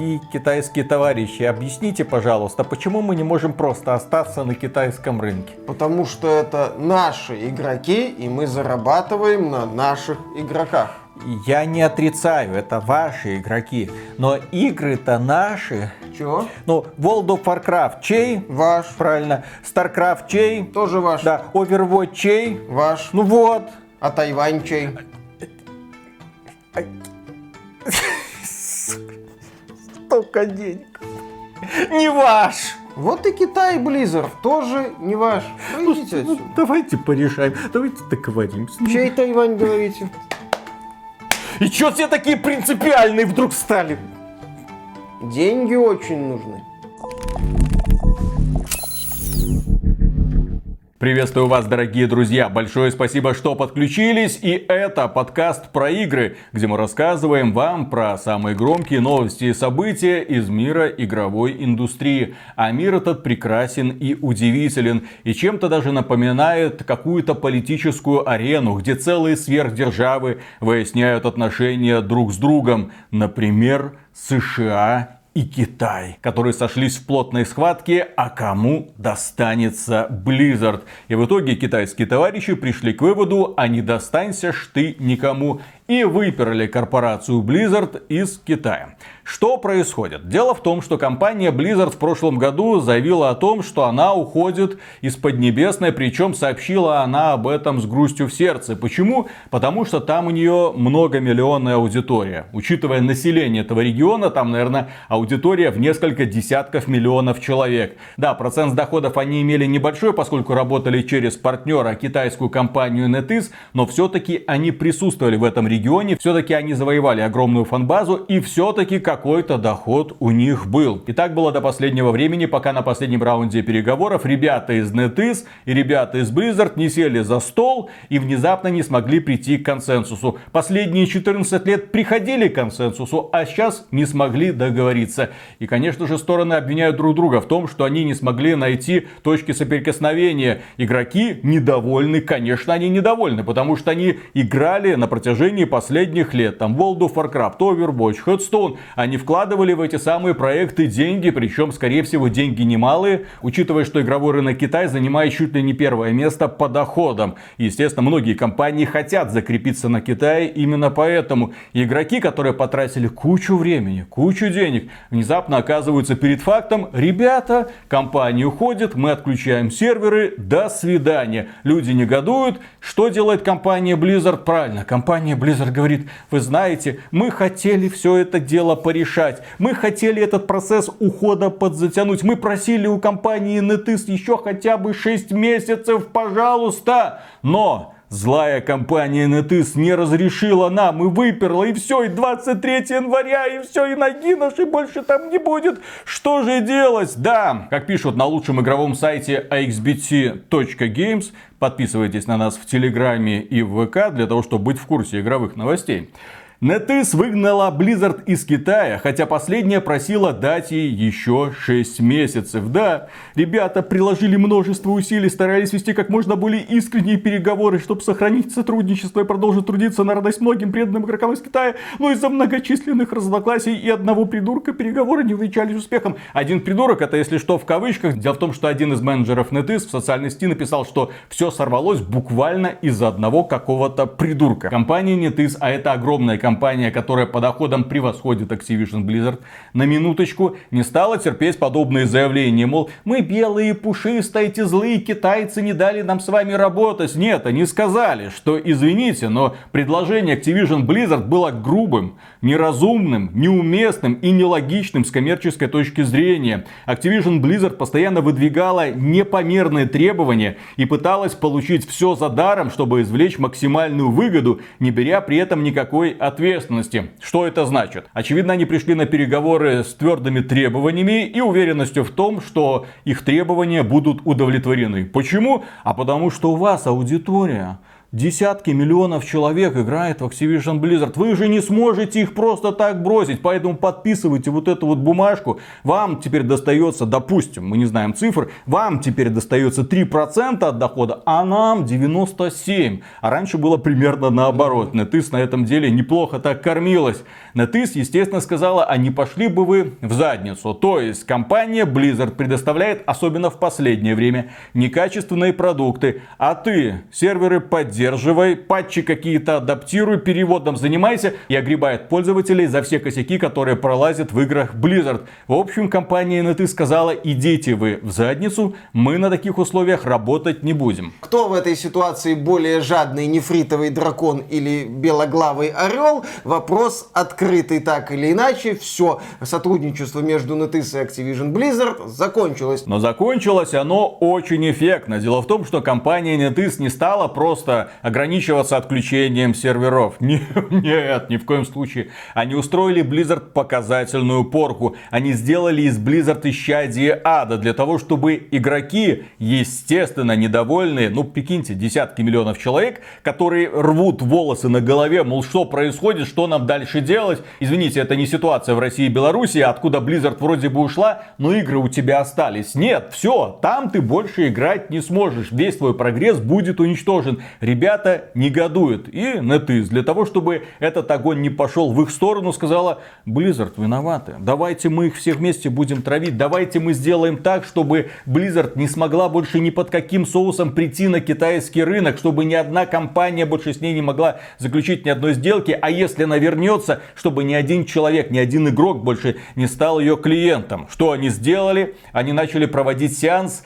дорогие китайские товарищи, объясните, пожалуйста, почему мы не можем просто остаться на китайском рынке? Потому что это наши игроки, и мы зарабатываем на наших игроках. Я не отрицаю, это ваши игроки, но игры-то наши. Чего? Ну, World of Warcraft чей? Ваш. Правильно. StarCraft чей? Тоже ваш. Да. Overwatch чей? Ваш. Ну вот. А Тайвань чей? Столько денег. Не ваш. Вот и Китай, Blizzard, тоже не ваш. Ну, идите отсюда. Давайте порешаем, давайте договоримся. Чей Тайвань, говорите? И чё все такие принципиальные вдруг стали? Деньги очень нужны. Приветствую вас, дорогие друзья! Большое спасибо, что подключились. И это подкаст про игры, где мы рассказываем вам про самые громкие новости и события из мира игровой индустрии. А мир этот прекрасен и удивителен. И чем-то даже напоминает какую-то политическую арену, где целые сверхдержавы выясняют отношения друг с другом. Например, США и Китай, которые сошлись в плотной схватке, а кому достанется Blizzard. И в итоге китайские товарищи пришли к выводу, а не достанься ж ты никому. И выперли корпорацию Blizzard из Китая. Что происходит? Дело в том, что компания Blizzard в прошлом году заявила о том, что она уходит из Поднебесной, причем сообщила она об этом с грустью в сердце. Почему? Потому что там у нее многомиллионная аудитория. Учитывая население этого региона, там, наверное, аудитория в несколько десятков миллионов человек. Да, процент с доходов они имели небольшой, поскольку работали через партнера, китайскую компанию NetEase, но все-таки они присутствовали в этом регионе, все-таки они завоевали огромную фан-базу, и все-таки какой-то доход у них был. И так было до последнего времени, пока на последнем раунде переговоров ребята из NetEase и ребята из Blizzard не сели за стол и внезапно не смогли прийти к консенсусу. Последние 14 лет приходили к консенсусу, а сейчас не смогли договориться. И, конечно же, стороны обвиняют друг друга в том, что они не смогли найти точки соприкосновения. Игроки недовольны, конечно, они недовольны, потому что они играли на протяжении последних лет. Там World of Warcraft, Overwatch, Hearthstone. Они вкладывали в эти самые проекты деньги, причем, скорее всего, деньги немалые, учитывая, что игровой рынок Китая занимает чуть ли не первое место по доходам. Естественно, многие компании хотят закрепиться на Китае именно поэтому. Игроки, которые потратили кучу времени, кучу денег, внезапно оказываются перед фактом: ребята, компания уходит, мы отключаем серверы, до свидания. Люди негодуют. Что делает компания Blizzard? Правильно, компания Blizzard говорит: вы знаете, мы хотели все это дело порешать. Мы хотели этот процесс ухода подзатянуть. Мы просили у компании NetEase еще хотя бы 6 месяцев, пожалуйста. Но злая компания NetEase не разрешила нам и выперла, и все, и 23 января, и все, и ноги нашей больше там не будет. Что же делать? Да, как пишут на лучшем игровом сайте axbt.games, подписывайтесь на нас в Телеграме и в ВК для того, чтобы быть в курсе игровых новостей. NetEase выгнала Blizzard из Китая, хотя последняя просила дать ей еще 6 месяцев. Да, ребята приложили множество усилий, старались вести как можно более искренние переговоры, чтобы сохранить сотрудничество и продолжить трудиться на радость многим преданным игрокам из Китая. Но из-за многочисленных разногласий и одного придурка переговоры не увенчались успехом. Один придурок, это если что в кавычках. Дело в том, что один из менеджеров NetEase в социальной сети написал, что все сорвалось буквально из-за одного какого-то придурка. Компания NetEase, а это огромная компания, которая по доходам превосходит Activision Blizzard, на минуточку не стала терпеть подобные заявления, мол, мы белые, пушистые, эти злые китайцы не дали нам с вами работать. Нет, они сказали, что извините, но предложение Activision Blizzard было грубым, неразумным, неуместным и нелогичным с коммерческой точки зрения. Activision Blizzard постоянно выдвигала непомерные требования и пыталась получить все за даром, чтобы извлечь максимальную выгоду, не беря при этом никакой ответственности. Что это значит? Очевидно, они пришли на переговоры с твердыми требованиями и уверенностью в том, что их требования будут удовлетворены. Почему? А потому что у вас аудитория Десятки миллионов человек играет в Activision Blizzard. Вы же не сможете их просто так бросить. Поэтому подписывайте вот эту вот бумажку. Вам теперь достается, допустим, мы не знаем цифр, вам теперь достается 3% от дохода, а нам 97%. А раньше было примерно наоборот. NetEase на этом деле неплохо так кормилась. NetEase, естественно, сказала, а не пошли бы вы в задницу. То есть компания Blizzard предоставляет, особенно в последнее время, некачественные продукты. А ты серверы поддерживай, патчи какие-то адаптируй, переводом занимайся и огребает пользователей за все косяки, которые пролазят в играх Blizzard. В общем, компания NetEase сказала, идите вы в задницу, мы на таких условиях работать не будем. Кто в этой ситуации более жадный нефритовый дракон или белоглавый орел? Вопрос открытый так или иначе. Все, сотрудничество между NetEase и Activision Blizzard закончилось. Но закончилось оно очень эффектно. Дело в том, что компания NetEase не стала просто ограничиваться отключением серверов. Нет, ни в коем случае. Они устроили Blizzard показательную порку. Они сделали из Blizzard исчадие ада для того, чтобы игроки, естественно, недовольные, прикиньте, десятки миллионов человек, которые рвут волосы на голове, мол, что происходит, что нам дальше делать. Извините, это не ситуация в России и Беларуси, откуда Blizzard вроде бы ушла, но игры у тебя остались. Нет, все, там ты больше играть не сможешь. Весь твой прогресс будет уничтожен. Ребята негодуют. И NetEase, для того, чтобы этот огонь не пошел в их сторону, сказала, Blizzard виноваты. Давайте мы их все вместе будем травить. Давайте мы сделаем так, чтобы Blizzard не смогла больше ни под каким соусом прийти на китайский рынок, чтобы ни одна компания больше с ней не могла заключить ни одной сделки. А если она вернется, чтобы ни один человек, ни один игрок больше не стал ее клиентом. Что они сделали? Они начали проводить сеанс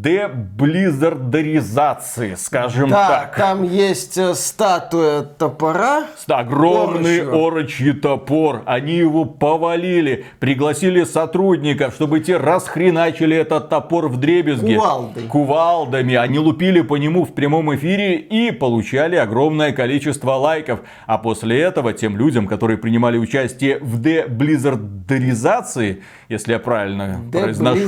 деблиззардеризации, скажем так. Там есть статуя топора. Огромный орочий топор. Они его повалили. Пригласили сотрудников, чтобы те расхреначили этот топор вдребезги. Кувалдами. Они лупили по нему в прямом эфире и получали огромное количество лайков. А после этого тем людям, которые принимали участие в деблиззардеризации, если я правильно произношу.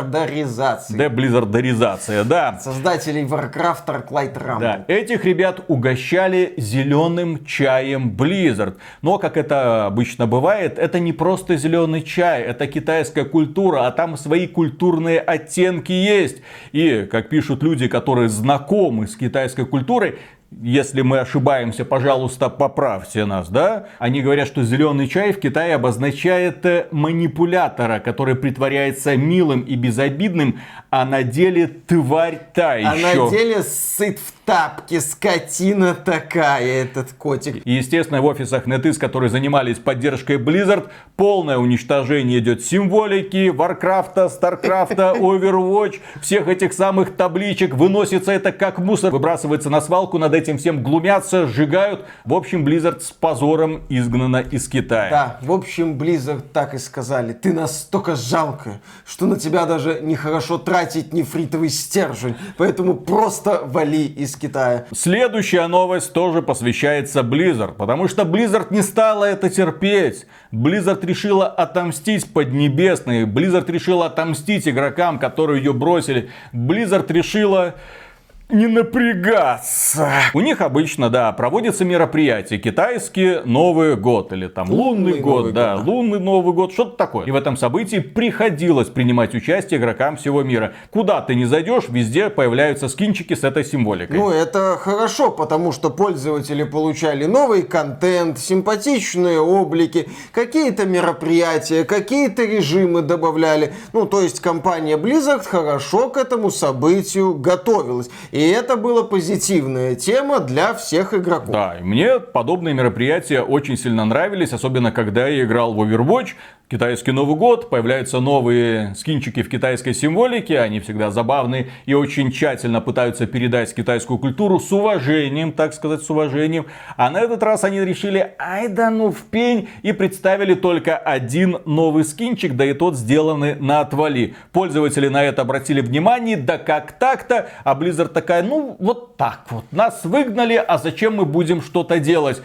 Деблиззардеризация, да. Создателей Warcraft, Darklight Rumble. Да, этих ребят угощали зеленым чаем Blizzard. Но, как это обычно бывает, это не просто зеленый чай, это китайская культура, а там свои культурные оттенки есть. И, как пишут люди, которые знакомы с китайской культурой, если мы ошибаемся, пожалуйста, поправьте нас, да? Они говорят, что зеленый чай в Китае обозначает манипулятора, который притворяется милым и безобидным, а на деле тварь та еще. А на деле сыт в тапке, скотина такая, этот котик. И, естественно, в офисах NetEase, которые занимались поддержкой Blizzard, полное уничтожение идет символики, Warcraft, Starcraft, Overwatch, всех этих самых табличек. Выносится это как мусор, выбрасывается на свалку, над этим всем глумятся, сжигают. В общем, Blizzard с позором изгнана из Китая. Да, в общем, Blizzard так и сказали. Ты настолько жалко, что на тебя даже нехорошо тратить нефритовый стержень. Поэтому просто вали из Китая. Следующая новость тоже посвящается Blizzard. Потому что Blizzard не стала это терпеть. Blizzard решила отомстить Поднебесной. Blizzard решила отомстить игрокам, которые ее бросили. Blizzard решила не напрягаться. У них обычно, да, проводятся мероприятия. Китайский Новый год. Или там лунный год. Да, лунный Новый год. Что-то такое. И в этом событии приходилось принимать участие игрокам всего мира. Куда ты не зайдешь, везде появляются скинчики с этой символикой. Ну, это хорошо, потому что пользователи получали новый контент, симпатичные облики, какие-то мероприятия, какие-то режимы добавляли. Ну, то есть компания Blizzard хорошо к этому событию готовилась. И это была позитивная тема для всех игроков. Да, и мне подобные мероприятия очень сильно нравились, особенно когда я играл в Overwatch. Китайский Новый год, появляются новые скинчики в китайской символике, они всегда забавные и очень тщательно пытаются передать китайскую культуру с уважением, так сказать, с уважением. А на этот раз они решили, ай да ну в пень, и представили только один новый скинчик, да и тот сделанный на отвали. Пользователи на это обратили внимание, да как так-то, а Blizzard такая, ну вот так вот, нас выгнали, а зачем мы будем что-то делать?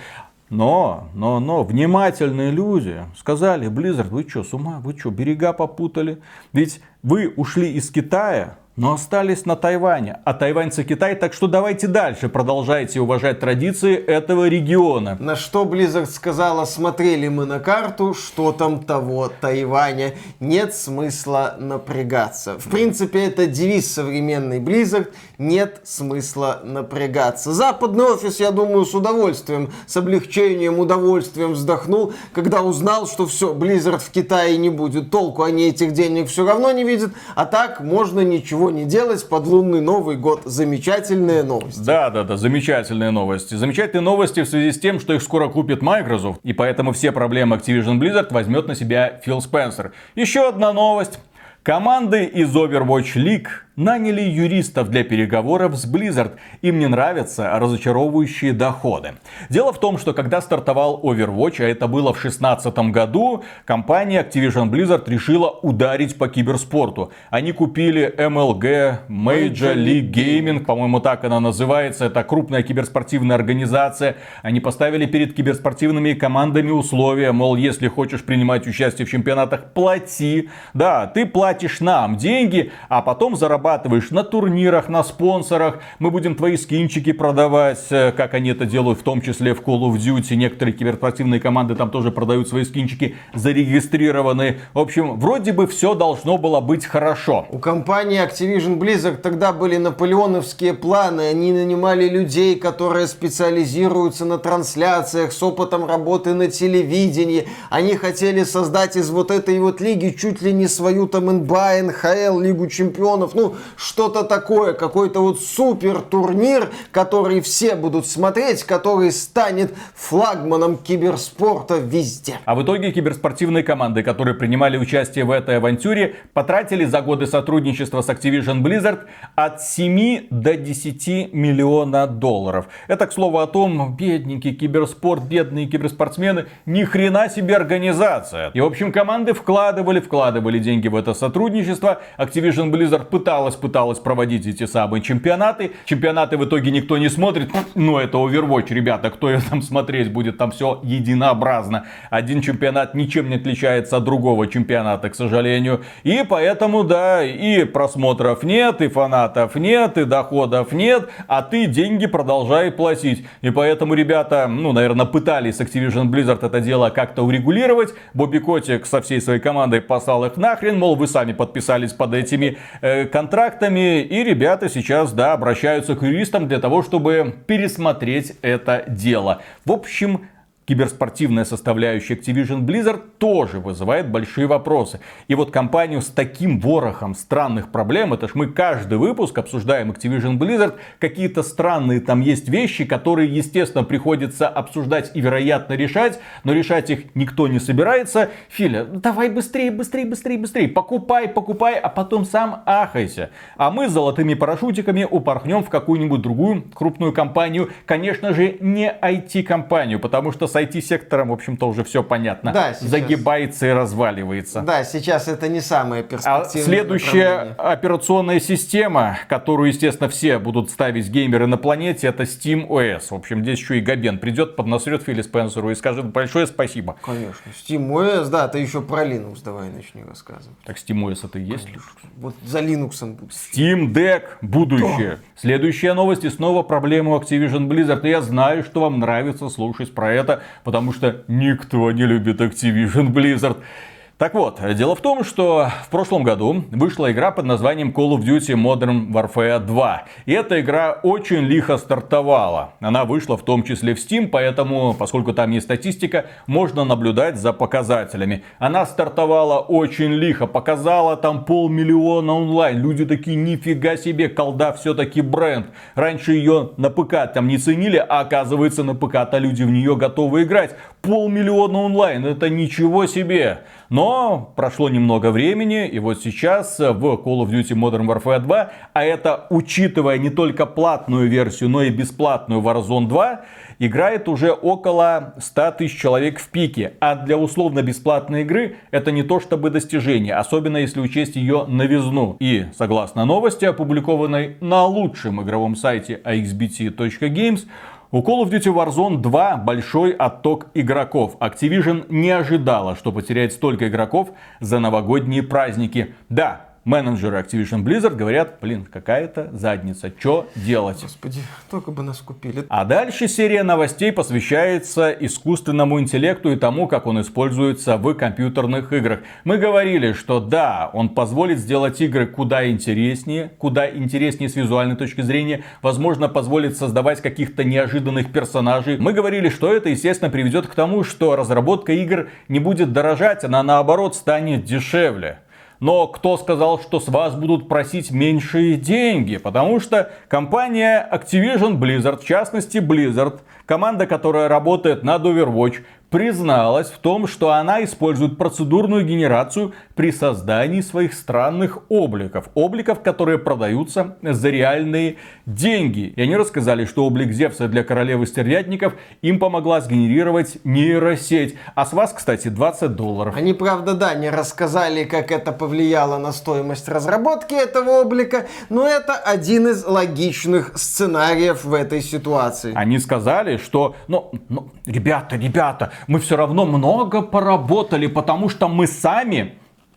Но, внимательные люди сказали, Blizzard, вы что, с ума? Вы что, берега попутали? Ведь вы ушли из Китая, но остались на Тайване. А тайваньцы Китай, так что давайте дальше, продолжайте уважать традиции этого региона. На что Blizzard сказала: смотрели мы на карту, что там того Тайваня, нет смысла напрягаться. В принципе, это девиз современный Blizzard: нет смысла напрягаться. Западный офис, я думаю, с удовольствием, с облегчением, удовольствием вздохнул, когда узнал, что все, Blizzard в Китае не будет толку, они этих денег все равно не видят, а так можно ничего не делать под лунный Новый год. Замечательные новости. Да, замечательные новости. Замечательные новости в связи с тем, что их скоро купит Microsoft, и поэтому все проблемы Activision Blizzard возьмет на себя Фил Спенсер. Еще одна новость. Команды из Overwatch League наняли юристов для переговоров с Blizzard. Им не нравятся разочаровывающие доходы. Дело в том, что когда стартовал Overwatch, а это было в 2016 году, компания Activision Blizzard решила ударить по киберспорту. Они купили MLG, Major League Gaming, по-моему, так она называется. Это крупная киберспортивная организация. Они поставили перед киберспортивными командами условия, мол, если хочешь принимать участие в чемпионатах, плати. Да, ты платишь нам деньги, а потом зарабатываешь на турнирах, на спонсорах. Мы будем твои скинчики продавать, как они это делают, в том числе в Call of Duty. Некоторые киберспортивные команды там тоже продают свои скинчики, зарегистрированные. В общем, вроде бы все должно было быть хорошо. У компании Activision Blizzard тогда были наполеоновские планы. Они нанимали людей, которые специализируются на трансляциях, с опытом работы на телевидении. Они хотели создать из вот этой вот лиги чуть ли не свою там НБА, НХЛ, Лигу чемпионов. Ну, что-то такое, какой-то вот супер турнир, который все будут смотреть, который станет флагманом киберспорта везде. А в итоге киберспортивные команды, которые принимали участие в этой авантюре, потратили за годы сотрудничества с Activision Blizzard от 7 до 10 миллиона долларов. Это, к слову, о том, бедненький киберспорт, бедные киберспортсмены, ни хрена себе организация. И, в общем, команды вкладывали деньги в это сотрудничество. Activision Blizzard пыталась проводить эти самые чемпионаты. Чемпионаты в итоге никто не смотрит. Ну, это Overwatch, ребята, кто ее там смотреть будет? Там все единообразно. Один чемпионат ничем не отличается от другого чемпионата, к сожалению. И поэтому, да, и просмотров нет, и фанатов нет, и доходов нет, а ты деньги продолжай платить. И поэтому ребята, наверное, пытались с Activision Blizzard это дело как-то урегулировать. Бобби Котик со всей своей командой послал их нахрен, мол, вы сами подписались под этими контрактами, и ребята сейчас, да, обращаются к юристам для того, чтобы пересмотреть это дело. В общем, киберспортивная составляющая Activision Blizzard тоже вызывает большие вопросы. И вот компанию с таким ворохом странных проблем, это ж мы каждый выпуск обсуждаем Activision Blizzard, какие-то странные там есть вещи, которые, естественно, приходится обсуждать и, вероятно, решать, но решать их никто не собирается. Филя, давай быстрее, покупай, а потом сам ахайся. А мы с золотыми парашютиками упорхнем в какую-нибудь другую крупную компанию, конечно же, не IT-компанию, потому что с IT-сектором, в общем-то, уже все понятно. Да, сейчас... Загибается и разваливается. Да, сейчас это не самое перспективное следующая операционная система, которую, естественно, все будут ставить геймеры на планете, это SteamOS. В общем, здесь еще и Габен придет, поднасрет Филу Спенсеру и скажет большое спасибо. Конечно. SteamOS, да, ты еще про Linux давай начни рассказывать. Так SteamOS это и есть? Вот за Linux будет. Steam Deck будущее. Следующая новость, и снова проблема у Activision Blizzard. И я знаю, что вам нравится слушать про это, потому что никто не любит Activision Blizzard. Так вот, дело в том, что в прошлом году вышла игра под названием Call of Duty Modern Warfare 2. И эта игра очень лихо стартовала. Она вышла в том числе в Steam, поэтому, поскольку там есть статистика, можно наблюдать за показателями. Она стартовала очень лихо, показала там 500 000 онлайн. Люди такие, нифига себе, колда все-таки бренд. Раньше ее на ПК там не ценили, а оказывается на ПК-то люди в нее готовы играть. 500 000 онлайн, это ничего себе. Но прошло немного времени, и вот сейчас в Call of Duty Modern Warfare 2, а это учитывая не только платную версию, но и бесплатную Warzone 2, играет уже около 100 000 человек в пике. А для условно-бесплатной игры это не то чтобы достижение, особенно если учесть ее новизну. И согласно новости, опубликованной на лучшем игровом сайте axbt.games, у Call of Duty Warzone 2 большой отток игроков. Activision не ожидала, что потеряет столько игроков за новогодние праздники. Да, менеджеры Activision Blizzard говорят, блин, какая-то задница, что делать? Господи, только бы нас купили. А дальше серия новостей посвящается искусственному интеллекту и тому, как он используется в компьютерных играх. Мы говорили, что да, он позволит сделать игры куда интереснее с визуальной точки зрения, возможно, позволит создавать каких-то неожиданных персонажей. Мы говорили, что это, естественно, приведет к тому, что разработка игр не будет дорожать, она наоборот станет дешевле. Но кто сказал, что с вас будут просить меньшие деньги? Потому что компания Activision Blizzard, в частности Blizzard, команда, которая работает над Overwatch, призналась в том, что она использует процедурную генерацию при создании своих странных обликов. Обликов, которые продаются за реальные деньги. И они рассказали, что облик Зевса для королевы стервятников им помогла сгенерировать нейросеть. А с вас, кстати, $20. Они, правда, да, не рассказали, как это повлияло на стоимость разработки этого облика, но это один из логичных сценариев в этой ситуации. Они сказали, что, ребята, мы все равно много поработали, потому что мы сами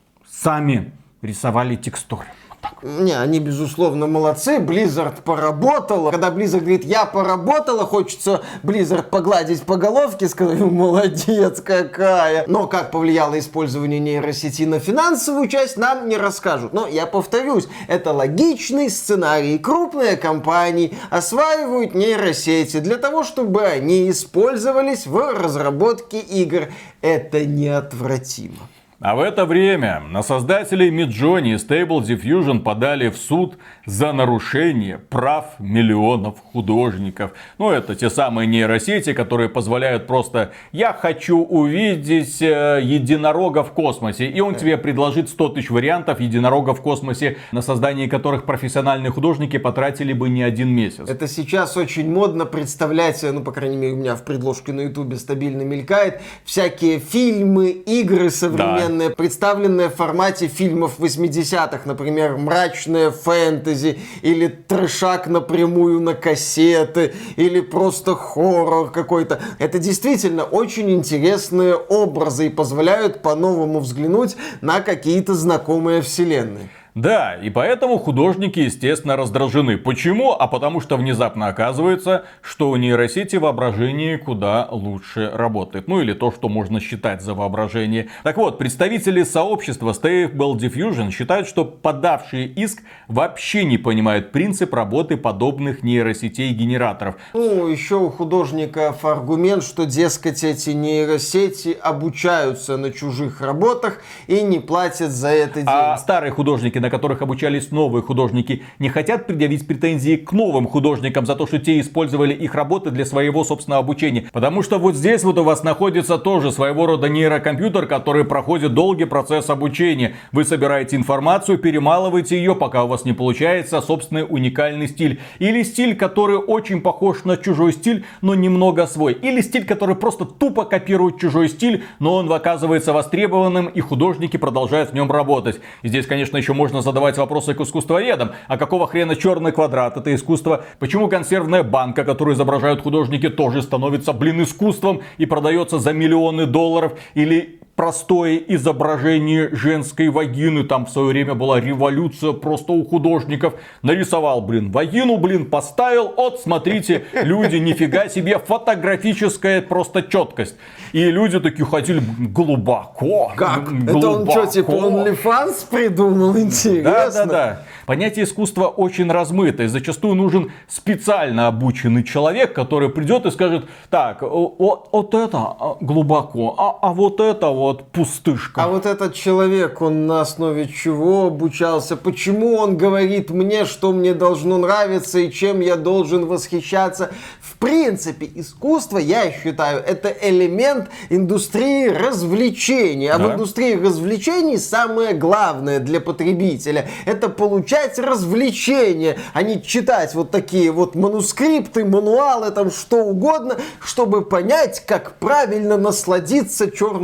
рисовали текстуры. Не, они, безусловно, молодцы. Blizzard поработала. Когда Blizzard говорит, я поработала, хочется Blizzard погладить по головке, сказать, молодец какая. Но как повлияло использование нейросети на финансовую часть, нам не расскажут. Но я повторюсь, это логичный сценарий. Крупные компании осваивают нейросети для того, чтобы они использовались в разработке игр. Это неотвратимо. А в это время на создателей Midjourney и Stable Diffusion подали в суд за нарушение прав миллионов художников. Это те самые нейросети, которые позволяют просто «я хочу увидеть единорога в космосе», и он тебе предложит 100 тысяч вариантов единорога в космосе, на создание которых профессиональные художники потратили бы не один месяц. Это сейчас очень модно представлять, по крайней мере, у меня в предложке на ютубе стабильно мелькает, всякие фильмы, игры современные, представленные в формате фильмов 80-х, например, мрачное фэнтези, или трэшак напрямую на кассеты, или просто хоррор какой-то. Это действительно очень интересные образы и позволяют по-новому взглянуть на какие-то знакомые вселенные. Да, и поэтому художники, естественно, раздражены. Почему? А потому что внезапно оказывается, что у нейросети воображение куда лучше работает. Или то, что можно считать за воображение. Так вот, представители сообщества Stable Diffusion считают, что подавшие иск вообще не понимают принцип работы подобных нейросетей-генераторов. Еще у художников аргумент, что, дескать, эти нейросети обучаются на чужих работах и не платят за это деньги. А старые художники, на которых обучались новые художники, не хотят предъявить претензии к новым художникам за то, что те использовали их работы для своего собственного обучения. Потому что вот здесь вот у вас находится тоже своего рода нейрокомпьютер, который проходит долгий процесс обучения. Вы собираете информацию, перемалываете ее, пока у вас не получается собственный уникальный стиль. Или стиль, который очень похож на чужой стиль, но немного свой. Или стиль, который просто тупо копирует чужой стиль, но он оказывается востребованным, и художники продолжают в нем работать. И здесь, конечно, еще можно задавать вопросы к искусствоведам. А какого хрена черный квадрат? Это искусство. Почему консервная банка, которую изображают художники, тоже становится, искусством и продается за миллионы долларов? Или простое изображение женской вагины. Там в свое время была революция просто у художников. Нарисовал, вагину, поставил. Смотрите, люди, нифига себе, фотографическая просто четкость. И люди такие ходили глубоко. Как? Глубоко. Это он что, типа OnlyFans придумал? Интересно. Да. Понятие искусства очень размыто. И зачастую нужен специально обученный человек, который придет и скажет: так, вот это глубоко, а вот это вот пустышка. А вот этот человек, он на основе чего обучался? Почему он говорит мне, что мне должно нравиться и чем я должен восхищаться? В принципе, искусство, я считаю, это элемент индустрии развлечений. А в индустрии развлечений самое главное для потребителя — это получать развлечения, а не читать вот такие вот манускрипты, мануалы, там что угодно, чтобы понять, как правильно насладиться черным квадратом.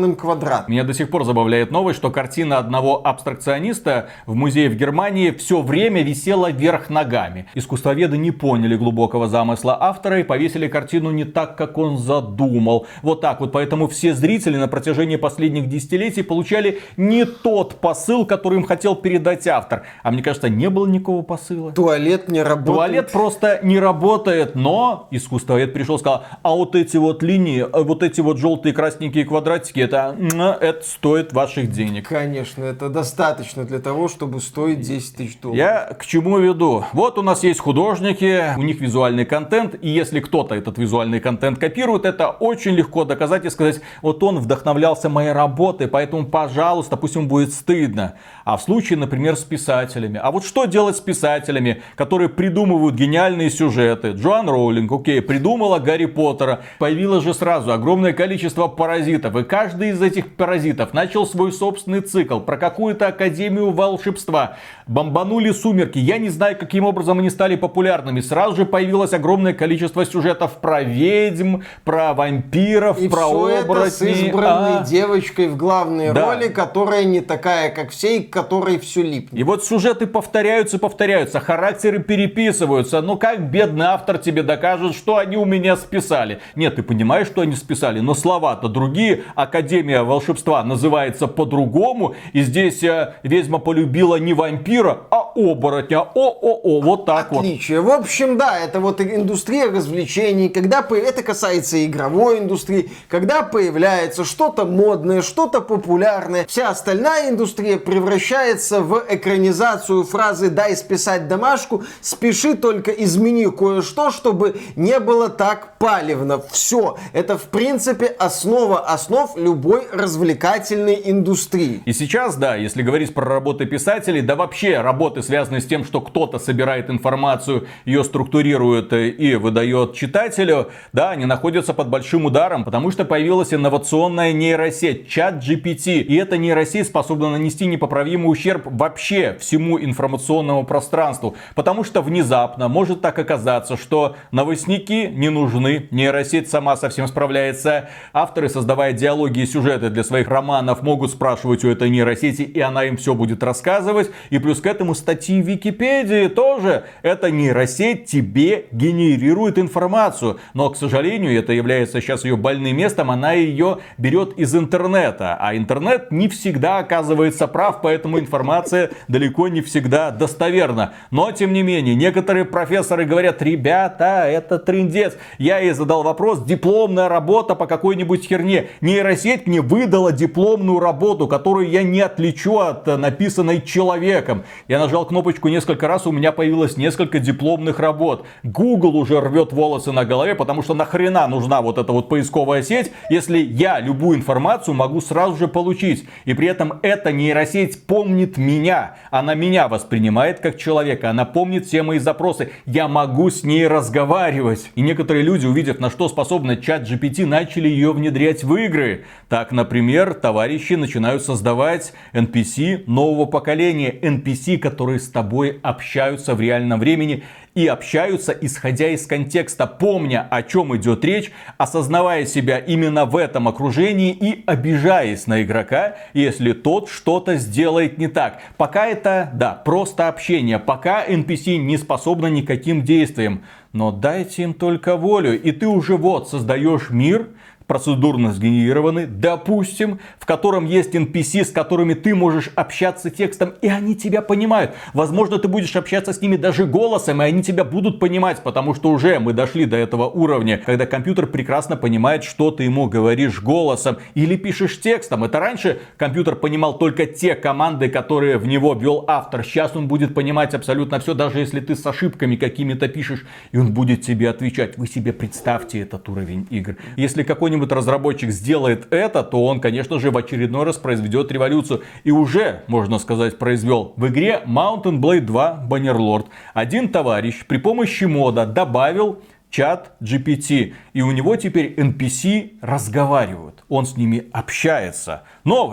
квадрат. Меня до сих пор забавляет новость, что картина одного абстракциониста в музее в Германии все время висела вверх ногами. Искусствоведы не поняли глубокого замысла автора и повесили картину не так, как он задумал. Вот так вот. Поэтому все зрители на протяжении последних десятилетий получали не тот посыл, который им хотел передать автор. А мне кажется, не было никакого посыла. Туалет не работает. Туалет просто не работает, но искусствовед пришел и сказал, а вот эти вот линии, вот эти вот желтые красненькие квадратики, это стоит ваших денег. Конечно, это достаточно для того, чтобы стоить 10 тысяч долларов. Я к чему веду? Вот у нас есть художники, у них визуальный контент, и если кто-то этот визуальный контент копирует, это очень легко доказать и сказать, вот он вдохновлялся моей работой, поэтому, пожалуйста, пусть ему будет стыдно. А в случае, например, с писателями. А вот что делать с писателями, которые придумывают гениальные сюжеты? Джоан Роулинг, придумала Гарри Поттера. Появилось же сразу огромное количество паразитов. И каждый из этих паразитов начал свой собственный цикл про какую-то академию волшебства. Бомбанули сумерки. Я не знаю, каким образом они стали популярными. Сразу же появилось огромное количество сюжетов про ведьм, про вампиров, и про все оборотней. это с избранной девочкой в главной роли, которая не такая, как все, и к которой все липнет. И вот сюжеты повторяются, характеры переписываются. Ну как бедный автор тебе докажет, что они у меня списали? Нет, ты понимаешь, что они списали, но слова-то другие. Академия волшебства называется по-другому. И здесь ведьма полюбила не вампира, а оборотня. Вот так вот. Отличие. В общем, да, это вот индустрия развлечений. Это касается игровой индустрии. Когда появляется что-то модное, что-то популярное, вся остальная индустрия превращается в экранизацию фразы «дай списать домашку», «спеши, только измени кое-что, чтобы не было так палевно». Все. Это, в принципе, основа основ любой развлекательной индустрии. И сейчас, да, если говорить про работы писателей, да вообще работы, связанные с тем, что кто-то собирает информацию, ее структурирует и выдает читателю, да, они находятся под большим ударом, потому что появилась инновационная нейросеть ChatGPT. И эта нейросеть способна нанести непоправимый ущерб вообще всему информационному пространству. Потому что внезапно может так оказаться, что новостники не нужны, нейросеть сама совсем справляется. Авторы, создавая диалоги и сюжеты для своих романов, могут спрашивать у этой нейросети, и она им все будет рассказывать. И плюс к этому статьи в Википедии тоже. Эта нейросеть тебе генерирует информацию. Но, к сожалению, это является сейчас ее больным местом, она ее берет из интернета. А интернет не всегда оказывается прав, поэтому информация далеко не всегда достоверна. Но, тем не менее, некоторые профессоры говорят, ребята, это трындец. Я ей задал вопрос, дипломная работа по какой-нибудь херне. Нейросеть мне выдала дипломную работу, которую я не отличу от написанной человеком. Я нажал кнопочку несколько раз, у меня появилось несколько дипломных работ. Google уже рвет волосы на голове, потому что нахрена нужна вот эта вот поисковая сеть, если я любую информацию могу сразу же получить. И при этом эта нейросеть помнит меня. Она меня воспринимает как человека. Она помнит все мои запросы. Я могу с ней разговаривать. И некоторые люди, увидев, на что способна ChatGPT, начали ее внедрять в игры. Так, например, товарищи начинают создавать NPC нового поколения. NPC, которые с тобой общаются в реальном времени. И общаются, исходя из контекста, помня, о чем идет речь, осознавая себя именно в этом окружении и обижаясь на игрока, если тот что-то сделает не так. Пока это, да, просто общение, пока NPC не способна никаким действиям. Но дайте им только волю, и ты уже вот создаешь мир, процедурно сгенерированный, допустим, в котором есть NPC, с которыми ты можешь общаться текстом, и они тебя понимают. Возможно, ты будешь общаться с ними даже голосом, и они тебя будут понимать, потому что уже мы дошли до этого уровня, когда компьютер прекрасно понимает, что ты ему говоришь голосом или пишешь текстом. Это раньше компьютер понимал только те команды, которые в него ввел автор. Сейчас он будет понимать абсолютно все, даже если ты с ошибками какими-то пишешь, и он будет тебе отвечать. Вы себе представьте этот уровень игр. Если какой-нибудь разработчик сделает это, то он, конечно же, в очередной раз произведет революцию. И уже, можно сказать, произвел. В игре Mount & Blade 2 Bannerlord один товарищ при помощи мода добавил чат GPT. И у него теперь NPC разговаривают. Он с ними общается. Новость.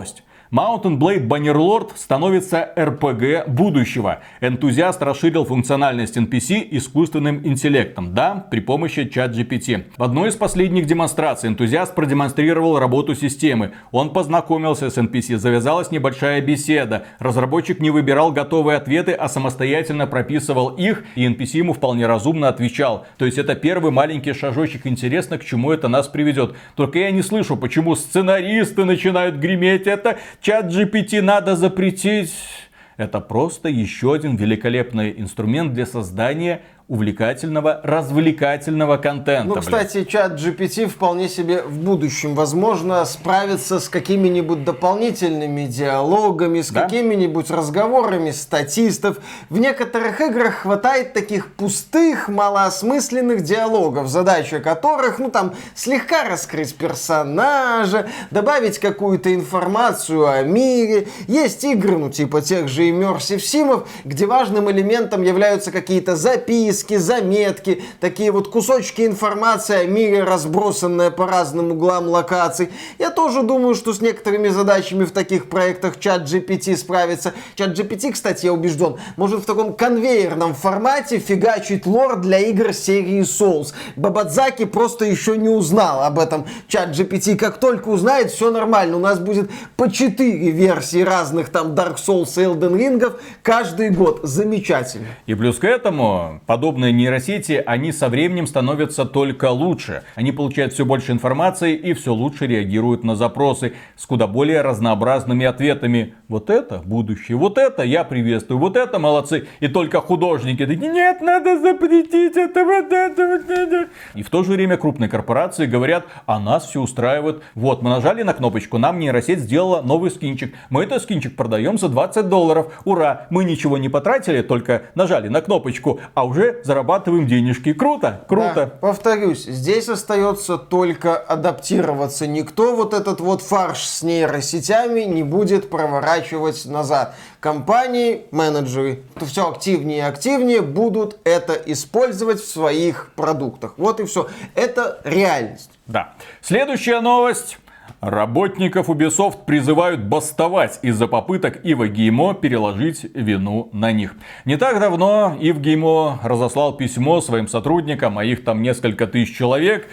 Mountain Blade Bannerlord становится РПГ будущего. Энтузиаст расширил функциональность NPC искусственным интеллектом. Да, при помощи ChatGPT. В одной из последних демонстраций энтузиаст продемонстрировал работу системы. Он познакомился с NPC, завязалась небольшая беседа. Разработчик не выбирал готовые ответы, а самостоятельно прописывал их, и NPC ему вполне разумно отвечал. То есть это первый маленький шажочек. Интересно, к чему это нас приведет. Только я не слышу, почему сценаристы начинают греметь. Это ChatGPT надо запретить. Это просто еще один великолепный инструмент для создания увлекательного, развлекательного контента. Ну, кстати, ChatGPT вполне себе в будущем, возможно, справится с какими-нибудь дополнительными диалогами, с какими-нибудь разговорами статистов. В некоторых играх хватает таких пустых, малоосмысленных диалогов, задача которых, слегка раскрыть персонажа, добавить какую-то информацию о мире. Есть игры, типа тех же Immersive Sim'ов, где важным элементом являются какие-то записки, заметки, такие вот кусочки информации о мире, разбросанные по разным углам локаций. Я тоже думаю, что с некоторыми задачами в таких проектах ChatGPT справится. ChatGPT, кстати, я убежден, может в таком конвейерном формате фигачить лор для игр серии Souls. Бабадзаки просто еще не узнал об этом ChatGPT. Как только узнает, все нормально. У нас будет по 4 версии разных Dark Souls и Elden Ring'ов каждый год. Замечательно. И плюс к этому, подобные нейросети, они со временем становятся только лучше. Они получают все больше информации и все лучше реагируют на запросы с куда более разнообразными ответами. Вот это будущее, вот это я приветствую, вот это молодцы. И только художники такие: нет, надо запретить это, вот это. И в то же время крупные корпорации говорят: а нас все устраивает. Вот, мы нажали на кнопочку, нам нейросеть сделала новый скинчик. Мы этот скинчик продаем за $20. Ура, мы ничего не потратили, только нажали на кнопочку, а уже зарабатываем денежки. Круто, круто. Да, повторюсь, здесь остается только адаптироваться. Никто вот этот вот фарш с нейросетями не будет проворачивать назад. Компании, менеджеры все активнее и активнее будут это использовать в своих продуктах. Вот и все. Это реальность. Да. Следующая новость. Работников Ubisoft призывают бастовать из-за попыток Yves Guillemot переложить вину на них. Не так давно Yves Guillemot разослал письмо своим сотрудникам, а их там несколько тысяч человек,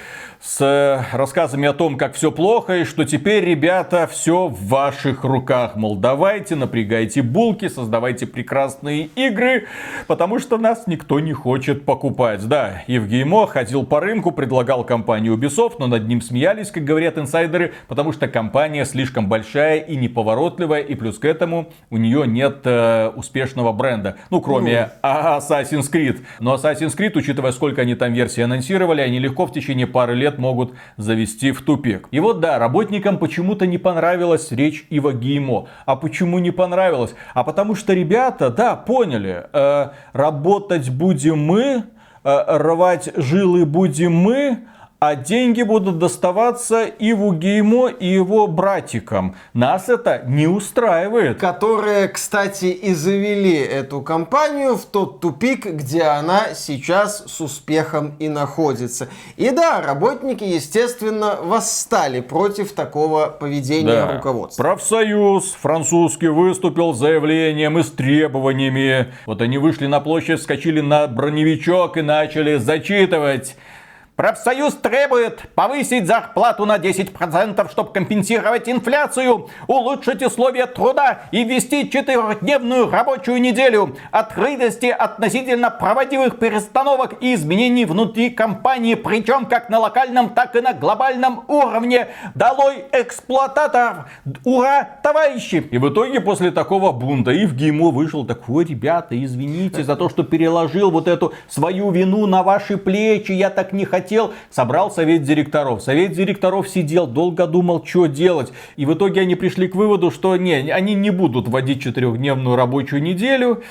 с рассказами о том, как все плохо и что теперь, ребята, все в ваших руках. Мол, давайте, напрягайте булки, создавайте прекрасные игры, потому что нас никто не хочет покупать. Да, Yves Guillemot ходил по рынку, предлагал компанию Ubisoft, но над ним смеялись, как говорят инсайдеры, потому что компания слишком большая и неповоротливая, и плюс к этому у нее нет успешного бренда. Кроме Assassin's Creed. Но Assassin's Creed, учитывая, сколько они там версий анонсировали, они легко в течение пары лет могут завести в тупик. И вот да, работникам почему-то не понравилась речь Yves Guillemot. А почему не понравилось? А потому что ребята, да, поняли, работать будем мы, рвать жилы будем мы, а деньги будут доставаться Иву Геймо и его братикам. Нас это не устраивает. Которые, кстати, и завели эту компанию в тот тупик, где она сейчас с успехом и находится. И да, работники, естественно, восстали против такого поведения руководства. Профсоюз французский выступил с заявлением и с требованиями. Вот они вышли на площадь, вскочили на броневичок и начали зачитывать. Профсоюз требует повысить зарплату на 10%, чтобы компенсировать инфляцию, улучшить условия труда и ввести 4-дневную рабочую неделю, открытости относительно проводимых перестановок и изменений внутри компании, причем как на локальном, так и на глобальном уровне. Долой эксплуататоров! Ура, товарищи! И в итоге после такого бунта Yves Guillemot вышел такой: ребята, извините за то, что переложил вот эту свою вину на ваши плечи, я так не хотел. Собрал совет директоров. Совет директоров сидел, долго думал, что делать. И в итоге они пришли к выводу, что они не будут вводить 4-дневную рабочую неделю.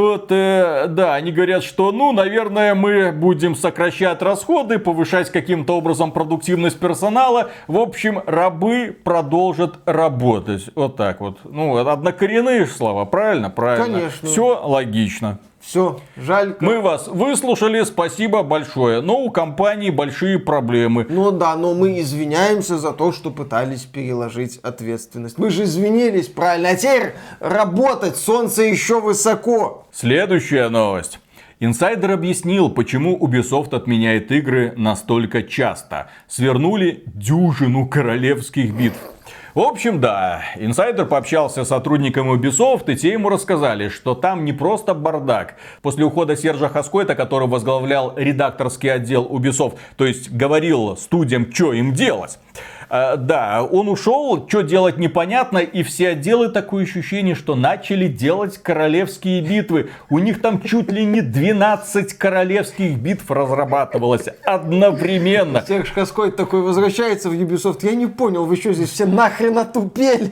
Да, они говорят, что, наверное, мы будем сокращать расходы, повышать каким-то образом продуктивность персонала. В общем, рабы продолжат работать. Вот так вот. Однокоренные слова, правильно? Правильно. Конечно. Все логично. Все, жаль. Мы вас выслушали, спасибо большое. Но у компании большие проблемы. Ну да, но мы извиняемся за то, что пытались переложить ответственность. Мы же извинились, правильно? А теперь работать, солнце еще высоко. Следующая новость. Инсайдер объяснил, почему Ubisoft отменяет игры настолько часто. Свернули дюжину королевских битв. В общем, да, инсайдер пообщался с сотрудником Ubisoft, и те ему рассказали, что там не просто бардак. После ухода Сержа Хаскойта, который возглавлял редакторский отдел Ubisoft, то есть говорил студиям, что им делать. Да, он ушел, что делать непонятно, и все отделы такое ощущение, что начали делать королевские битвы. У них там чуть ли не 12 королевских битв разрабатывалось одновременно. Серж Хаскойт такой возвращается в Ubisoft. Я не понял, вы что здесь все нахрен отупели?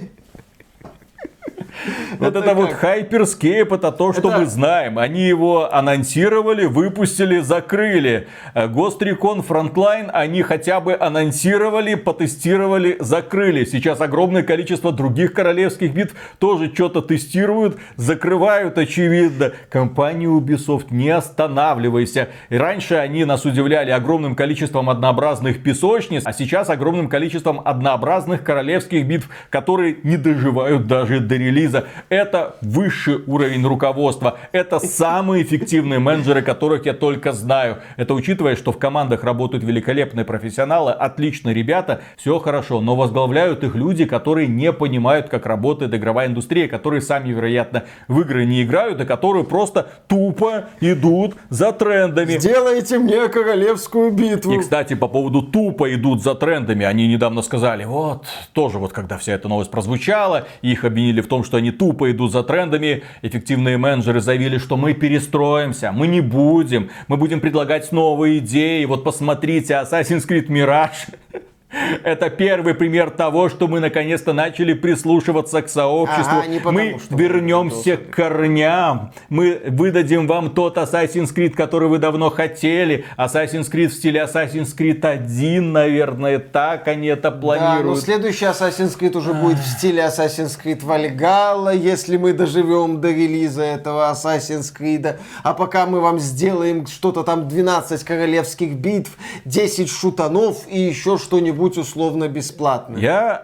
Вот это вот Hyperscape, это то, что мы знаем. Они его анонсировали, выпустили, закрыли. Ghost Recon Frontline они хотя бы анонсировали, потестировали, закрыли. Сейчас огромное количество других королевских битв тоже что-то тестируют, закрывают, очевидно. Компания Ubisoft, не останавливайся. И раньше они нас удивляли огромным количеством однообразных песочниц, а сейчас огромным количеством однообразных королевских битв, которые не доживают даже до релиза. Это высший уровень руководства. Это самые эффективные менеджеры, которых я только знаю. Это учитывая, что в командах работают великолепные профессионалы, отличные ребята, все хорошо. Но возглавляют их люди, которые не понимают, как работает игровая индустрия, которые сами, вероятно, в игры не играют, и которые просто тупо идут за трендами. Сделайте мне королевскую битву. И, кстати, по поводу тупо идут за трендами, они недавно сказали, вот, тоже вот когда вся эта новость прозвучала, их обвинили в том, что они тупо идут за трендами, эффективные менеджеры заявили, что мы перестроимся, мы не будем, мы будем предлагать новые идеи. Вот посмотрите, Assassin's Creed Mirage. Это первый пример того, что мы наконец-то начали прислушиваться к сообществу. Мы вернемся к корням. Мы выдадим вам тот Assassin's Creed, который вы давно хотели. Assassin's Creed в стиле Assassin's Creed 1, наверное. Так они это планируют. Да, но следующий Assassin's Creed уже будет в стиле Assassin's Creed Valhalla, если мы доживем до релиза этого Assassin's Creed. А пока мы вам сделаем что-то там 12 королевских битв, 10 шутанов и еще что-нибудь условно бесплатно.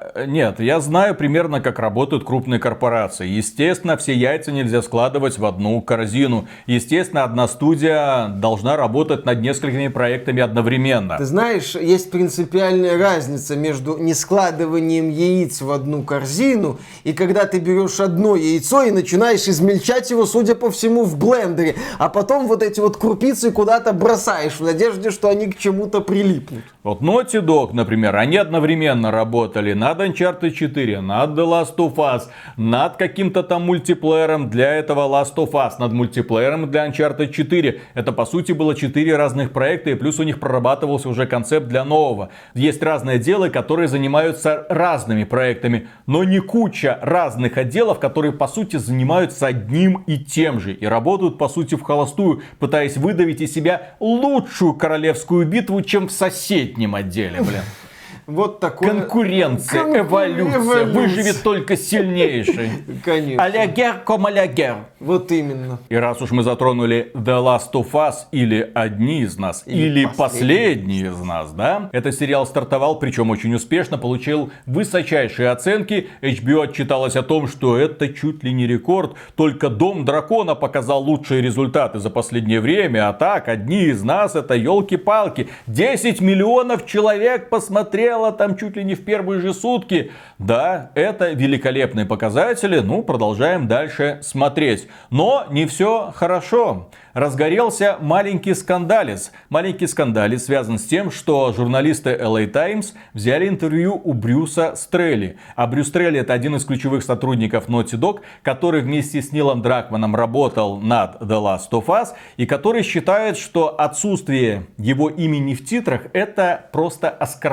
Я знаю примерно, как работают крупные корпорации. Естественно, все яйца нельзя складывать в одну корзину. Естественно, одна студия должна работать над несколькими проектами одновременно. Ты знаешь, есть принципиальная разница между не складыванием яиц в одну корзину и когда ты берешь одно яйцо и начинаешь измельчать его, судя по всему, в блендере, а потом вот эти вот крупицы куда-то бросаешь в надежде, что они к чему-то прилипнут. Вот Naughty Dog, например, они одновременно работали над Uncharted 4, над The Last of Us, над каким-то там мультиплеером для этого Last of Us, над мультиплеером для Uncharted 4. Это, по сути, было 4 разных проекта, и плюс у них прорабатывался уже концепт для нового. Есть разные отделы, которые занимаются разными проектами, но не куча разных отделов, которые, по сути, занимаются одним и тем же. И работают, по сути, в холостую, пытаясь выдавить из себя лучшую королевскую битву, чем в соседнем отделе, блин. Вот такое... Конкуренция, эволюция. Выживет только сильнейший. Конечно. А-ля гер ком а-ля гер. Вот именно. И раз уж мы затронули The Last of Us, или одни из нас, или последние из нас, да? Этот сериал стартовал, причем очень успешно, получил высочайшие оценки. HBO отчиталась о том, что это чуть ли не рекорд. Только Дом Дракона показал лучшие результаты за последнее время. А так, одни из нас, это елки-палки. 10 миллионов человек посмотрели там чуть ли не в первые же сутки. Да, это великолепные показатели. Ну, продолжаем дальше смотреть. Но не все хорошо. Разгорелся маленький скандалец. Маленький скандалец связан с тем, что журналисты LA Times взяли интервью у Брюса Стрелли. А Брюс Стрелли — это один из ключевых сотрудников Naughty Dog, который вместе с Нилом Дракманом работал над The Last of Us, и который считает, что отсутствие его имени в титрах — это просто оскорбление.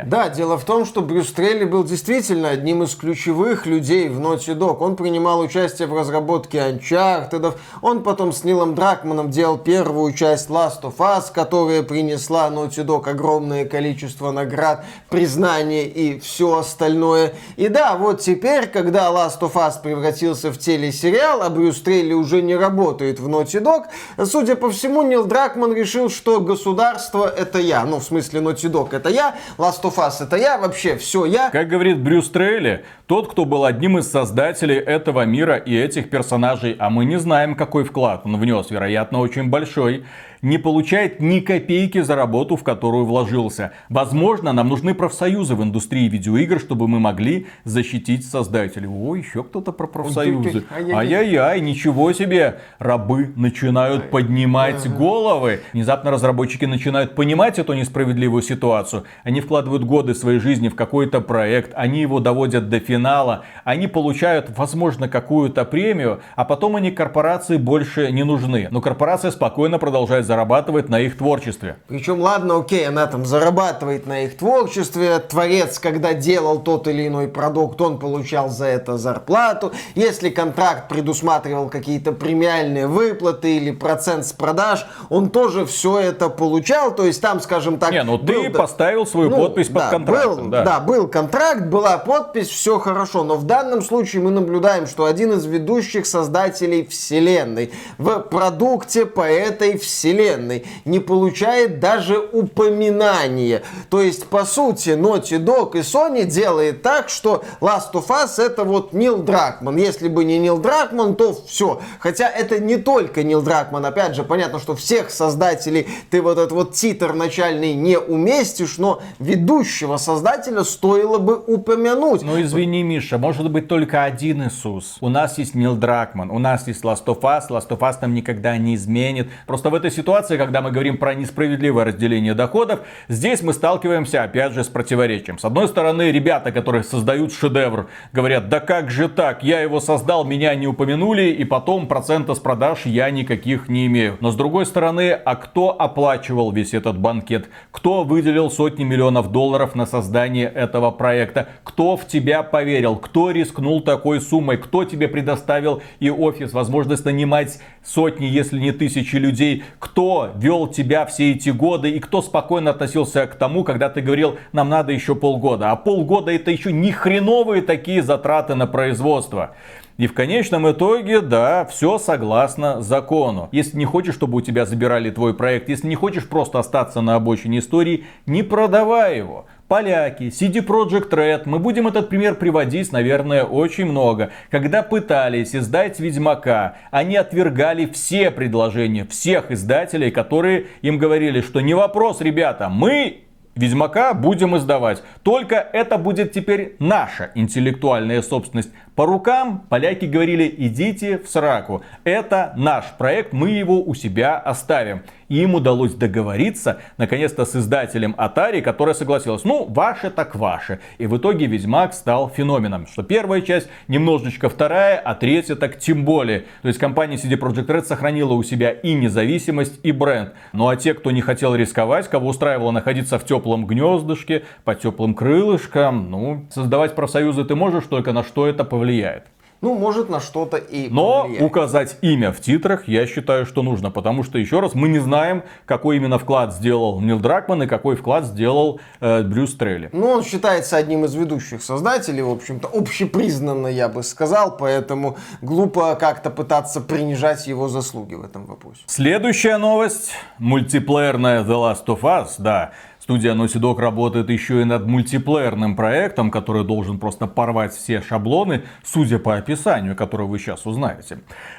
Да, дело в том, что Брюс Стрелли был действительно одним из ключевых людей в Naughty Dog. Он принимал участие в разработке Uncharted, он потом с Нилом Дракманом делал первую часть Last of Us, которая принесла Naughty Dog огромное количество наград, признания и все остальное. И да, вот теперь, когда Last of Us превратился в телесериал, а Брюс Стрелли уже не работает в Naughty Dog, судя по всему, Нил Дракман решил, что государство это я. Ну, в смысле, Naughty Dog это я, Last of Us это я, вообще все я. Как говорит Брюс Стрелли, тот, кто был одним из создателей этого мира и этих персонажей, а мы не знаем, какой вклад он внес, вероятно, очень большой, не получает ни копейки за работу, в которую вложился. Возможно, нам нужны профсоюзы в индустрии видеоигр, чтобы мы могли защитить создателей. Ой, еще кто-то про профсоюзы. Ай-яй-яй, ничего себе. Рабы начинают поднимать головы. Внезапно разработчики начинают понимать эту несправедливую ситуацию. Они вкладывают годы своей жизни в какой-то проект, они его доводят до финала, они получают, возможно, какую-то премию, а потом они корпорации больше не нужны. Но корпорация спокойно продолжает зарабатывать на их творчестве. Причем, ладно, окей, она там зарабатывает на их творчестве. Творец, когда делал тот или иной продукт, он получал за это зарплату. Если контракт предусматривал какие-то премиальные выплаты или процент с продаж, он тоже все это получал. То есть там, скажем так... ты поставил свою подпись под контрактом. Был контракт, была подпись, все хорошо. Но в данном случае мы наблюдаем, что один из ведущих создателей вселенной в продукте по этой вселенной не получает даже упоминания. То есть, по сути, Naughty Dog и Sony делает так, что Last of Us это вот Нил Дракман. Если бы не Нил Дракман, то все. Хотя это не только Нил Дракман. Опять же, понятно, что всех создателей ты вот этот вот титр начальный не уместишь, но ведущего создателя стоило бы упомянуть. Ну, извини, Миша, может быть только один Иисус. У нас есть Нил Дракман, у нас есть Last of Us нам никогда не изменит. Просто в этой ситуации, когда мы говорим про несправедливое разделение доходов, здесь мы сталкиваемся опять же с противоречием. С одной стороны, ребята, которые создают шедевр, говорят, да как же так, я его создал, меня не упомянули, и потом процента с продаж я никаких не имею. Но с другой стороны, а кто оплачивал весь этот банкет? Кто выделил сотни миллионов долларов на создание этого проекта? Кто в тебя поверил? Кто рискнул такой суммой? Кто тебе предоставил и офис, возможность нанимать сотни, если не тысячи людей? Кто вел тебя все эти годы и кто спокойно относился к тому, когда ты говорил, нам надо еще полгода. А полгода это еще не хреновые такие затраты на производство. И в конечном итоге, да, все согласно закону. Если не хочешь, чтобы у тебя забирали твой проект, если не хочешь просто остаться на обочине истории, не продавай его. Поляки, CD Projekt Red, мы будем этот пример приводить, наверное, очень много. Когда пытались издать Ведьмака, они отвергали все предложения всех издателей, которые им говорили, что не вопрос, ребята, мы Ведьмака будем издавать. Только это будет теперь наша интеллектуальная собственность. По рукам поляки говорили, идите в сраку. Это наш проект, мы его у себя оставим. И им удалось договориться, наконец-то, с издателем Atari, которая согласилась. Ну, ваше так ваше. И в итоге Ведьмак стал феноменом. Что первая часть, немножечко вторая, а третья так тем более. То есть компания CD Projekt Red сохранила у себя и независимость, и бренд. Ну а те, кто не хотел рисковать, кого устраивало находиться в теплом гнездышке, по теплым крылышкам, ну, создавать профсоюзы ты можешь, только на что это повлияет. Ну, может, на что-то и Но повлияет. указать имя в титрах я считаю, что нужно. Потому что, еще раз, мы не знаем, какой именно вклад сделал Нил Дракман и какой вклад сделал Брюс Стрелли. Ну, он считается одним из ведущих создателей, в общем-то, общепризнанно, я бы сказал. Поэтому глупо как-то пытаться принижать его заслуги в этом вопросе. Следующая новость. Мультиплеерная The Last of Us, да. Студия Naughty Dog работает еще и над мультиплеерным проектом, который должен просто порвать все шаблоны, судя по описанию, которое вы сейчас узнаете.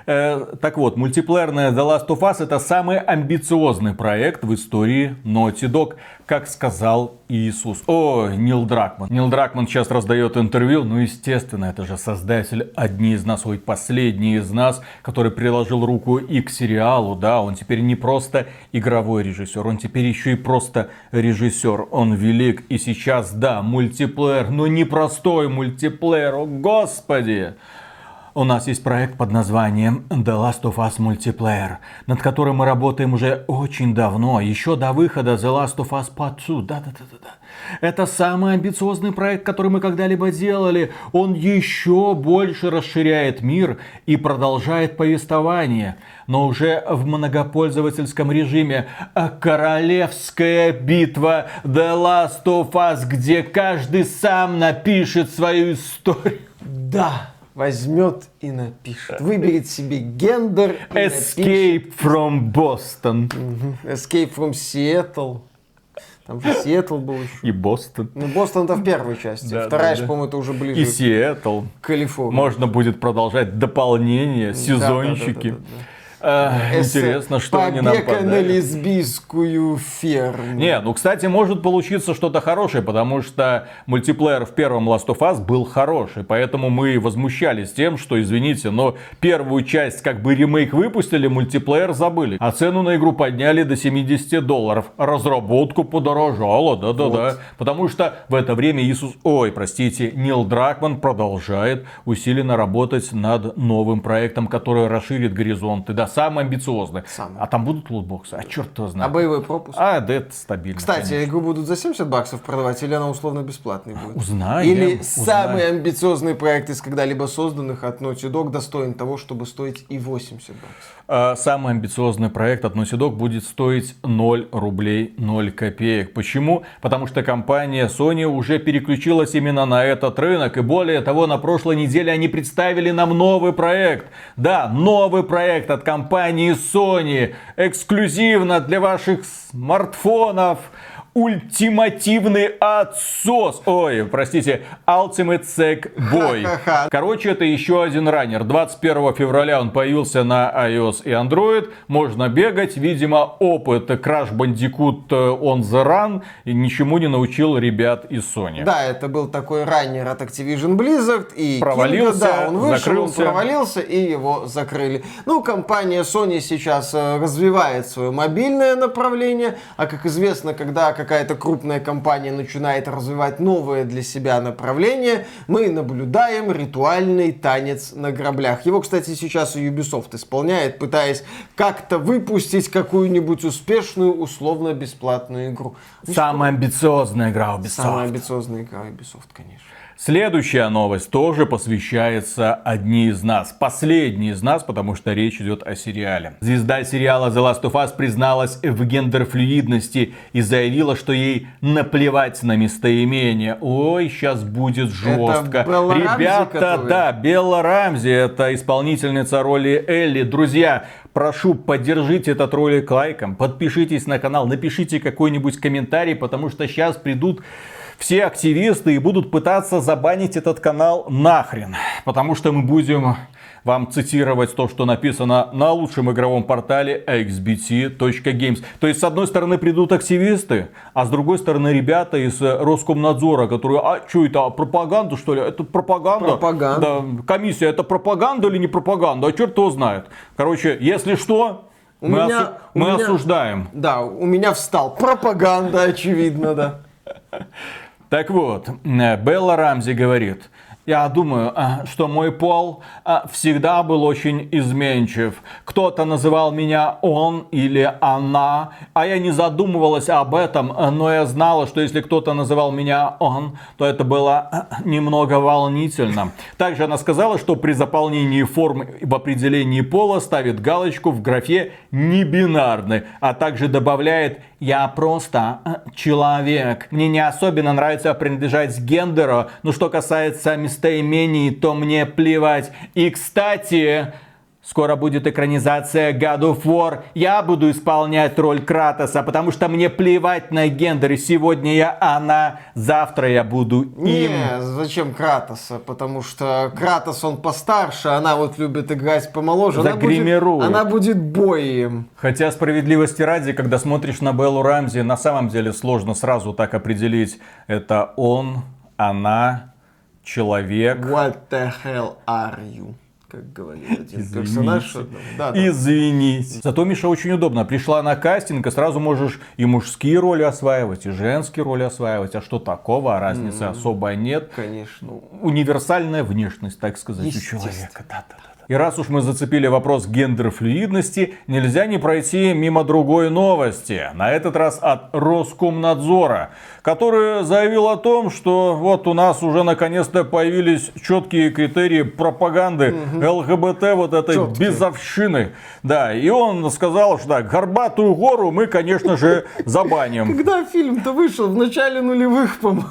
Так вот, мультиплеерная The Last of Us — это самый амбициозный проект в истории Naughty Dog, как сказал Иисус. О, Нил Дракман. Нил Дракман сейчас раздает интервью, ну естественно, это же создатель, одни из нас, ой, последний из нас, который приложил руку и к сериалу, да, он теперь не просто игровой режиссер, он теперь еще и просто режиссер, он велик, и сейчас, да, мультиплеер, но не простой мультиплеер, о господи. У нас есть проект под названием The Last of Us Multiplayer, над которым мы работаем уже очень давно, еще до выхода The Last of Us Part 2. Да. Это самый амбициозный проект, который мы когда-либо делали. Он еще больше расширяет мир и продолжает повествование, но уже в многопользовательском режиме. Королевская битва The Last of Us, где каждый сам напишет свою историю. Да, возьмет и напишет. Выберет себе гендер и Escape from Boston. Escape from Seattle. Там же Сиэтл был еще. И Бостон. Ну, Бостон-то в первой части. Да, Вторая, да. по-моему, это уже ближе И Сиэтл. к Калифорнии. Можно будет продолжать дополнение, сезончики. Интересно, что они нам Побег на подарят. лесбийскую ферму. Не, ну, кстати, может получиться что-то хорошее, потому что мультиплеер в первом Last of Us был хороший, поэтому мы возмущались тем, что, извините, но первую часть, как бы ремейк выпустили, мультиплеер забыли, а цену на игру подняли до $70. Разработку подорожало, да-да-да, потому что в это время Нил Дракман продолжает усиленно работать над новым проектом, который расширит горизонты, да, самый амбициозный. А там будут лутбоксы? А черт его знает. А боевой пропуск? Да это стабильно. Кстати, конечно. игру будут за $70 продавать, или она условно бесплатной будет? Узнаем. Или самый амбициозный проект из когда-либо созданных от Naughty Dog достоин того, чтобы стоить и $80? Самый амбициозный проект от Naughty Dog будет стоить 0 рублей 0 копеек. Почему? Потому что компания Sony уже переключилась именно на этот рынок. И более того, на прошлой неделе они представили нам новый проект. Да, новый проект от компании Sony. Эксклюзивно для ваших смартфонов. Ультимативный отсос. Ой, простите, Ultimate Sack Boy. Короче, это еще один раннер. 21 февраля он появился на iOS и Android. Можно бегать. Видимо, опыт Crash Bandicoot on the Run ничему не научил ребят из Sony. Да, это был такой раннер от Activision Blizzard. И провалился, да, он вышел, закрылся. он провалился, и его закрыли. Ну, компания Sony сейчас развивает свое мобильное направление. А как известно, когда какая-то крупная компания начинает развивать новое для себя направление, мы наблюдаем ритуальный танец на граблях. Его, кстати, сейчас и Ubisoft исполняет, пытаясь как-то выпустить какую-нибудь успешную, условно-бесплатную игру. Самая амбициозная игра Ubisoft. Самая амбициозная игра Ubisoft, конечно. Следующая новость тоже посвящается одни из нас. Последний из нас, потому что речь идет о сериале. Звезда сериала The Last of Us призналась в гендерфлюидности и заявила, что ей наплевать на местоимение. Ой, сейчас будет жестко. Это Белла Ребята, Рамзи, да, Белла Рамзи, это исполнительница роли Элли. Друзья, прошу, поддержите этот ролик лайком, подпишитесь на канал, напишите какой-нибудь комментарий, потому что сейчас придут все активисты и будут пытаться забанить этот канал нахрен. Потому что мы будем вам цитировать то, что написано на лучшем игровом портале xbt.games. То есть, с одной стороны, придут активисты, а с другой стороны, ребята из Роскомнадзора, которые, а что это, пропаганда что ли? Это пропаганда? Пропаганда. Да, комиссия, это пропаганда или не пропаганда? А черт его знает. Короче, если что, мы осуждаем. Да, у меня встал пропаганда, очевидно, да. Так вот, Белла Рамзи говорит: я думаю, что мой пол всегда был очень изменчив. Кто-то называл меня он или она, а я не задумывалась об этом, но я знала, что если кто-то называл меня он, то это было немного волнительно. Также она сказала, что при заполнении форм в определении пола ставит галочку в графе «небинарный», а также добавляет: я просто человек. Мне не особенно нравится принадлежать к гендеру, но что касается местоимений, то мне плевать. И, кстати, скоро будет экранизация God of War. Я буду исполнять роль Кратоса, потому что мне плевать на гендер. И сегодня я она, завтра я буду им. Не, зачем Кратоса? Потому что Кратос, он постарше, она вот любит играть помоложе. Загримирует. Она будет боем. Хотя, справедливости ради, когда смотришь на Беллу Рамзи, на самом деле сложно сразу так определить. Это он, она, человек. What the hell are you? как говорит один персонаж. Да. Извинись. Зато, Миша, очень удобно. Пришла на кастинг, и сразу можешь и мужские роли осваивать, и женские роли осваивать. А что такого? Разницы особо нет. Конечно. Универсальная внешность, так сказать, у человека. Да. И раз уж мы зацепили вопрос гендер-флюидности, нельзя не пройти мимо другой новости. На этот раз от Роскомнадзора, который заявил о том, что вот у нас уже наконец-то появились четкие критерии пропаганды ЛГБТ вот этой безовщины. Да, и он сказал, что так, Горбатую гору мы, конечно же, забаним. Когда фильм-то вышел? В начале нулевых, по-моему.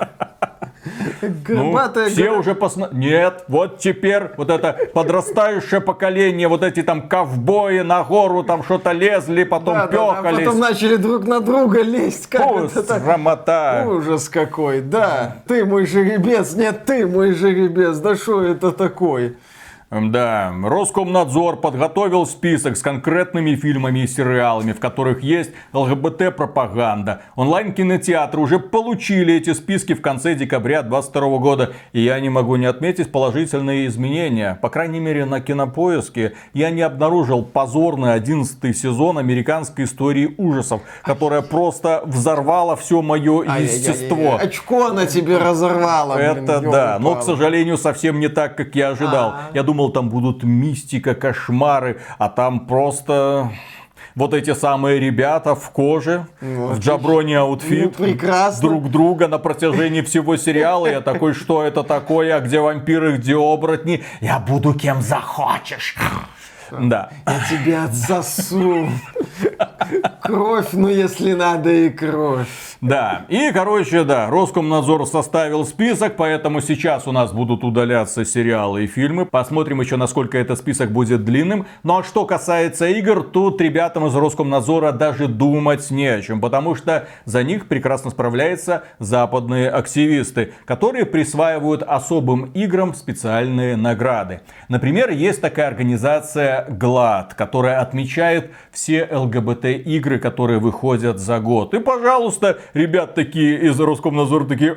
Горбатая все гора. Уже Нет, вот теперь вот это подрастающее поколение, вот эти там ковбои на гору там что-то лезли, потом пёхались. Потом начали друг на друга лезть. Срамота. Ужас какой, да. Ты мой жеребец, нет, ты мой жеребец. Да что это такое? Да, Роскомнадзор подготовил список с конкретными фильмами и сериалами, в которых есть ЛГБТ-пропаганда. Онлайн-кинотеатры уже получили эти списки в конце декабря 2022 года. И я не могу не отметить положительные изменения. По крайней мере, на Кинопоиске я не обнаружил позорный 11-й сезон американской истории ужасов, которая просто взорвала все мое естество. Очко она тебе разорвала. Это да, но, к сожалению, совсем не так, как я ожидал. Я думал, там будут мистика, кошмары, а там просто вот эти самые ребята в коже, в джаброне аутфит, друг друга на протяжении всего сериала. Я такой, что это такое, а где вампиры, где оборотни? Я буду кем захочешь. Да. Я тебе отсосу. Кровь, ну если надо и кровь. Да, и Роскомнадзор составил список, поэтому сейчас у нас будут удаляться сериалы и фильмы. Посмотрим еще, насколько этот список будет длинным. Ну а что касается игр, тут ребятам из Роскомнадзора даже думать не о чем, потому что за них прекрасно справляются западные активисты, которые присваивают особым играм специальные награды. Например, есть такая организация GLAAD, которая отмечает все ЛГБТ-игры, которые выходят за год. И, пожалуйста, ребят такие из Роскомнадзора такие,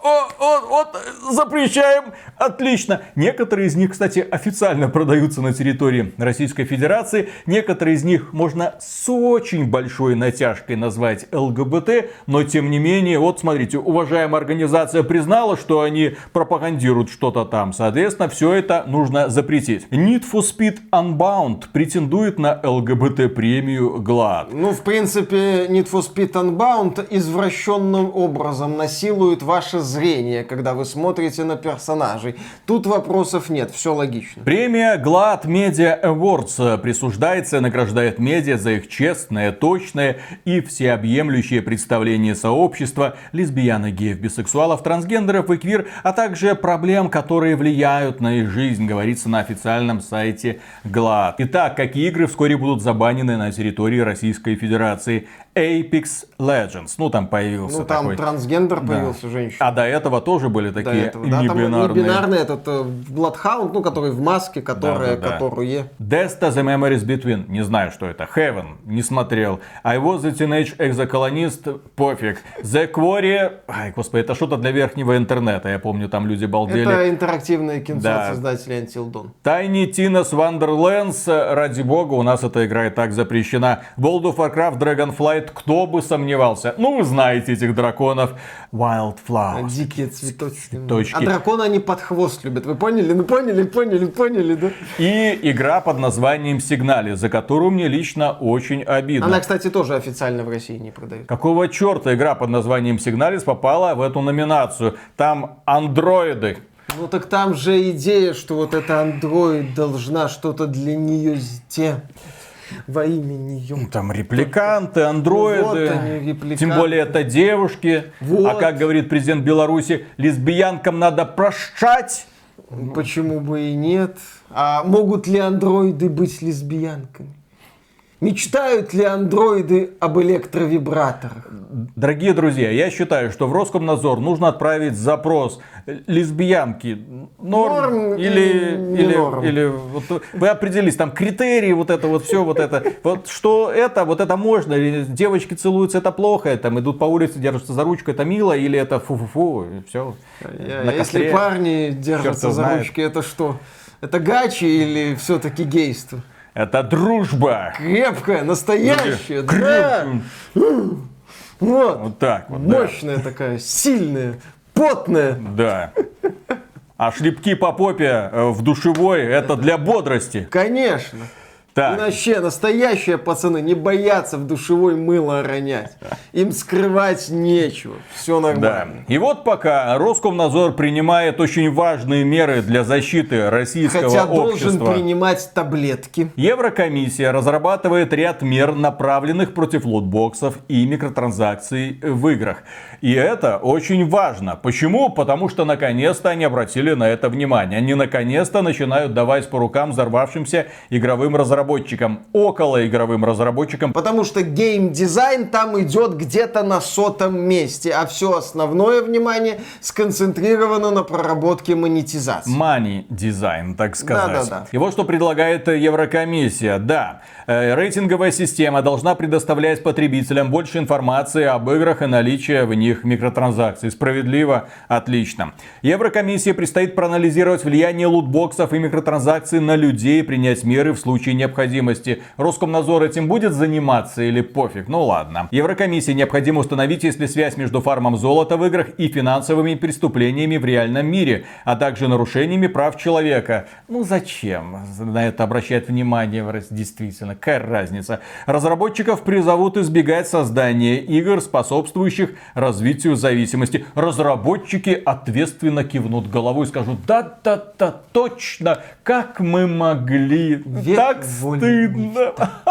вот, запрещаем, отлично. Некоторые из них, кстати, официально продаются на территории Российской Федерации. Некоторые из них можно с очень большой натяжкой назвать ЛГБТ, но тем не менее, вот смотрите, уважаемая организация признала, что они пропагандируют что-то там. Соответственно, все это нужно запретить. Need for Speed Unbound претендует на ЛГБТ-премию GLAAD. Ну, в принципе, Need for Speed Unbound извращенным образом насилует ваше зрение, когда вы смотрите на персонажей. Тут вопросов нет, все логично. Премия GLAAD Media Awards присуждается и награждает медиа за их честное, точное и всеобъемлющее представление сообщества лесбиян, геев, бисексуалов, трансгендеров и квир, а также проблем, которые влияют на их жизнь, говорится на официальном сайте GLAAD. Итак, какие игры вскоре будут забанены на территории Российской Федерации? Apex Legends. Ну, там появился там такой... трансгендер появился, женщина. А до этого тоже были такие небинарные. Там небинарный этот Bloodhound, который в маске, которую... Desta The Memories Between. Не знаю, что это. Heaven. Не смотрел. I Was the Teenage Exocolonist. Пофиг. The Quarry. Ай, господи, это что-то для верхнего интернета. Я помню, там люди балдели. Это интерактивное кинцо от создателей Until Dawn. Tiny Tina's Wonderlands. Ради бога, у нас эта игра и так запрещена. World of Warcraft Dragonflight. Кто бы сомневался. Ну, вы знаете этих драконов. Wildflowers. Дикие цветочки. А драконы они под хвост любят. Вы поняли? Ну, поняли, да? И игра под названием Signalis, за которую мне лично очень обидно. Она, кстати, тоже официально в России не продается. Какого черта игра под названием Signalis попала в эту номинацию? Там андроиды. Ну так там же идея, что вот эта андроид должна что-то для нее сделать. Во имя нее. Там репликанты, андроиды. Вот они, репликанты. Тем более это девушки. Вот. А как говорит президент Беларуси, лесбиянкам надо прощать. Почему бы и нет? А могут ли андроиды быть лесбиянками? Мечтают ли андроиды об электровибраторах? Дорогие друзья, я считаю, что в Роскомнадзор нужно отправить запрос лесбиянки. Норм или вот, вы определились, там критерии, вот это вот все, вот это. Вот что это, вот это можно. Или девочки целуются, это плохо. Там идут по улице, держатся за ручку, это мило. Или это фу-фу-фу, и все. Если парни держатся за ручки, это что? Это гачи или все-таки гейство? Это дружба. Крепкая, настоящая, да. Крепкая. Вот. Вот так вот, да. Мощная такая, сильная, потная. Да. А шлепки по попе в душевой это для бодрости. Конечно. Так. И вообще, настоящие пацаны не боятся в душевой мыло ронять. Им скрывать нечего. Все Да. нормально. И вот пока Роскомнадзор принимает очень важные меры для защиты российского Хотя общества, должен принимать таблетки. Еврокомиссия разрабатывает ряд мер, направленных против лутбоксов и микротранзакций в играх. И это очень важно. Почему? Потому что наконец-то они обратили на это внимание. Они наконец-то начинают давать по рукам взорвавшимся игровым разработчикам, околоигровым разработчикам. Потому что геймдизайн там идет где-то на 100-м месте, а все основное внимание сконцентрировано на проработке монетизации. Money дизайн, так сказать. Да. И вот что предлагает Еврокомиссия. Да, рейтинговая система должна предоставлять потребителям больше информации об играх и наличие в них микротранзакций. Справедливо, отлично. Еврокомиссии предстоит проанализировать влияние лутбоксов и микротранзакций на людей и принять меры в случае необходимости. Роскомнадзор этим будет заниматься или пофиг? Ну ладно. Еврокомиссии необходимо установить, есть ли связь между фармом золота в играх и финансовыми преступлениями в реальном мире, а также нарушениями прав человека. Ну зачем на это обращать внимание? Действительно, какая разница? Разработчиков призовут избегать создания игр, способствующих развитию зависимости. Разработчики ответственно кивнут головой и скажут: да, точно, как мы могли, так стыдно.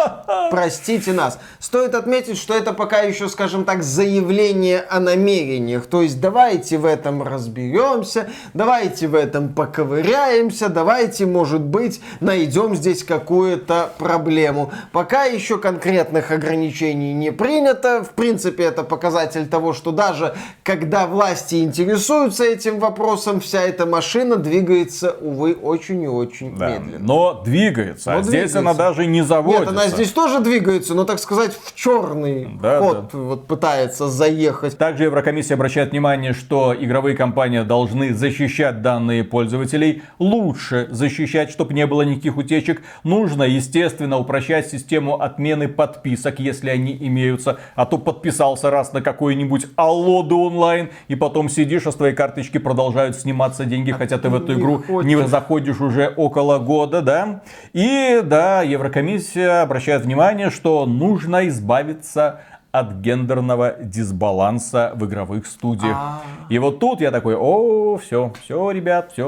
Простите нас. Стоит отметить, что это пока еще, скажем так, заявление о намерениях. То есть давайте в этом разберемся, давайте в этом поковыряемся, давайте, может быть, найдем здесь какую-то проблему. Пока еще конкретных ограничений не принято. В принципе, это показатель того, что даже когда власти интересуются этим вопросом, вся эта машина двигается, увы, очень и очень медленно. Но двигается. Но Здесь двигается. она даже не заводится. Нет, она здесь тоже двигается, но, так сказать, в черный ход вот пытается заехать. Также Еврокомиссия обращает внимание, что игровые компании должны защищать данные пользователей, лучше защищать, чтобы не было никаких утечек. Нужно, естественно, упрощать систему отмены подписок, если они имеются. А то подписался раз на какой-нибудь Аллоды онлайн, и потом сидишь, а с твоей карточки продолжают сниматься деньги, хотя ты в эту игру не заходишь уже около года, да? И да, Еврокомиссия обращает внимание, что нужно избавиться от гендерного дисбаланса в игровых студиях. И вот тут я такой: все, ребят, все.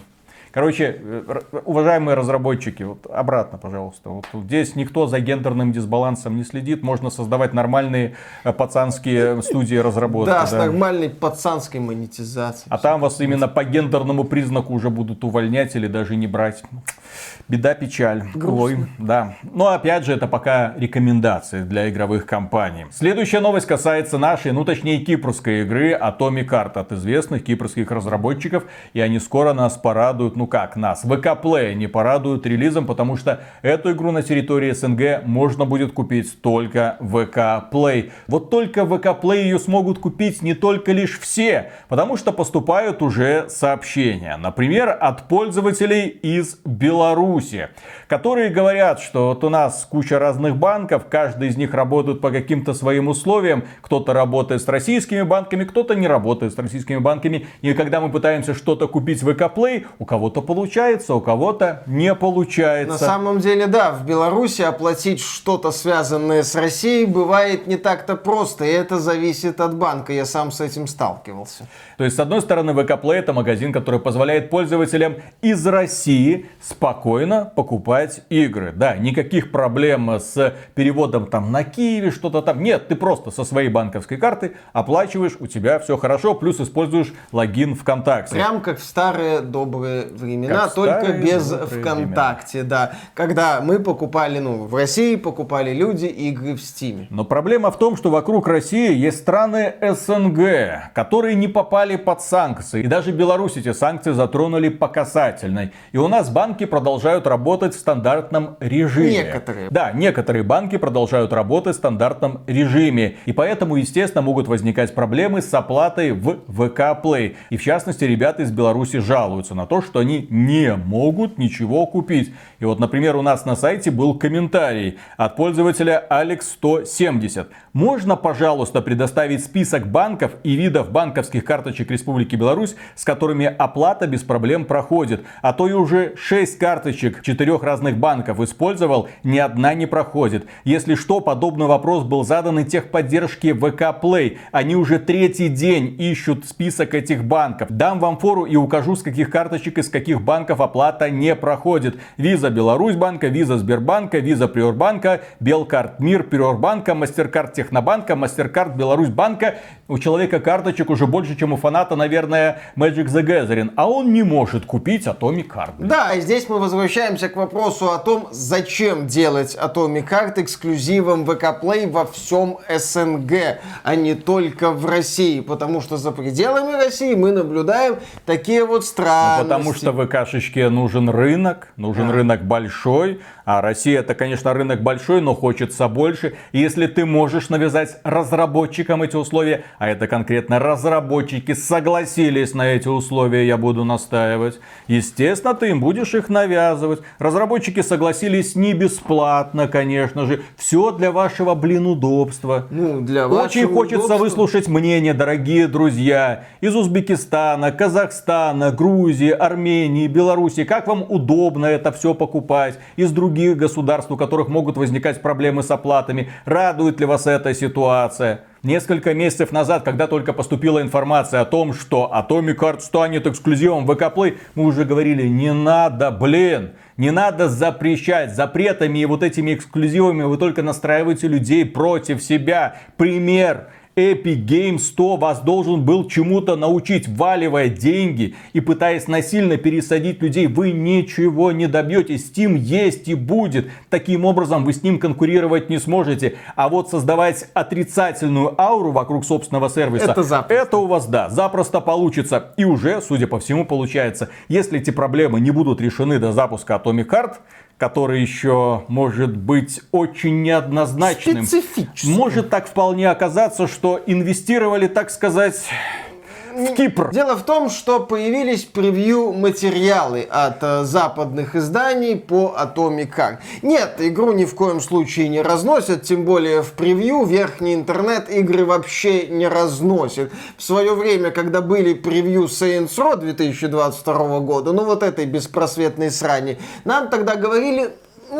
Короче, уважаемые разработчики, вот обратно, пожалуйста. Вот здесь никто за гендерным дисбалансом не следит. Можно создавать нормальные пацанские студии разработки. Да, с нормальной пацанской монетизацией. А там вас именно по гендерному признаку уже будут увольнять или даже не брать. Беда, печаль. Грустно. Ой, да. Но опять же, это пока рекомендации для игровых компаний. Следующая новость касается нашей, точнее кипрской игры Atomic Heart от известных кипрских разработчиков. И они скоро нас порадуют, нас, ВК Play не порадуют релизом, потому что эту игру на территории СНГ можно будет купить только ВК Play. Вот только ВК Play ее смогут купить не только лишь все, потому что поступают уже сообщения. Например, от пользователей из Беларуси, которые говорят, что вот у нас куча разных банков, каждый из них работает по каким-то своим условиям. Кто-то работает с российскими банками, кто-то не работает с российскими банками. И когда мы пытаемся что-то купить в ВК Play, у кого-то получается, у кого-то не получается. На самом деле, да, в Беларуси оплатить что-то связанное с Россией бывает не так-то просто, и это зависит от банка. Я сам с этим сталкивался. То есть, с одной стороны, ВК Play это магазин, который позволяет пользователям из России спокойно покупать игры. Да, никаких проблем с переводом на Киеве, что-то там. Нет, ты просто со своей банковской карты оплачиваешь, у тебя все хорошо, плюс используешь логин ВКонтакте. Прям как в старые добрые времена, только без ВКонтакте, да. Когда мы покупали, в России покупали люди игры в Стиме. Но проблема в том, что вокруг России есть страны СНГ, которые не попали под санкции. И даже Беларусь эти санкции затронули по касательной. И у нас банки продолжают работать в стандартном режиме. Некоторые. Да, некоторые банки продолжают работать в стандартном режиме. И поэтому, естественно, могут возникать проблемы с оплатой в ВК Play. И в частности, ребята из Беларуси жалуются на то, что они не могут ничего купить. И вот, например, у нас на сайте был комментарий от пользователя Alex170. Можно, пожалуйста, предоставить список банков и видов банковских карточек Республики Беларусь, с которыми оплата без проблем проходит. А то и уже 6 карточек 4 разных банков использовал, ни одна не проходит. Если что, подобный вопрос был задан и техподдержке ВК Play. Они уже 3-й день ищут список этих банков. Дам вам фору и укажу, с каких карточек и с каких банков оплата не проходит. Виза Беларусьбанка, Виза Сбербанка, Виза Приорбанка, Белкарт Мир Приорбанка, Мастеркард Технобанка, Мастеркард Беларусьбанка. У человека карточек уже больше, чем у фаната, наверное, Magic the Gathering. А он не может купить Atomic Heart. Да, и здесь мы возвращаемся к вопросу о том, зачем делать Atomic Heart эксклюзивом ВК Play во всем СНГ, а не только в России. Потому что за пределами России мы наблюдаем такие вот странности. Потому что ВКшечке нужен рынок большой. А Россия это, конечно, рынок большой, но хочется больше. И если ты можешь навязать разработчикам эти условия, а это конкретно разработчики согласились на эти условия, я буду настаивать, естественно, ты им будешь их навязывать. Разработчики согласились не бесплатно, конечно же. Все для вашего, удобства. Для Очень хочется удобства. выслушать мнение, дорогие друзья, из Узбекистана, Казахстана, Грузии, Армении, Беларуси. Как вам удобно это все покупать? Из других государств, у которых могут возникать проблемы с оплатами. Радует ли вас эта ситуация? Несколько месяцев назад, когда только поступила информация о том, что Atomic Heart станет эксклюзивом ВК Play, мы уже говорили, не надо, не надо запрещать. Запретами и вот этими эксклюзивами вы только настраиваете людей против себя. Пример. Epic Games 100 вас должен был чему-то научить, вваливая деньги и пытаясь насильно пересадить людей, вы ничего не добьетесь. Steam есть и будет. Таким образом вы с ним конкурировать не сможете. А вот создавать отрицательную ауру вокруг собственного сервиса, это у вас, да, запросто получится. И уже, судя по всему, получается. Если эти проблемы не будут решены до запуска Atomic Heart, который еще может быть очень неоднозначным. Специфическим. Может так вполне оказаться, что инвестировали, так сказать, в Кипр. Дело в том, что появились превью-материалы от западных изданий по Atomic Heart. Нет, игру ни в коем случае не разносят, тем более в превью верхний интернет игры вообще не разносит. В свое время, когда были превью Saints Row 2022 года, вот этой беспросветной срани, нам тогда говорили...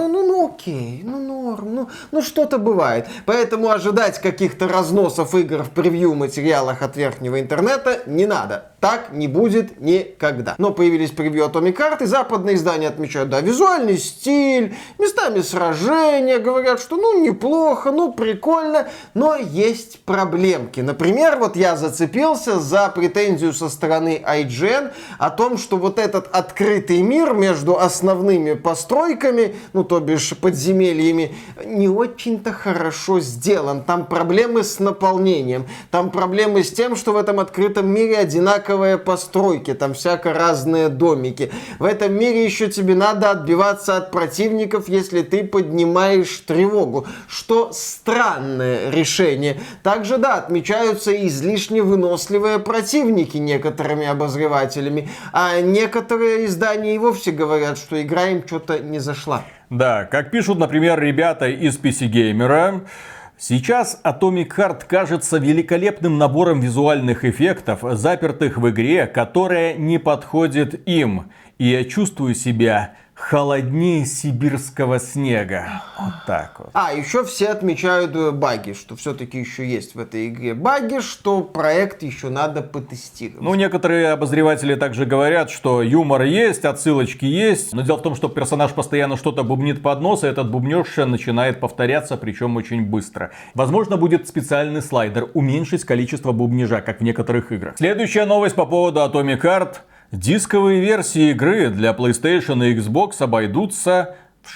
окей, норм, что-то бывает. Поэтому ожидать каких-то разносов игр в превью-материалах от верхнего интернета не надо. Так не будет никогда. Но появились превью Atomic Heart, и западные издания отмечают, да, визуальный стиль, местами сражения, говорят, что неплохо, прикольно, но есть проблемки. Например, вот я зацепился за претензию со стороны IGN о том, что вот этот открытый мир между основными постройками, то бишь подземельями, не очень-то хорошо сделан. Там проблемы с наполнением, там проблемы с тем, что в этом открытом мире одинаковые постройки, там всяко разные домики. В этом мире еще тебе надо отбиваться от противников, если ты поднимаешь тревогу, что странное решение. Также, да, отмечаются излишне выносливые противники некоторыми обозревателями, а некоторые издания и вовсе говорят, что игра им что-то не зашла. Да, как пишут, например, ребята из PC Gamer, сейчас Atomic Heart кажется великолепным набором визуальных эффектов, запертых в игре, которая не подходит им. И я чувствую себя холоднее сибирского снега. Вот так вот. Еще все отмечают баги, что все-таки еще есть в этой игре баги, что проект еще надо потестировать. Некоторые обозреватели также говорят, что юмор есть, отсылочки есть. Но дело в том, что персонаж постоянно что-то бубнит под нос, и этот бубнеж начинает повторяться, причем очень быстро. Возможно, будет специальный слайдер уменьшить количество бубнежа, как в некоторых играх. Следующая новость по поводу Atomic Heart. Дисковые версии игры для PlayStation и Xbox обойдутся в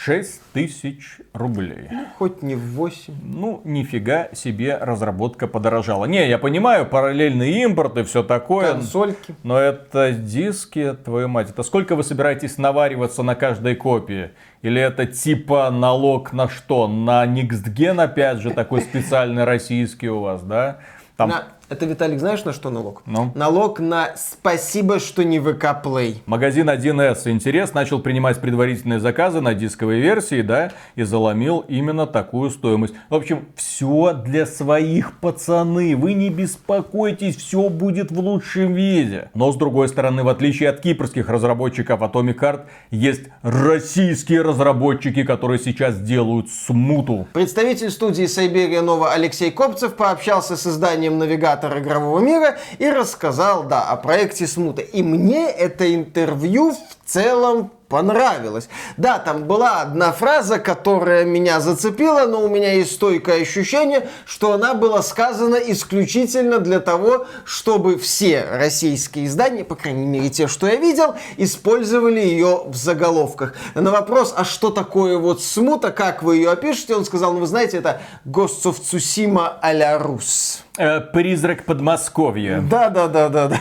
6000 рублей. Хоть не в 8. Нифига себе разработка подорожала. Я понимаю, параллельный импорт и все такое. Консольки. Но это диски, твою мать. Это сколько вы собираетесь навариваться на каждой копии? Или это типа налог на что? На Next Gen, опять же, такой специальный российский у вас, да? Там Это, Виталик, знаешь, на что налог? Ну? Налог на «спасибо, что не ВК Play». Магазин 1С «Интерес» начал принимать предварительные заказы на дисковой версии, да, и заломил именно такую стоимость. В общем, все для своих, пацаны. Вы не беспокойтесь, все будет в лучшем виде. Но, с другой стороны, в отличие от кипрских разработчиков Atomic Heart, есть российские разработчики, которые сейчас делают смуту. Представитель студии Siberia Nova Алексей Копцев пообщался с изданием «Навигатор игрового мира» и рассказал, да, о проекте «Смута». И мне это интервью в целом понравилось. Да, там была одна фраза, которая меня зацепила, но у меня есть стойкое ощущение, что она была сказана исключительно для того, чтобы все российские издания, по крайней мере те, что я видел, использовали ее в заголовках. На вопрос, а что такое вот «Смута», как вы ее опишете, он сказал, ну вы знаете, это Ghost of Tsushima а-ля Рус. Призрак Подмосковья. Да.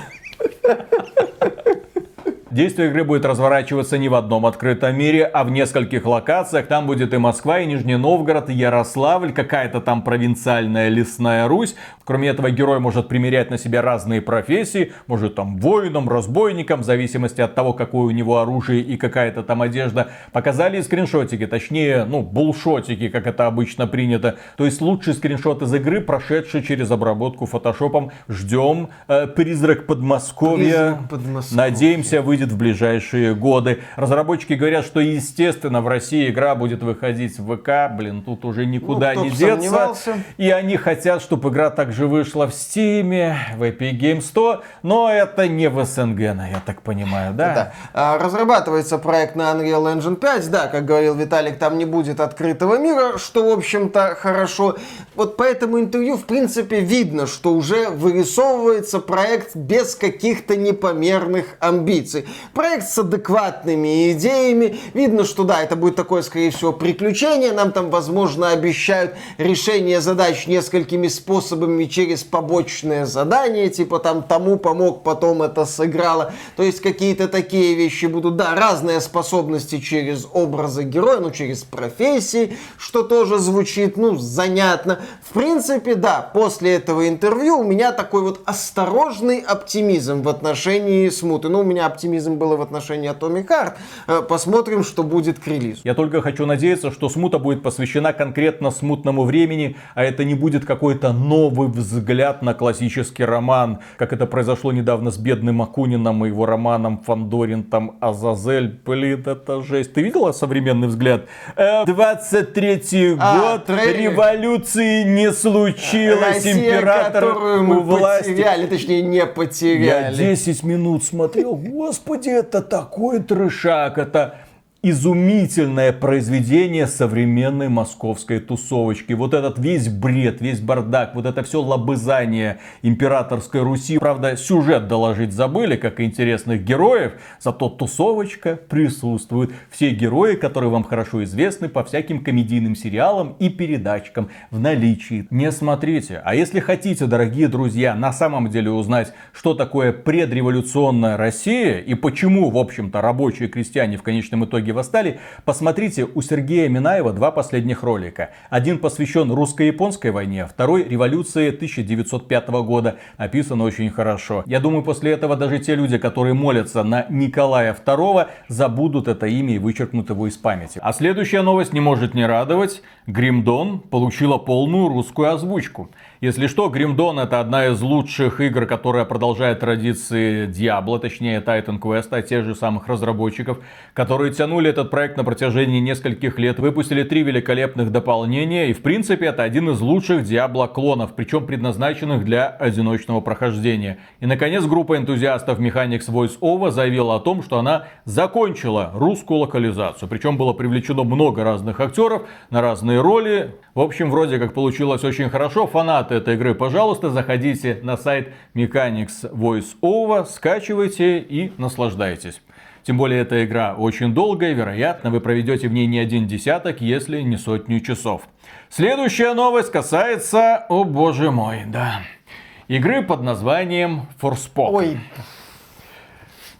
Действие игры будет разворачиваться не в одном открытом мире, а в нескольких локациях. Там будет и Москва, и Нижний Новгород, и Ярославль, какая-то там провинциальная лесная Русь. Кроме этого, герой может примерять на себя разные профессии. Может там воином, разбойником, в зависимости от того, какое у него оружие и какая-то там одежда. Показали скриншотики, точнее, булшотики, как это обычно принято. То есть лучший скриншот из игры, прошедший через обработку фотошопом. Ждем призрак Подмосковья. Надеемся, выйдет в ближайшие годы. Разработчики говорят, что естественно в России игра будет выходить в ВК. Тут уже никуда не деться. Сомневался. И они хотят, чтобы игра также вышла в Steam, в Epic Games 100. Но это не в СНГ, я так понимаю, да? Да. Разрабатывается проект на Unreal Engine 5. Да, как говорил Виталик, там не будет открытого мира, что, в общем-то, хорошо. Вот по этому интервью, в принципе, видно, что уже вырисовывается проект без каких-то непомерных амбиций. Проект с адекватными идеями. Видно, что да, это будет такое, скорее всего, приключение. Нам там, возможно, обещают решение задач несколькими способами через побочные задания. Типа там тому помог, потом это сыграло. То есть какие-то такие вещи будут. Да, разные способности через образы героя, через профессии, что тоже звучит, занятно. В принципе, да, после этого интервью у меня такой вот осторожный оптимизм в отношении Смуты. У меня оптимизм было в отношении Atomic Heart. Посмотрим, что будет к релизу. Я только хочу надеяться, что Смута будет посвящена конкретно смутному времени, а это не будет какой-то новый взгляд на классический роман, как это произошло недавно с бедным Акуниным и его романом Фандорин, там Азазель. Блин, это жесть. Ты видела современный взгляд? 23-й год, революции не случилось, Россия, император которую мы у власти. потеряли, точнее не потеряли. Я 10 минут смотрел, господи, это такой трешак, это изумительное произведение современной московской тусовочки. Вот этот весь бред, весь бардак, вот это все лобызание императорской Руси. Правда, сюжет доложить забыли, как и интересных героев, зато тусовочка присутствует. Все герои, которые вам хорошо известны по всяким комедийным сериалам и передачкам в наличии. Не смотрите. А если хотите, дорогие друзья, на самом деле узнать, что такое предреволюционная Россия и почему, в общем-то, рабочие и крестьяне в конечном итоге восстали, посмотрите у Сергея Минаева 2 последних ролика. Один посвящен русско-японской войне, второй революции 1905 года. Написано очень хорошо. Я думаю, после этого даже те люди, которые молятся на Николая II, забудут это имя и вычеркнут его из памяти. А следующая новость не может не радовать. Grim Dawn получила полную русскую озвучку. Если что, Grim Dawn — это одна из лучших игр, которая продолжает традиции Diablo, точнее Titan Quest, от тех же самых разработчиков, которые тянули этот проект на протяжении нескольких лет, выпустили 3 великолепных дополнения, и в принципе это один из лучших Diablo клонов, причем предназначенных для одиночного прохождения. И наконец группа энтузиастов Mechanics Voice Over заявила о том, что она закончила русскую локализацию, причем было привлечено много разных актеров на разные роли. В общем, вроде как получилось очень хорошо. Фанаты этой игры, пожалуйста, заходите на сайт Mechanics Voice Over, скачивайте и наслаждайтесь. Тем более, эта игра очень долгая, вероятно, вы проведете в ней не один десяток, если не сотню часов. Следующая новость касается, о боже мой, да, игры под названием Forspoken. Ой.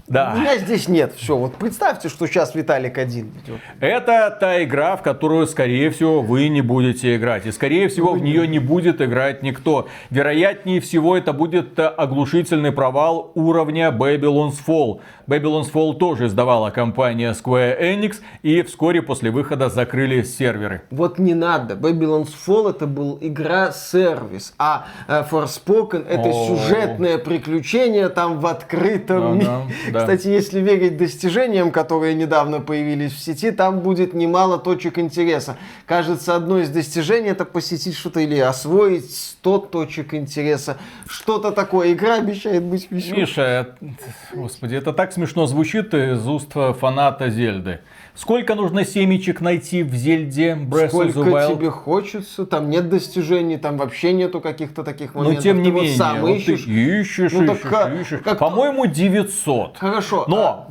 Да. Меня здесь нет. Все, вот представьте, что сейчас Виталик один ведет. Это та игра, в которую, скорее всего, вы не будете играть. И, скорее всего, в нее не будет играть никто. Вероятнее всего, это будет оглушительный провал уровня Babylon's Fall. Babylon's Fall тоже издавала компания Square Enix. И вскоре после выхода закрыли серверы. Вот не надо. Babylon's Fall это был игра-сервис. А Forspoken это сюжетное приключение там в открытом мире. Да. Кстати, если верить достижениям, которые недавно появились в сети, там будет немало точек интереса. Кажется, одно из достижений это посетить что-то или освоить 100 точек интереса. Что-то такое. Игра обещает быть веселой. Миша, господи, это так смешно звучит из уст фаната Зельды. Сколько нужно семечек найти в Зельде Breath of the Сколько Wild? тебе хочется, там нет достижений, там вообще нету каких-то таких моментов. Но тем не Ты вот менее, сам вот ищешь. ты ищешь. По-моему, 900. Хорошо.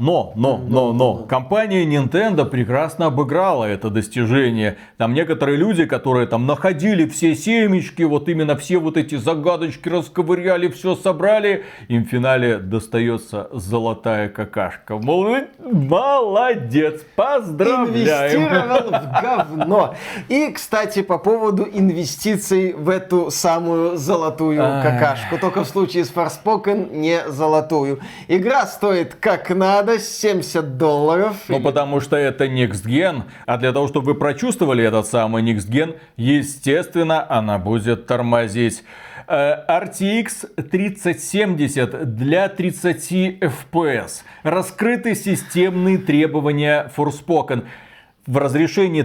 Но. Компания Nintendo прекрасно обыграла это достижение. Там некоторые люди, которые там находили все семечки, вот именно все вот эти загадочки расковыряли, все собрали, им в финале достается золотая какашка. Мол, молодец, поздравляем. Инвестировал в говно. И, кстати, по поводу инвестиций в эту самую золотую какашку. Только в случае с Forspoken не золотую. Игра стоит как надо, $70. Ну, потому что это Next Gen. А для того, чтобы вы прочувствовали этот самый Next Gen, естественно, она будет тормозить. RTX 3070 для 30 FPS. Раскрыты системные требования Forspoken. В разрешении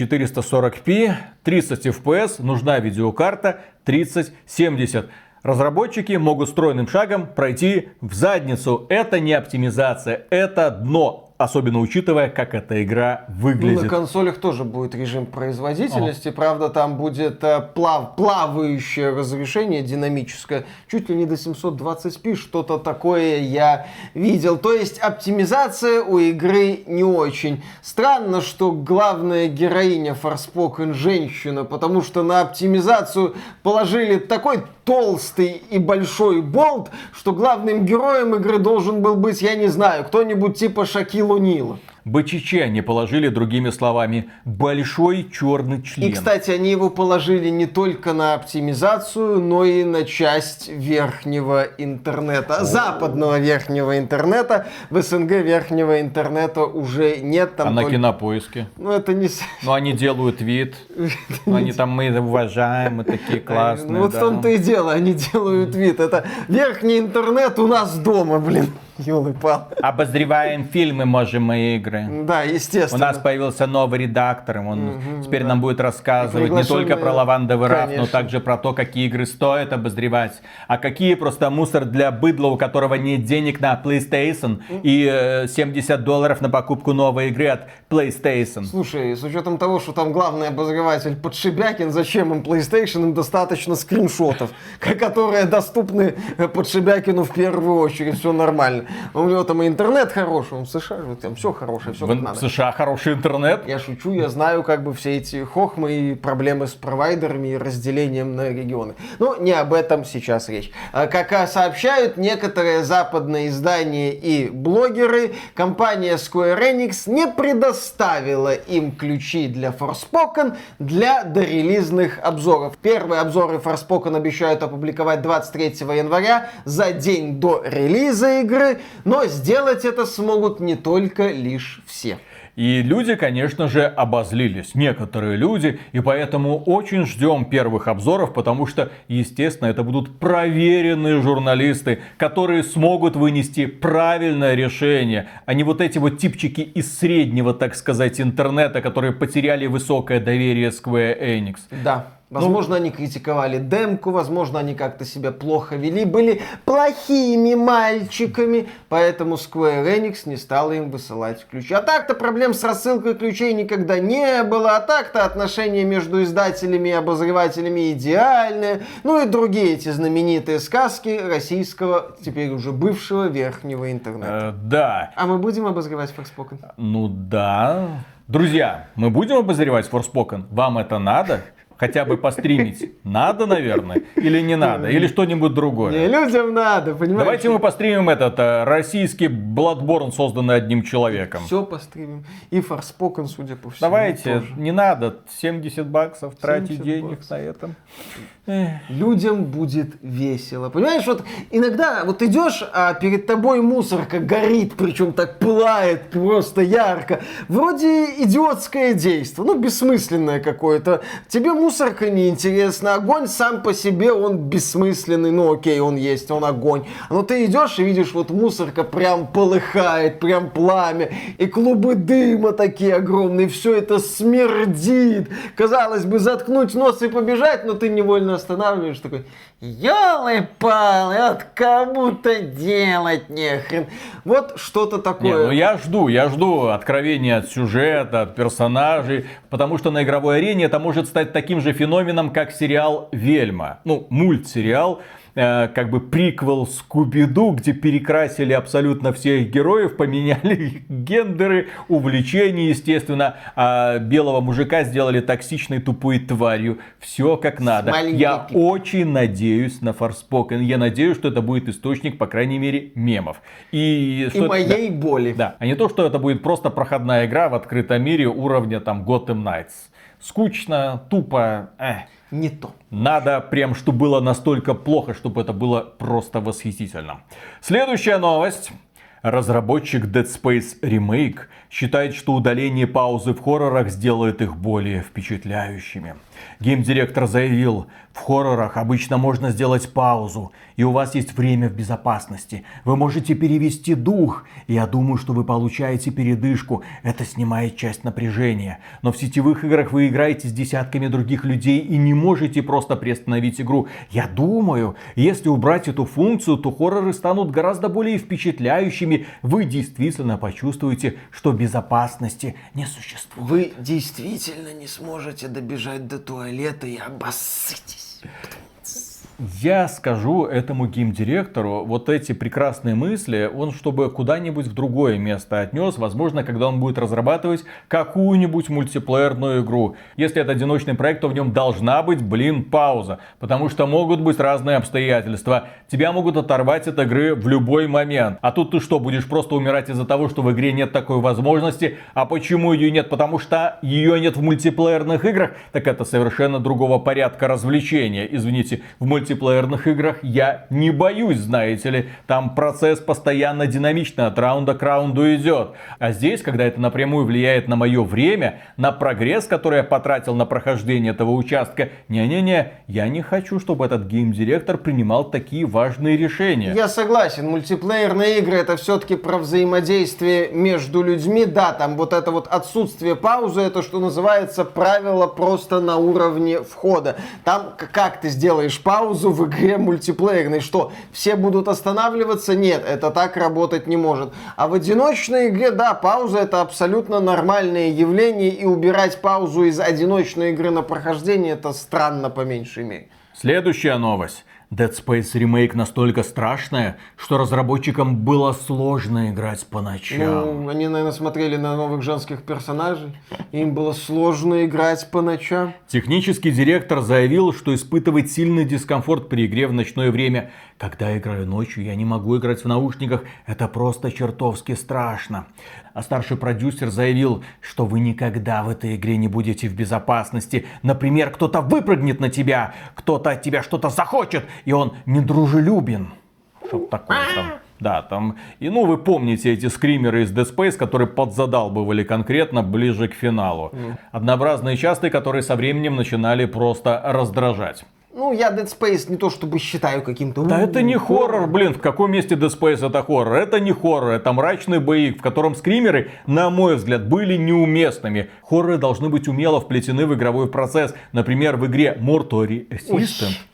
1440p 30 FPS нужна видеокарта 3070. Разработчики могут стройным шагом пройти в задницу. Это не оптимизация, это дно. Особенно учитывая, как эта игра выглядит. На консолях тоже будет режим производительности. Правда, там будет плавающее разрешение динамическое. Чуть ли не до 720p. Что-то такое я видел. То есть оптимизация у игры не очень. Странно, что главная героиня Forspoken женщина. Потому что на оптимизацию положили такой толстый и большой болт, что главным героем игры должен был быть, я не знаю, кто-нибудь типа Шакил О'Нила. БЧЧ они положили, другими словами, большой черный член. И, кстати, они его положили не только на оптимизацию, но и на часть верхнего интернета. Западного верхнего интернета. В СНГ верхнего интернета уже нет. Там на только... Кинопоиске? Ну, это не... Ну, они делают вид. Они там, мы уважаем, мы такие классные. Ну, вот в том-то и дело, они делают вид. Это верхний интернет у нас дома, блин. Ёлы-пал. Обозреваем фильмы, можем, мои игры. Да, естественно. У нас появился новый редактор, он теперь нам будет рассказывать не только про лавандовый раф, но также про то, какие игры стоит обозревать, а какие просто мусор для быдла, у которого нет денег на PlayStation и $70 на покупку новой игры от PlayStation. Слушай, с учетом того, что там главный обозреватель Подшибякин, зачем им PlayStation? Им достаточно скриншотов, которые доступны Подшибякину в первую очередь, все нормально. У него там и интернет хороший, он в США, там все хорошее, все как надо. В США хороший интернет? Я шучу, я знаю как бы все эти хохмы и проблемы с провайдерами и разделением на регионы. Но не об этом сейчас речь. Как сообщают некоторые западные издания и блогеры, компания Square Enix не предоставила им ключи для Forspoken для дорелизных обзоров. Первые обзоры Forspoken обещают опубликовать 23 января, за день до релиза игры. Но сделать это смогут не только лишь все. И люди, конечно же, обозлились. Некоторые люди. И поэтому очень ждем первых обзоров. Потому что, естественно, это будут проверенные журналисты, которые смогут вынести правильное решение. А не вот эти вот типчики из среднего, так сказать, интернета, которые потеряли высокое доверие Square Enix. Да. Возможно, они критиковали демку, возможно, они как-то себя плохо вели, были плохими мальчиками, поэтому Square Enix не стала им высылать ключи. А так-то проблем с рассылкой ключей никогда не было, а так-то отношения между издателями и обозревателями идеальные, ну и другие эти знаменитые сказки российского, теперь уже бывшего верхнего интернета. Да. А мы будем обозревать Forspoken? Ну да. Друзья, мы будем обозревать Forspoken? Вам это надо? хотя бы постримить надо, наверное, или не надо, или что-нибудь другое? Не, людям надо, понимаешь? Давайте мы постримим этот российский Bloodborne, созданный одним человеком. Все постримим. И Forspoken, судя по всему. Давайте, тоже. не надо $70 тратить 70 денег баксов. на этом. Людям будет весело. Понимаешь, вот иногда вот идешь, а перед тобой мусорка горит, причем так пылает просто ярко. Вроде идиотское действие, ну бессмысленное какое-то. Тебе мусорка неинтересна, огонь сам по себе он бессмысленный. Ну окей, он есть, он огонь. Но ты идешь и видишь, вот мусорка прям полыхает, прям пламя. И клубы дыма такие огромные, все это смердит. Казалось бы, заткнуть нос и побежать, но ты невольно останавливаешь такой: ёлы-палы, вот кому-то делать нехрен. Вот что-то Не, такое. ну я жду откровения от сюжета, от персонажей, потому что на игровой арене это может стать таким же феноменом, как сериал «Вельма». Ну, мультсериал, как бы приквел Скуби-Ду, где перекрасили абсолютно всех героев, поменяли их гендеры, увлечения, естественно, а белого мужика сделали токсичной тупой тварью. Все как надо. Я очень надеюсь на Forspoken. Я надеюсь, что это будет источник, по крайней мере, мемов. И моей боли. Да, а не то, что это будет просто проходная игра в открытом мире уровня там Gotham Knights. Скучно, тупо. Не то. Надо прям, чтобы было настолько плохо, чтобы это было просто восхитительно. Следующая новость. Разработчик Dead Space Remake считает, что удаление паузы в хоррорах сделает их более впечатляющими. Геймдиректор заявил: в хоррорах обычно можно сделать паузу, и у вас есть время в безопасности. Вы можете перевести дух. Я думаю, что вы получаете передышку. Это снимает часть напряжения. Но в сетевых играх вы играете с десятками других людей и не можете просто приостановить игру. Я думаю, если убрать эту функцию, то хорроры станут гораздо более впечатляющими. Вы действительно почувствуете, что безопасности не существует. Вы действительно не сможете добежать до туалета и обоссытесь. Я скажу этому геймдиректору вот эти прекрасные мысли, он чтобы куда-нибудь в другое место отнес, возможно, когда он будет разрабатывать какую-нибудь мультиплеерную игру. Если это одиночный проект, то в нем должна быть, пауза, потому что могут быть разные обстоятельства. Тебя могут оторвать от игры в любой момент. А тут ты что, будешь просто умирать из-за того, что в игре нет такой возможности? А почему ее нет? Потому что ее нет в мультиплеерных играх? Так это совершенно другого порядка развлечения. Извините, в мультиплеерных играх я не боюсь, знаете ли. Там процесс постоянно динамично, от раунда к раунду идет. А здесь, когда это напрямую влияет на мое время, на прогресс, который я потратил на прохождение этого участка, не-не-не, я не хочу, чтобы этот геймдиректор принимал такие важные решения. Я согласен, мультиплеерные игры это все-таки про взаимодействие между людьми. Да, там вот это вот отсутствие паузы, это что называется правило просто на уровне входа. Там как ты сделаешь паузу в игре мультиплеерной? Что, все будут останавливаться? Нет, это так работать не может. А в одиночной игре, да, пауза это абсолютно нормальное явление, и убирать паузу из одиночной игры на прохождение это странно по меньшей мере. Следующая новость. Dead Space Remake настолько страшная, что разработчикам было сложно играть по ночам. Ну, они, наверное, смотрели на новых женских персонажей, им было сложно играть по ночам. Технический директор заявил, что испытывает сильный дискомфорт при игре в ночное время. Когда играю ночью, я не могу играть в наушниках, это просто чертовски страшно. А старший продюсер заявил, что вы никогда в этой игре не будете в безопасности. Например, кто-то выпрыгнет на тебя, кто-то от тебя что-то захочет, и он недружелюбен. Что-то такое там. Да, там, и ну вы помните эти скримеры из Dead Space, которые подзадалбывали конкретно ближе к финалу. Однообразные и частые, которые со временем начинали просто раздражать. Ну, я Dead Space не то чтобы считаю каким-то... Да это не хоррор, блин, в каком месте Dead Space это хоррор? Это не хоррор, это мрачный боевик, в котором скримеры, на мой взгляд, были неуместными. Хорроры должны быть умело вплетены в игровой процесс. Например, в игре Mortuary Assistant.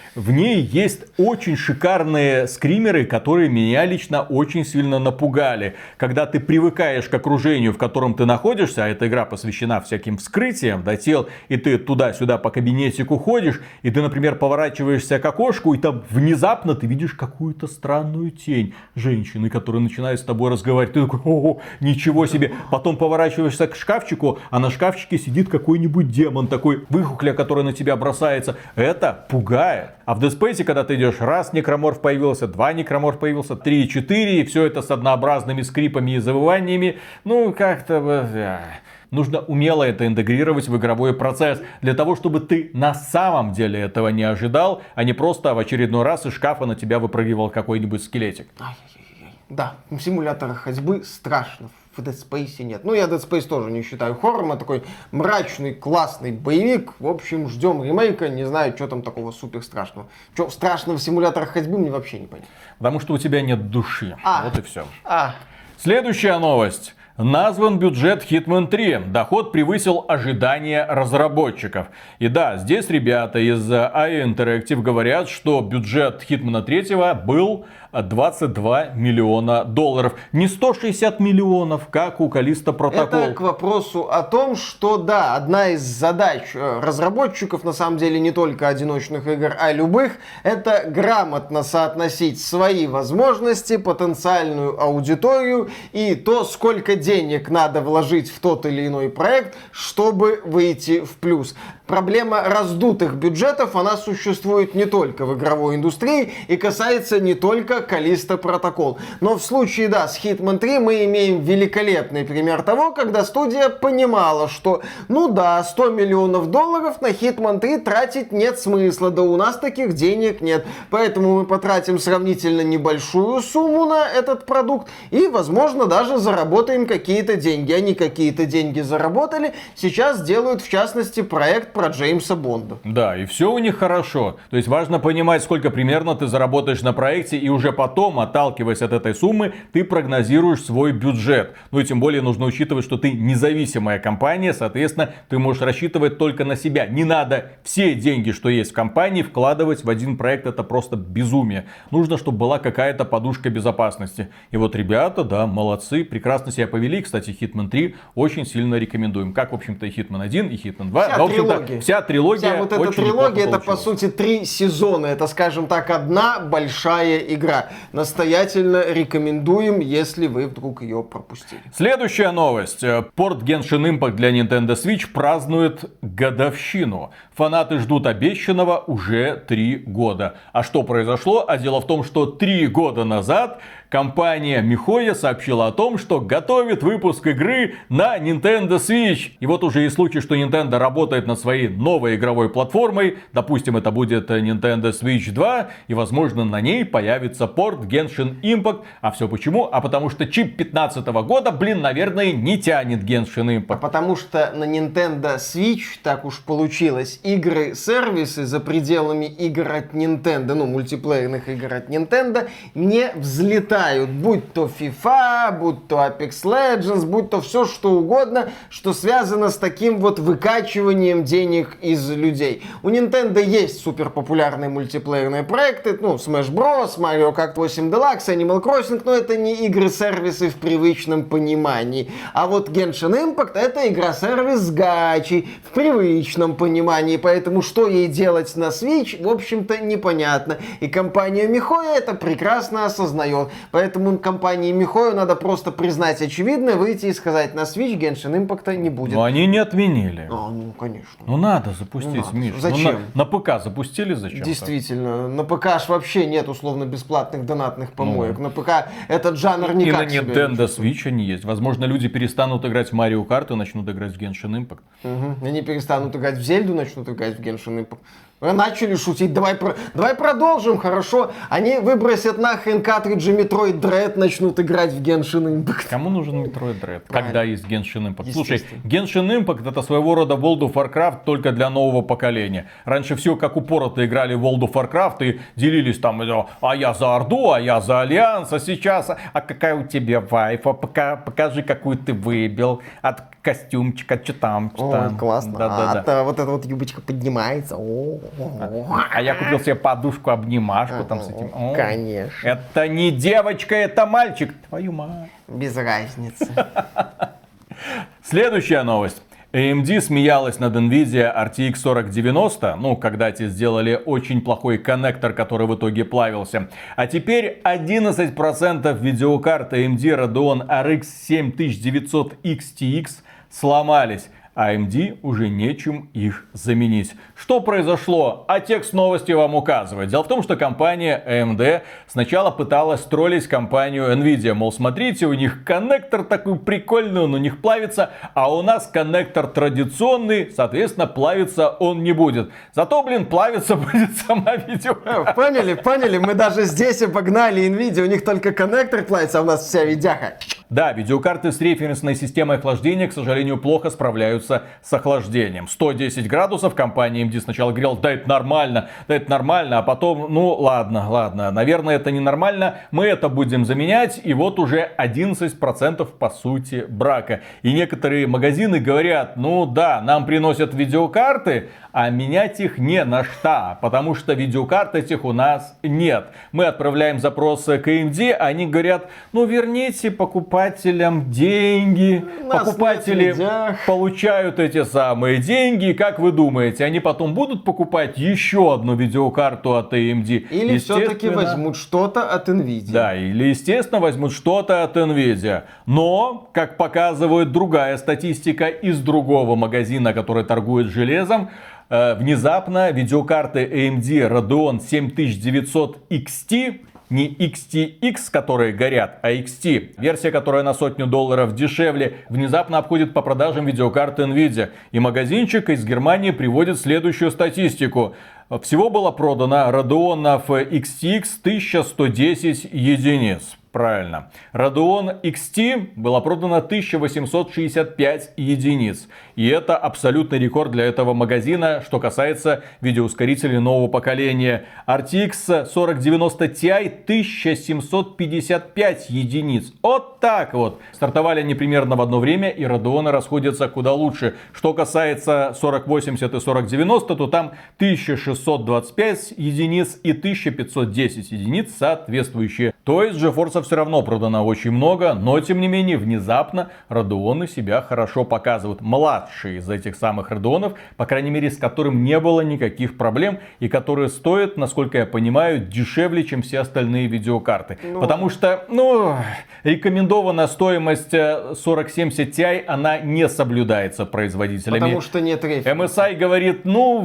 В ней есть очень шикарные скримеры, которые меня лично очень сильно напугали. Когда ты привыкаешь к окружению, в котором ты находишься, а эта игра посвящена всяким вскрытиям, да, тел, и ты туда-сюда по кабинетику ходишь, и ты, например, поворачиваешься к окошку, и там внезапно ты видишь какую-то странную тень женщины, которая начинает с тобой разговаривать. Ты такой, о, ничего себе. Потом поворачиваешься к шкафчику, а на шкафчике сидит какой-нибудь демон, такой выхухля, который на тебя бросается. Это пугает. А в Dead Space, когда ты идешь, раз некроморф появился, два некроморф появился, 3, 4, и все это с однообразными скрипами и завываниями, ну как-то... Нужно умело это интегрировать в игровой процесс, для того, чтобы ты на самом деле этого не ожидал, а не просто в очередной раз из шкафа на тебя выпрыгивал какой-нибудь скелетик. Да, в симуляторах ходьбы страшно. В Dead Space нет. Ну, я Dead Space тоже не считаю хоррором, а такой мрачный, классный боевик. В общем, ждем ремейка, не знаю, что там такого супер страшного. Что страшного в симуляторах ходьбы, мне вообще не понятно. Потому что у тебя нет души. Вот и все. Следующая новость. Назван бюджет Hitman 3. Доход превысил ожидания разработчиков. И да, здесь ребята из IO Interactive говорят, что бюджет Hitman 3 был 22 миллиона долларов. Не 160 миллионов, как у Callisto Protocol. Это к вопросу о том, что да, одна из задач разработчиков, на самом деле не только одиночных игр, а любых, это грамотно соотносить свои возможности, потенциальную аудиторию и то, сколько денег надо вложить в тот или иной проект, чтобы выйти в плюс. Проблема раздутых бюджетов, она существует не только в игровой индустрии и касается не только Callisto Protocol. Но в случае, да, с Hitman 3 мы имеем великолепный пример того, когда студия понимала, что, ну да, 100 миллионов долларов на Hitman 3 тратить нет смысла, да у нас таких денег нет. Поэтому мы потратим сравнительно небольшую сумму на этот продукт и, возможно, даже заработаем какие-то деньги. Они какие-то деньги заработали, сейчас делают, в частности, проект про Джеймса Бонда. Да, и все у них хорошо. То есть важно понимать, сколько примерно ты заработаешь на проекте, и уже потом, отталкиваясь от этой суммы, ты прогнозируешь свой бюджет. Ну и тем более нужно учитывать, что ты независимая компания, соответственно, ты можешь рассчитывать только на себя. Не надо все деньги, что есть в компании, вкладывать в один проект, это просто безумие. Нужно, чтобы была какая-то подушка безопасности. И вот ребята, да, молодцы, прекрасно себя повели. Кстати, Hitman 3 очень сильно рекомендуем. Как, в общем-то, и Hitman 1, и Hitman 2. Вся трилогия. Вся трилогия. Вся вот эта трилогия, это по сути 3 сезона. Это, скажем так, одна большая игра. Настоятельно рекомендуем, если вы вдруг ее пропустили. Следующая новость. Порт Genshin Impact для Nintendo Switch празднует годовщину. Фанаты ждут обещанного уже 3 года. А что произошло? А дело в том, что 3 года назад компания MiHoYo сообщила о том, что готовит выпуск игры на Nintendo Switch. И вот уже и случай, что Nintendo работает над своей новой игровой платформой. Допустим, это будет Nintendo Switch 2. И, возможно, на ней появится порт Genshin Impact. А все почему? А потому что чип 2015 года, наверное, не тянет Genshin Impact. А потому что на Nintendo Switch, так уж получилось, игры-сервисы за пределами игр от Nintendo, ну, мультиплеерных игр от Nintendo, не взлетают. Будь то FIFA, будь то Apex Legends, будь то все что угодно, что связано с таким вот выкачиванием денег из людей. У Nintendo есть суперпопулярные мультиплеерные проекты, ну, Smash Bros, Mario Kart 8 Deluxe, Animal Crossing, но это не игры-сервисы в привычном понимании. А вот Genshin Impact это игра-сервис с гачей в привычном понимании. Поэтому что ей делать на Switch, в общем-то, непонятно. И компания MiHoYo это прекрасно осознает. Поэтому компании MiHoYo надо просто признать очевидное, выйти и сказать, на Switch Genshin Impact не будет. Но они не отменили. Ну, конечно. Ну, надо запустить, Ну, Миш. зачем? На ПК запустили зачем? Действительно, на ПК аж вообще нет условно-бесплатных донатных помоек. На ПК этот жанр И никак на себя Nintendo не чувствует. Switch они есть. Возможно, люди перестанут играть в Mario Kart и начнут играть в Genshin Impact. Они перестанут играть в Зельду, начнут играть в Genshin Impact. Вы начали шутить, давай продолжим, хорошо. Они выбросят нахрен картриджи Metroid Dread, начнут играть в Genshin Impact. Кому нужен Metroid Dread, когда есть Genshin Impact? Слушай, Естественно. Genshin Impact это своего рода World of Warcraft Warcraft только для нового поколения. Раньше все как упорото играли в World of Warcraft и делились там, а я за Орду, а я за Альянс, а сейчас, а какая у тебя вайфа, покажи, какую ты выбил от костюмчика, что там, что там. Классно. Да. Вот эта вот юбочка поднимается. А я купил себе подушку-обнимашку там с этим. Конечно. Это не девочка, это мальчик. Твою мать. Без разницы. Следующая новость. AMD смеялась над Nvidia RTX 4090, когда те сделали очень плохой коннектор, который в итоге плавился. А теперь 11% видеокарт AMD Radeon RX 7900 XTX сломались. AMD уже нечем их заменить. Что произошло? А текст новости вам указывает. Дело в том, что компания AMD сначала пыталась троллить компанию Nvidia. Мол, смотрите, у них коннектор такой прикольный, он у них плавится, а у нас коннектор традиционный, соответственно, плавиться он не будет. Зато, плавиться будет сама видеокарта. Поняли, мы даже здесь обогнали Nvidia, у них только коннектор плавится, а у нас вся видяха. Да, видеокарты с референсной системой охлаждения, к сожалению, плохо справляются с охлаждением. 110 градусов компания AMD сначала говорила, да это нормально, а потом, ладно, наверное, это ненормально, мы это будем заменять, и вот уже 11% по сути брака. И некоторые магазины говорят, нам приносят видеокарты, а менять их не на что, потому что видеокарт этих у нас нет. Мы отправляем запросы к AMD, они говорят, верните покупателям деньги. Покупатели получают эти самые деньги. Как вы думаете, они потом будут покупать еще одну видеокарту от AMD? Или все-таки возьмут что-то от Nvidia? Да, или естественно возьмут что-то от Nvidia. Но, как показывает другая статистика из другого магазина, который торгует железом, внезапно видеокарты AMD Radeon 7900 XT, не XTX, которые горят, а XT, версия, которая на $100 дешевле, внезапно обходит по продажам видеокарты Nvidia. И магазинчик из Германии приводит следующую статистику. Всего было продано Radeon XTX 1110 единиц. Правильно. Radeon XT было продано 1865 единиц. И это абсолютный рекорд для этого магазина, что касается видеоускорителей нового поколения. RTX 4090 Ti 1755 единиц. Вот так вот. Стартовали они примерно в одно время, и Radeon расходятся куда лучше. Что касается 4080 и 4090, то там 1625 единиц и 1510 единиц соответствующие. То есть GeForce все равно продано очень много, но тем не менее внезапно Radeon себя хорошо показывают. Младшие из этих самых Radeon, по крайней мере, с которым не было никаких проблем и которые стоят, насколько я понимаю, дешевле, чем все остальные видеокарты. Потому что, рекомендованная стоимость 4070 Ti, она не соблюдается производителями. Потому что нет референса. MSI говорит,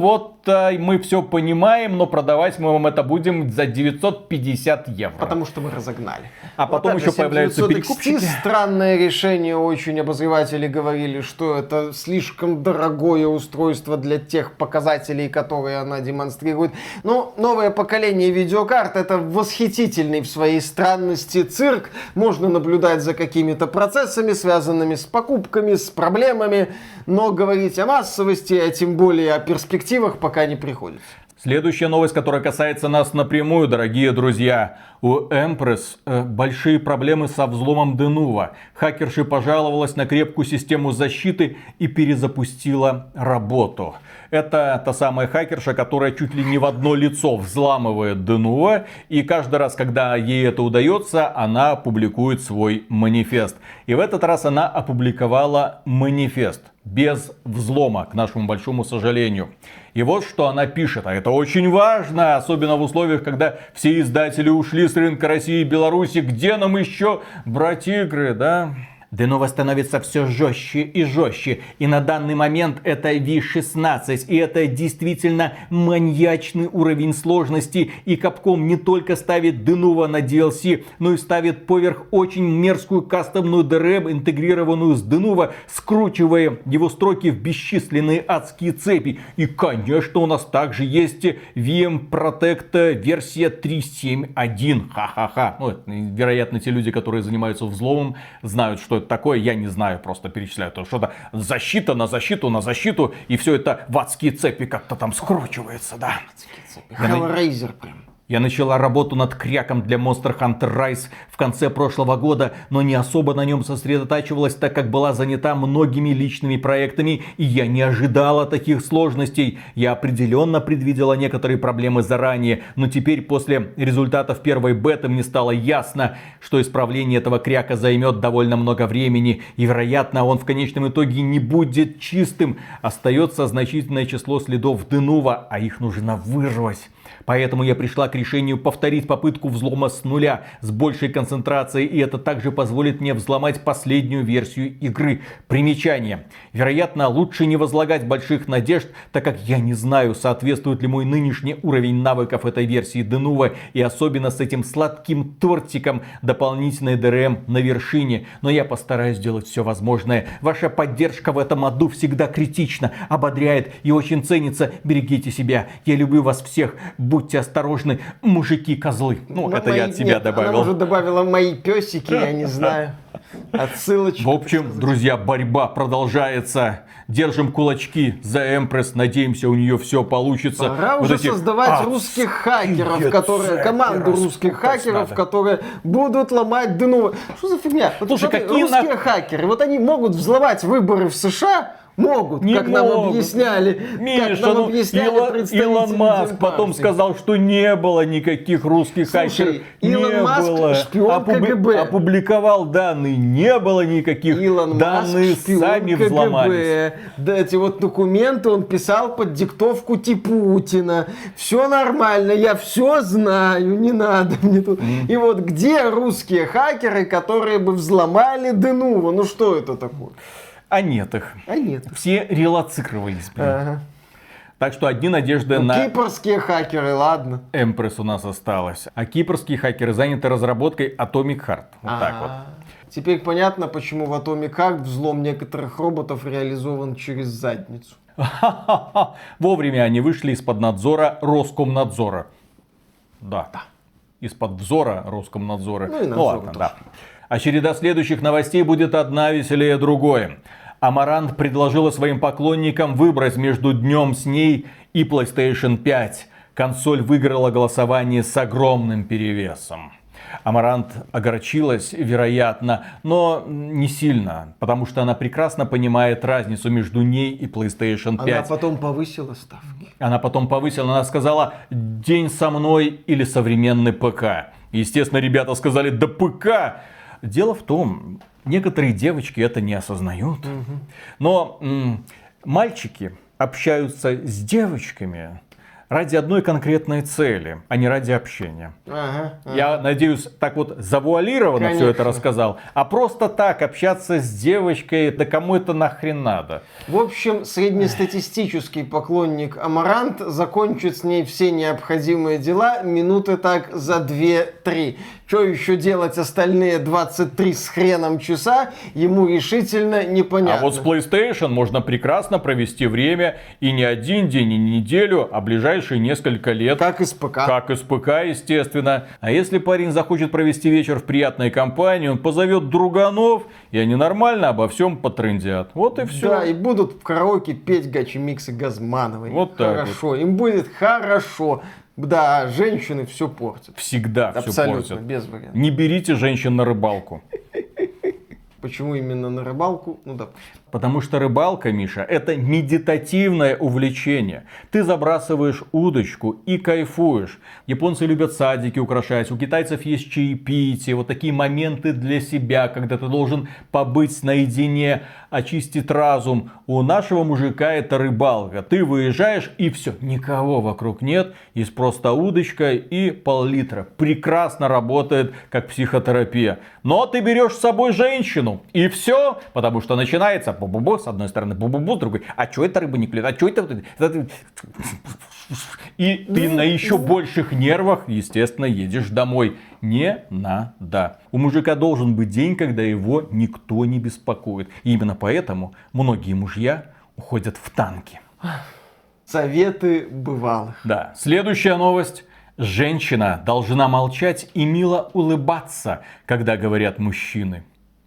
мы все понимаем, но продавать мы вам это будем за 950 евро. Потому что мы разогнали. А потом еще появляются перекупщики. Странное решение, очень обозреватели говорили, что это слишком дорогое устройство для тех показателей, которые она демонстрирует. Но новое поколение видеокарт — это восхитительный в своей странности цирк. Можно наблюдать за какими-то процессами, связанными с покупками, с проблемами, но говорить о массовости, а тем более о перспективах, пока не приходится. Следующая новость, которая касается нас напрямую, дорогие друзья. У Empress большие проблемы со взломом Denuvo. Хакерша пожаловалась на крепкую систему защиты и перезапустила работу. Это та самая хакерша, которая чуть ли не в одно лицо взламывает Denuvo. И каждый раз, когда ей это удается, она публикует свой манифест. И в этот раз она опубликовала манифест без взлома, к нашему большому сожалению. И вот что она пишет, а это очень важно, особенно в условиях, когда все издатели ушли с рынка России и Беларуси. Где нам еще брать игры, да? Denuvo становится все жестче и жестче. И на данный момент это V16. И это действительно маньячный уровень сложности. И Capcom не только ставит Denuvo на DLC, но и ставит поверх очень мерзкую кастомную DRM, интегрированную с Denuvo, скручивая его строки в бесчисленные адские цепи. И, конечно, у нас также есть VM Protect версия 3.7.1. Ха-ха-ха. Вероятно, те люди, которые занимаются взломом, знают, что это это такое, я не знаю, просто перечисляю. То что-то защита на защиту на защиту, и все это в адские цепи как-то там скручивается, да. Hellraiser прям. Я начала работу над кряком для Monster Hunter Rise в конце прошлого года, но не особо на нем сосредотачивалась, так как была занята многими личными проектами, и я не ожидала таких сложностей. Я определенно предвидела некоторые проблемы заранее, но теперь после результатов первой беты мне стало ясно, что исправление этого кряка займет довольно много времени, и вероятно он в конечном итоге не будет чистым. Остается значительное число следов Денува, а их нужно вырвать. Поэтому я пришла к решению повторить попытку взлома с нуля, с большей концентрацией, и это также позволит мне взломать последнюю версию игры. Примечание. Вероятно, лучше не возлагать больших надежд, так как я не знаю, соответствует ли мой нынешний уровень навыков этой версии Денува, и особенно с этим сладким тортиком дополнительной ДРМ на вершине. Но я постараюсь сделать все возможное. Ваша поддержка в этом аду всегда критична, ободряет и очень ценится. Берегите себя. Я люблю вас всех. Будьте осторожны, мужики-козлы. Ну, это я от себя добавил. Она уже добавила мои песики, я не знаю. Отсылочка. В общем, друзья, борьба продолжается. Держим кулачки за Эмпресс. Надеемся, у нее все получится. Пора уже создавать русских хакеров, команду русских хакеров, которые будут ломать Денува. Что за фигня? Слушай, какие русские хакеры, вот они могут взломать выборы в США. Могут, не как могут. нам объясняли. Миша, как нам объясняли представители Илон Маск потом Демпартии. сказал, что не было никаких русских хакеров. Илон Маск было. шпион КГБ. Опубликовал данные, не было никаких. Илон данные Маск шпион сами КГБ. взломались. Да, эти вот документы он писал под диктовку Путина. Все нормально, я все знаю, не надо мне тут. И вот где русские хакеры, которые бы взломали Денува? Ну что это такое? А нет их. А нет. Все релоцировались. Ага. Так что одни надежды на Кипрские хакеры, ладно. Эмпресс у нас осталось. А кипрские хакеры заняты разработкой Atomic Heart. Вот так вот. Теперь понятно, почему в Atomic Heart взлом некоторых роботов реализован через задницу. Вовремя они вышли из-под надзора Роскомнадзора. Да. Из-под взора Роскомнадзора. Ну и надзора ладно, тоже. да. А череда следующих новостей будет одна веселее другой. Амарант предложила своим поклонникам выбрать между днем с ней и PlayStation 5. Консоль выиграла голосование с огромным перевесом. Амарант огорчилась, вероятно, но не сильно, потому что она прекрасно понимает разницу между ней и PlayStation 5. Она потом повысила ставки. Она сказала: день со мной или современный ПК. Естественно, ребята сказали: да ПК! Дело в том, некоторые девочки это не осознают. Но мальчики общаются с девочками ради одной конкретной цели, а не ради общения. Я надеюсь, так вот завуалированно все это рассказал. А просто так общаться с девочкой, да кому это нахрен надо? В общем, среднестатистический поклонник Амарант закончит с ней все необходимые дела минуты так за 2-3. Что еще делать остальные 23 с хреном часа, ему решительно непонятно. А вот с PlayStation можно прекрасно провести время и не один день, и не неделю, а ближайшие несколько лет. Как и с ПК. Как и с ПК, естественно. А если парень захочет провести вечер в приятной компании, он позовет друганов, и они нормально обо всем потрындят. Вот и все. Да, и будут в караоке петь Гачи-миксы Газмановой. Вот так хорошо, вот. им будет хорошо. Да, женщины все портят. Всегда все Абсолютно, портят. без вариантов. Не берите женщин на рыбалку. Почему именно на рыбалку? Ну да. Потому что рыбалка, Миша, это медитативное увлечение. Ты забрасываешь удочку и кайфуешь. Японцы любят садики украшать, у китайцев есть чаепитие, вот такие моменты для себя, когда ты должен побыть наедине, очистить разум. У нашего мужика это рыбалка. Ты выезжаешь и все, никого вокруг нет, есть просто удочка и пол-литра. Прекрасно работает как психотерапия. Но ты берешь с собой женщину и все, потому что начинается бу-бу-бу, с одной стороны, бу-бу-бу, с другой. А что это рыба не клюет? А что это? И ты на еще больших нервах, естественно, едешь домой. Не надо. У мужика должен быть день, когда его никто не беспокоит. И именно поэтому многие мужья уходят в танки. Советы бывалых. Да. Следующая новость. Женщина должна молчать и мило улыбаться, когда говорят мужчины.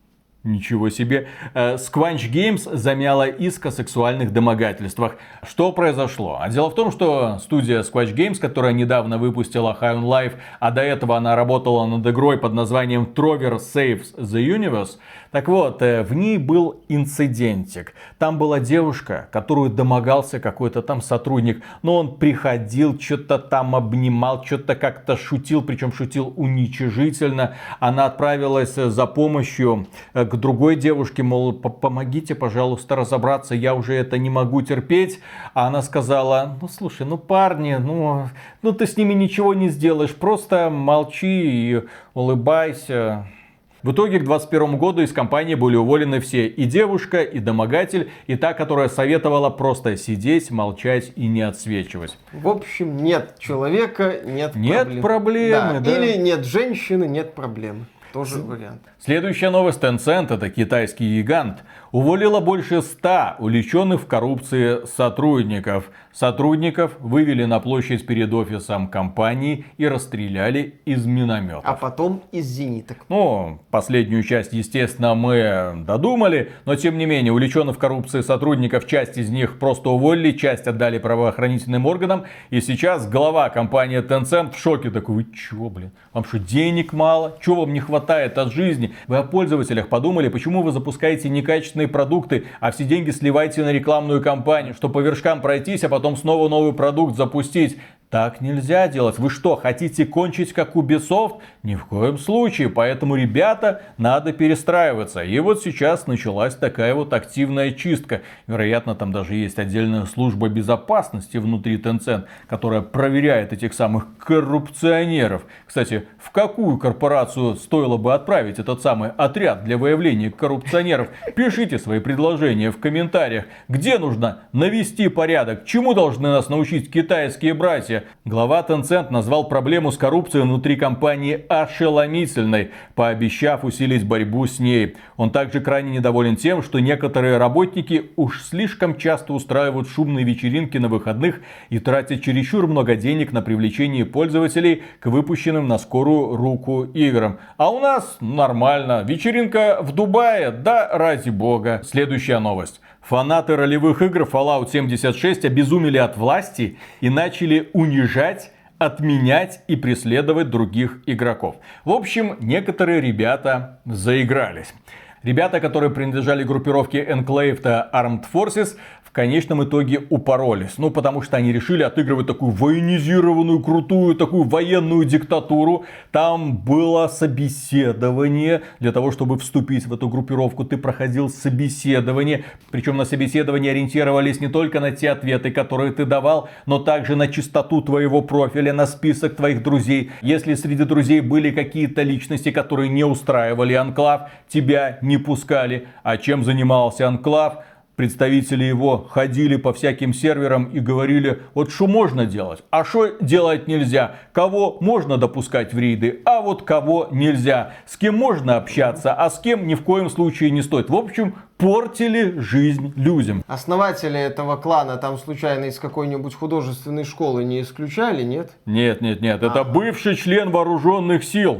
Ничего себе. Squanch Games замяла иск о сексуальных домогательствах. Что произошло? А дело в том, что студия Squanch Games, которая недавно выпустила High on Life, а до этого она работала над игрой под названием Trover Saves the Universe. Так вот, в ней был инцидентик. Там была девушка, которую домогался какой-то там сотрудник. Но он приходил, что-то там обнимал, что-то как-то шутил, причем шутил уничижительно. Она отправилась за помощью к другой девушке, мол, помогите, пожалуйста, разобраться, я уже это не могу терпеть. А она сказала, ну слушай, ну парни, ну ты с ними ничего не сделаешь, просто молчи и улыбайся. В итоге к 2021 году из компании были уволены все. И девушка, и домогатель, и та, которая советовала просто сидеть, молчать и не отсвечивать. В общем, нет человека, нет проблемы. Да. Или нет женщины, нет проблемы. Тоже вариант. Следующая новость. Tencent, это китайский гигант, уволила больше 100 увлеченных в коррупции сотрудников. Сотрудников вывели на площадь перед офисом компании и расстреляли из минометов. А потом из зениток. Ну, последнюю часть, естественно, мы додумали, но тем не менее, увлеченных в коррупции сотрудников, часть из них просто уволили, часть отдали правоохранительным органам. И сейчас глава компании Tencent в шоке такой: вы чё, блин, вам что, денег мало? Чё вам не хватает от жизни? Вы о пользователях подумали, почему вы запускаете некачественные продукты, а все деньги сливаете на рекламную кампанию, чтобы по вершкам пройтись, а потом снова новый продукт запустить? Так нельзя делать. Вы что, хотите кончить как Ubisoft? Ни в коем случае. Поэтому, ребята, надо перестраиваться. И вот сейчас началась такая вот активная чистка. Вероятно, там даже есть отдельная служба безопасности внутри Tencent, которая проверяет этих самых коррупционеров. Кстати, в какую корпорацию стоило бы отправить этот самый отряд для выявления коррупционеров? Пишите свои предложения в комментариях. Где нужно навести порядок? Чему должны нас научить китайские братья? Глава Tencent назвал проблему с коррупцией внутри компании ошеломительной, пообещав усилить борьбу с ней. Он также крайне недоволен тем, что некоторые работники уж слишком часто устраивают шумные вечеринки на выходных и тратят чересчур много денег на привлечение пользователей к выпущенным на скорую руку играм. А у нас нормально. Вечеринка в Дубае, да ради бога. Следующая новость. Фанаты ролевых игр Fallout 76 обезумели от власти и начали унижать, отменять и преследовать других игроков. В общем, некоторые ребята заигрались. Ребята, которые принадлежали группировке Enclaved Armed Forces, в конечном итоге упоролись. Ну, потому что они решили отыгрывать такую военизированную, крутую, такую военную диктатуру. Там было собеседование. Для того, чтобы вступить в эту группировку, ты проходил собеседование. Причем на собеседовании ориентировались не только на те ответы, которые ты давал, но также на чистоту твоего профиля, на список твоих друзей. Если среди друзей были какие-то личности, которые не устраивали Анклав, тебя не пускали. А чем занимался Анклав? Представители его ходили по всяким серверам и говорили, вот что можно делать, а что делать нельзя. Кого можно допускать в рейды, а вот кого нельзя. С кем можно общаться, а с кем ни в коем случае не стоит. В общем, портили жизнь людям. Основатели этого клана там случайно из какой-нибудь художественной школы не исключали, нет? Нет. Это бывший член вооруженных сил.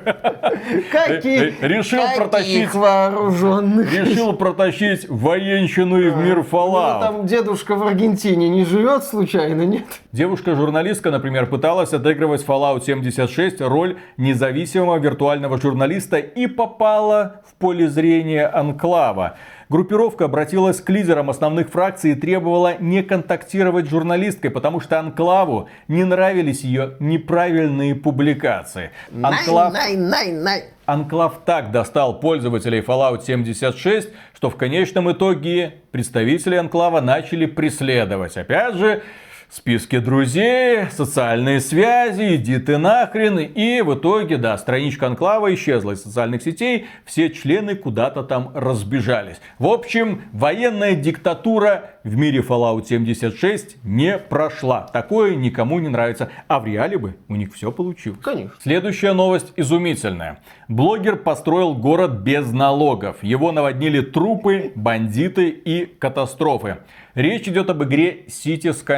Каких вооруженных? Решил протащить военщину и в мир Fallout. Там дедушка в Аргентине не живет случайно, нет? Девушка-журналистка, например, пыталась отыгрывать в Fallout 76 роль независимого виртуального журналиста и попала в поле зрения Анклава. Группировка обратилась к лидерам основных фракций и требовала не контактировать с журналисткой, потому что Анклаву не нравились ее неправильные публикации. Анклав так достал пользователей Fallout 76, что в конечном итоге представители Анклава начали преследовать. Опять же, списки друзей, социальные связи, иди ты нахрен. И в итоге, да, страничка Анклава исчезла из социальных сетей, все члены куда-то там разбежались. В общем, военная диктатура в мире Fallout 76 не прошла. Такое никому не нравится. А в реале бы у них все получилось. Конечно. Следующая новость изумительная. Блогер построил город без налогов. Его наводнили трупы, бандиты и катастрофы. Речь идет об игре City Skylines.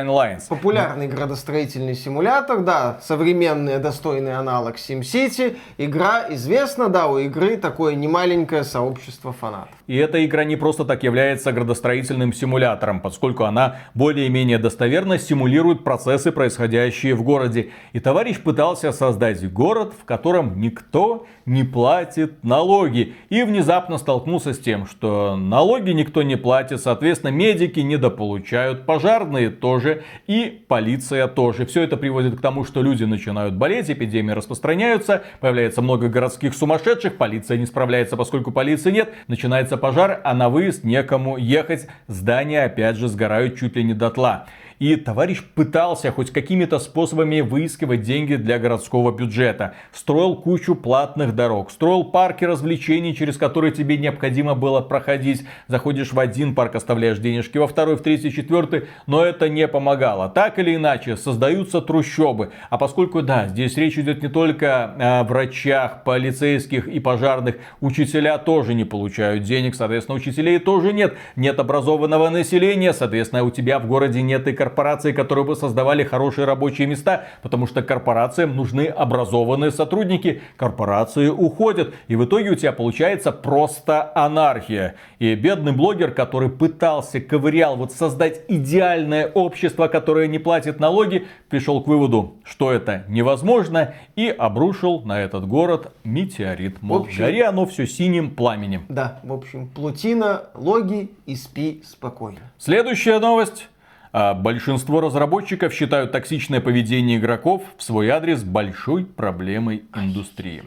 Skylines. Популярный градостроительный симулятор, да, современный достойный аналог SimCity. Игра известна, да, у игры такое немаленькое сообщество фанатов. И эта игра не просто так является градостроительным симулятором, поскольку она более-менее достоверно симулирует процессы, происходящие в городе. И товарищ пытался создать город, в котором никто не платит налоги. И внезапно столкнулся с тем, что налоги никто не платит, соответственно, медики недополучают, пожарные тоже и полиция тоже. Все это приводит к тому, что люди начинают болеть, эпидемии распространяются, появляется много городских сумасшедших, полиция не справляется, поскольку полиции нет, начинается пожар, а на выезд некому ехать, здания опять же сгорают чуть ли не дотла. И товарищ пытался хоть какими-то способами выискивать деньги для городского бюджета. Строил кучу платных дорог, строил парки развлечений, через которые тебе необходимо было проходить. Заходишь в один парк, оставляешь денежки, во второй, в третий, четвертый, но это не помогало. Так или иначе, создаются трущобы. А поскольку, да, здесь речь идет не только о врачах, полицейских и пожарных, учителя тоже не получают денег, соответственно, учителей тоже нет. Нет образованного населения, соответственно, у тебя в городе нет и корпорации, которые бы создавали хорошие рабочие места, потому что корпорациям нужны образованные сотрудники. Корпорации уходят, и в итоге у тебя получается просто анархия. И бедный блогер, который пытался, ковырял, вот создать идеальное общество, которое не платит налоги, пришел к выводу, что это невозможно, и обрушил на этот город метеорит. Мол, гори оно все синим пламенем. Да, в общем, плотина, логи и спи спокойно. Следующая новость. Большинство разработчиков считают токсичное поведение игроков в свой адрес большой проблемой индустрии.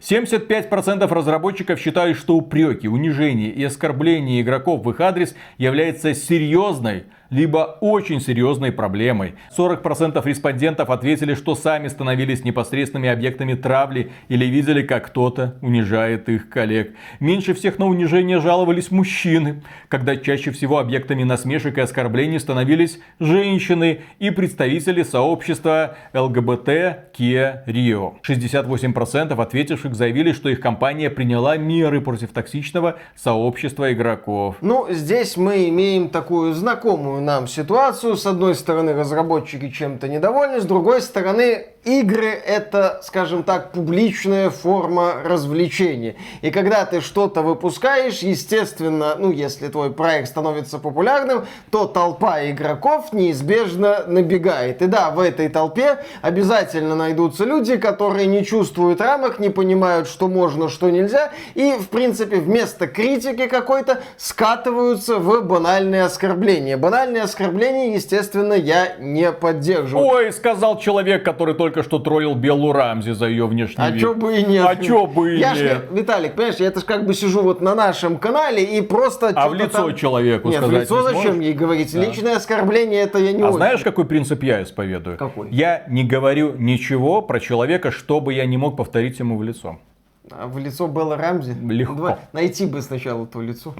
75% разработчиков считают, что упреки, унижение и оскорбление игроков в их адрес является серьезной, либо очень серьезной проблемой. 40% респондентов ответили, что сами становились непосредственными объектами травли или видели, как кто-то унижает их коллег. Меньше всех на унижение жаловались мужчины, когда чаще всего объектами насмешек и оскорблений становились женщины и представители сообщества ЛГБТ Kia Rio. 68% ответивших заявили, что их компания приняла меры против токсичного сообщества игроков. Ну, здесь мы имеем такую знакомую нам ситуацию. С одной стороны, разработчики чем-то недовольны, с другой стороны, игры — это, скажем так, публичная форма развлечения. И когда ты что-то выпускаешь, естественно, ну, если твой проект становится популярным, то толпа игроков неизбежно набегает. И да, в этой толпе обязательно найдутся люди, которые не чувствуют рамок, не понимают, что можно, что нельзя, и, в принципе, вместо критики какой-то скатываются в банальные оскорбления. Банальные оскорбления, естественно, я не поддерживаю. Ой, сказал человек, который только что троллил Беллу Рамзи за ее внешний вид. А чё бы и нет. А чё бы и нет. Виталик, понимаешь, я это ж как бы сижу вот на нашем канале и просто... А в лицо там... человеку нет, сказать в лицо не зачем сможешь? ей говорить? Да. Личное оскорбление это я не очень. Знаешь, какой принцип я исповедую? Какой? Я не говорю ничего про человека, чтобы я не мог повторить ему в лицо. А в лицо Белла Рамзи? Легко. Давай, найти бы сначала то лицо.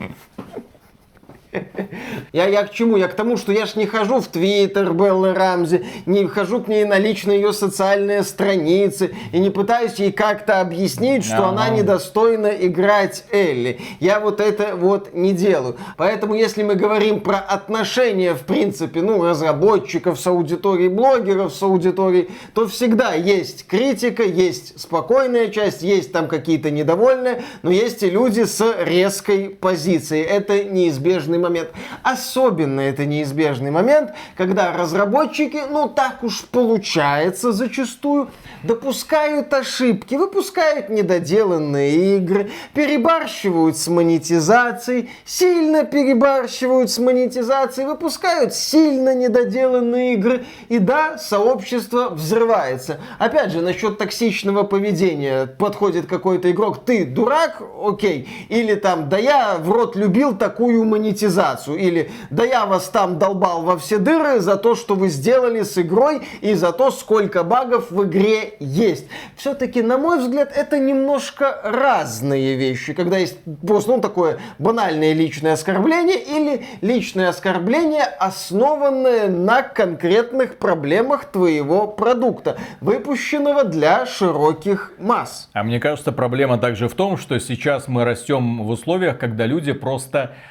Я к чему? Я к тому, что я ж не хожу в Твиттер Беллы Рамзи, не хожу к ней на личные ее социальные страницы и не пытаюсь ей как-то объяснить, что она недостойна играть Элли. Я вот это вот не делаю. Поэтому, если мы говорим про отношения, в принципе, ну, разработчиков с аудиторией, блогеров с аудиторией, то всегда есть критика, есть спокойная часть, есть там какие-то недовольные, но есть и люди с резкой позицией. Это неизбежный момент. Особенно это неизбежный момент, когда разработчики, ну так уж получается зачастую, допускают ошибки, выпускают недоделанные игры, перебарщивают с монетизацией, сильно перебарщивают с монетизацией, выпускают сильно недоделанные игры. И да, сообщество взрывается. Опять же, насчет токсичного поведения. Подходит какой-то игрок, ты дурак, окей. Или там, да я в рот любил такую монетизацию. Или да я вас там долбал во все дыры за то, что вы сделали с игрой и за то, сколько багов в игре есть. Все-таки, на мой взгляд, это немножко разные вещи. Когда есть просто такое банальное личное оскорбление или личное оскорбление, основанное на конкретных проблемах твоего продукта, выпущенного для широких масс. А мне кажется, проблема также в том, что сейчас мы растем в условиях, когда люди просто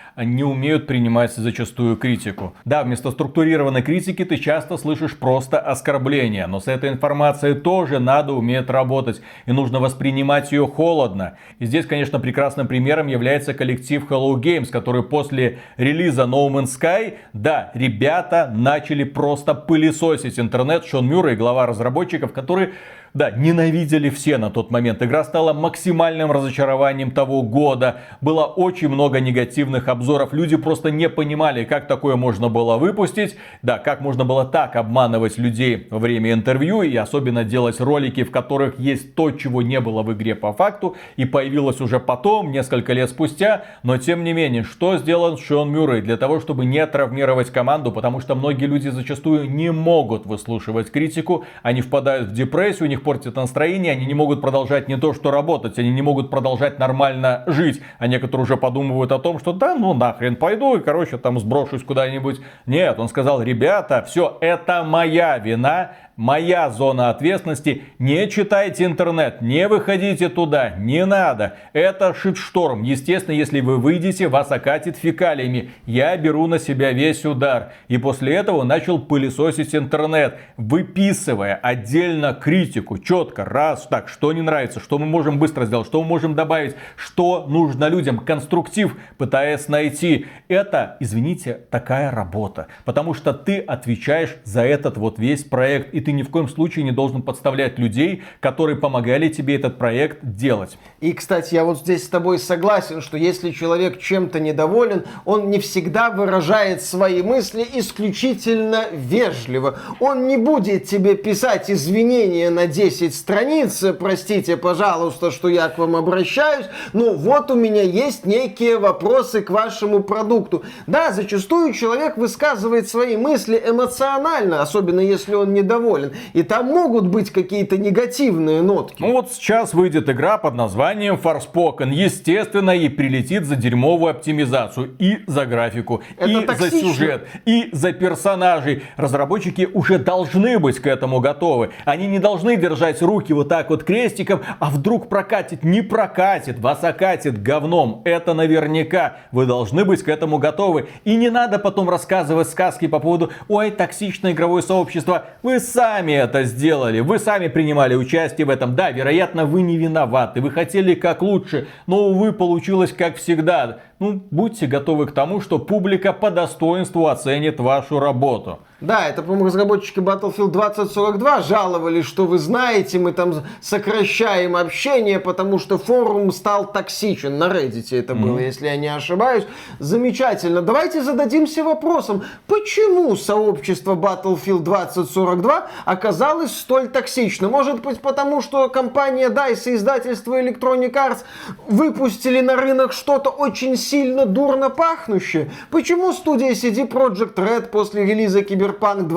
не умеют принимать зачастую критику. Да, вместо структурированной критики ты часто слышишь просто оскорбления, но с этой информацией тоже надо уметь работать, и нужно воспринимать ее холодно. И здесь, конечно, прекрасным примером является коллектив Hello Games, который после релиза No Man's Sky, да, ребята начали просто пылесосить интернет. Шон Мюррей, глава разработчиков, который... Да, ненавидели все на тот момент. Игра стала максимальным разочарованием того года. Было очень много негативных обзоров. Люди просто не понимали, как такое можно было выпустить. Да, как можно было так обманывать людей во время интервью. И особенно делать ролики, в которых есть то, чего не было в игре по факту. И появилось уже потом, несколько лет спустя. Но тем не менее, что сделал Шон Мюррей для того, чтобы не травмировать команду? Потому что многие люди зачастую не могут выслушивать критику. Они впадают в депрессию, у них портит настроение, они не могут продолжать не то что работать, они не могут продолжать нормально жить. А некоторые уже подумывают о том, что да, ну нахрен пойду и, короче, там сброшусь куда-нибудь. Нет, он сказал: ребята, все, это моя вина, моя зона ответственности. Не читайте интернет, не выходите туда, не надо. Это шитшторм. Естественно, если вы выйдете, вас окатит фекалиями. Я беру на себя весь удар. И после этого начал пылесосить интернет, выписывая отдельно критику. Четко, раз, так, что не нравится, что мы можем быстро сделать, что мы можем добавить, что нужно людям, конструктив пытаясь найти. Это, извините, такая работа. Потому что ты отвечаешь за этот вот весь проект. И ты ни в коем случае не должен подставлять людей, которые помогали тебе этот проект делать. И, кстати, я вот здесь с тобой согласен, что если человек чем-то недоволен, он не всегда выражает свои мысли исключительно вежливо. Он не будет тебе писать извинения на 10 страниц: простите, пожалуйста, что я к вам обращаюсь, но вот у меня есть некие вопросы к вашему продукту. Да, зачастую человек высказывает свои мысли эмоционально, особенно если он недоволен. И там могут быть какие-то негативные нотки. Ну вот сейчас выйдет игра под названием Forspoken. Естественно, ей прилетит за дерьмовую оптимизацию. И за графику, это и токсично. за сюжет, и за персонажей. Разработчики уже должны быть к этому готовы. Они не должны держать руки вот так вот крестиком, а вдруг прокатит. Не прокатит, вас окатит говном. Это наверняка. Вы должны быть к этому готовы. И не надо потом рассказывать сказки по поводу: ой, токсичное игровое сообщество. Вы сами это сделали. Вы сами принимали участие в этом. Да, вероятно, вы не виноваты. Вы хотели как лучше. Но, увы, получилось как всегда. Ну, будьте готовы к тому, что публика по достоинству оценит вашу работу. Да, это, по-моему, разработчики Battlefield 2042 жаловались, что вы знаете, мы там сокращаем общение, потому что форум стал токсичен. На Reddit это было, если я не ошибаюсь. Замечательно. Давайте зададимся вопросом, почему сообщество Battlefield 2042 оказалось столь токсичным? Может быть, потому что компания DICE и издательство Electronic Arts выпустили на рынок что-то очень сильно дурно пахнущее? Почему студия CD Projekt Red после релиза Cyberpunk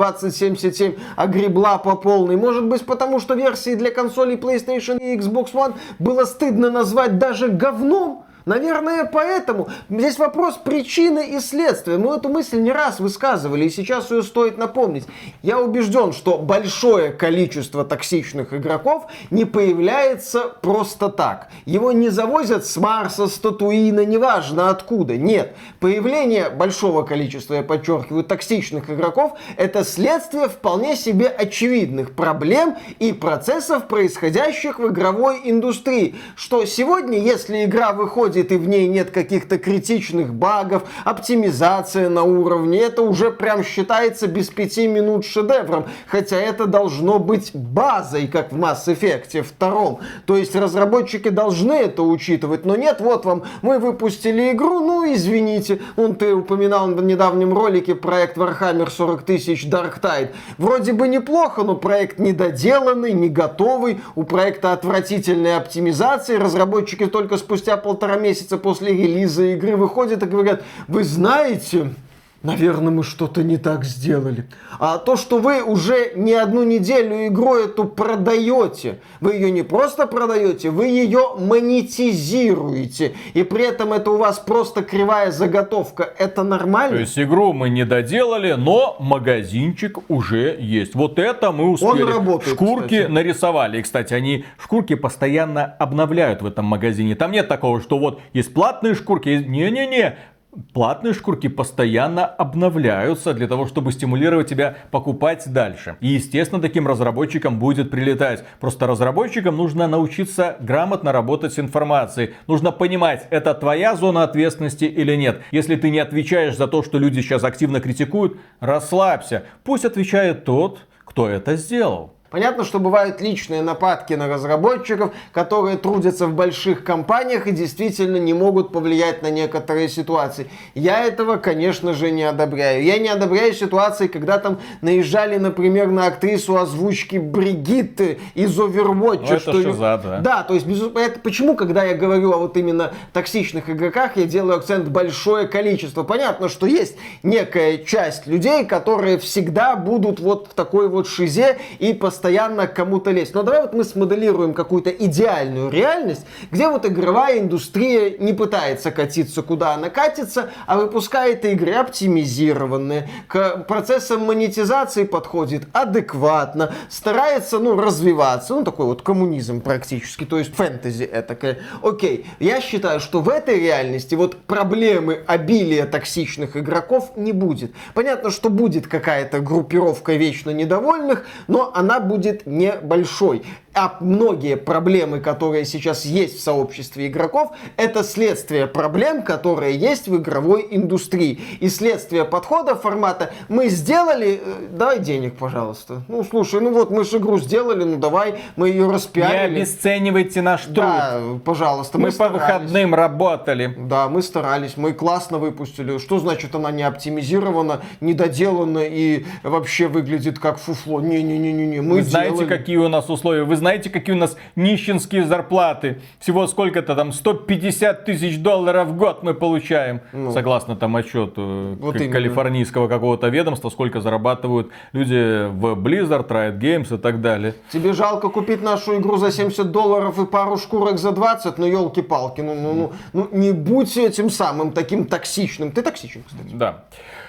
2077 огребла по полной? Может быть, потому что версии для консолей PlayStation и Xbox One было стыдно назвать даже говном? Наверное, поэтому. Здесь вопрос причины и следствия. Мы эту мысль не раз высказывали, и сейчас ее стоит напомнить. Я убежден, что большое количество токсичных игроков не появляется просто так. Его не завозят с Марса, с Татуина, неважно откуда. Нет. Появление большого количества, я подчеркиваю, токсичных игроков — это следствие вполне себе очевидных проблем и процессов, происходящих в игровой индустрии. Что сегодня, если игра выходит и в ней нет каких-то критичных багов, оптимизация на уровне, это уже прям считается без 5 минут шедевром. Хотя это должно быть базой, как в Mass Effect 2. То есть разработчики должны это учитывать. Но нет, вот вам, мы выпустили игру, ну извините. Вон ты упоминал в недавнем ролике проект Warhammer 40 000 Dark Tide. Вроде бы неплохо, но проект недоделанный, не готовый. У проекта отвратительная оптимизация. Разработчики только спустя 1,5 месяца после релиза игры выходят и говорят: вы знаете, наверное, мы что-то не так сделали. А то, что вы уже не одну неделю игру эту продаете, вы ее не просто продаете, вы ее монетизируете. И при этом это у вас просто кривая заготовка. Это нормально? То есть игру мы не доделали, но магазинчик уже есть. Вот это мы успели. Он работает, шкурки кстати. нарисовали. И, кстати, они шкурки постоянно обновляют в этом магазине. Там нет такого, что вот есть платные шкурки. Не-не-не. платные шкурки постоянно обновляются для того, чтобы стимулировать тебя покупать дальше. И, естественно, таким разработчикам будет прилетать. Просто разработчикам нужно научиться грамотно работать с информацией. Нужно понимать, это твоя зона ответственности или нет. Если ты не отвечаешь за то, что люди сейчас активно критикуют, расслабься. Пусть отвечает тот, кто это сделал. Понятно, что бывают личные нападки на разработчиков, которые трудятся в больших компаниях и действительно не могут повлиять на некоторые ситуации. Я этого, конечно же, не одобряю. Я не одобряю ситуации, когда там наезжали, например, на актрису озвучки Бригитты из Overwatch. Это шиза, да. Да, то есть, это почему, когда я говорю о вот именно токсичных игроках, я делаю акцент большое количество. Понятно, что есть некая часть людей, которые всегда будут вот в такой вот шизе и постоянно к кому-то лезть. Но давай вот мы смоделируем какую-то идеальную реальность, где вот игровая индустрия не пытается катиться, куда она катится, а выпускает игры оптимизированные, к процессам монетизации подходит адекватно, старается, развиваться, такой вот коммунизм практически, то есть фэнтези этакое. Окей, я считаю, что в этой реальности вот проблемы обилия токсичных игроков не будет. Понятно, что будет какая-то группировка вечно недовольных, но она будет небольшой. А многие проблемы, которые сейчас есть в сообществе игроков, это следствие проблем, которые есть в игровой индустрии. И следствие подхода формата «мы сделали, давай денег, пожалуйста». Слушай, вот мы же игру сделали, давай, мы ее распиарили. Не обесценивайте наш труд. Да, пожалуйста. Мы по выходным работали. Да, мы старались, мы классно выпустили. Что значит она не оптимизирована, не доделана и вообще выглядит как фуфло? Не-не-не-не, мы знаете, какие у нас условия? Вы знаете, какие у нас нищенские зарплаты? Всего сколько-то там, 150 тысяч долларов в год мы получаем. Согласно там отчету вот калифорнийского какого-то ведомства, сколько зарабатывают люди в Blizzard, Riot Games и так далее. Тебе жалко купить нашу игру за 70 долларов и пару шкурок за 20? Елки-палки, не будь этим самым таким токсичным. Ты токсичен, кстати. Да.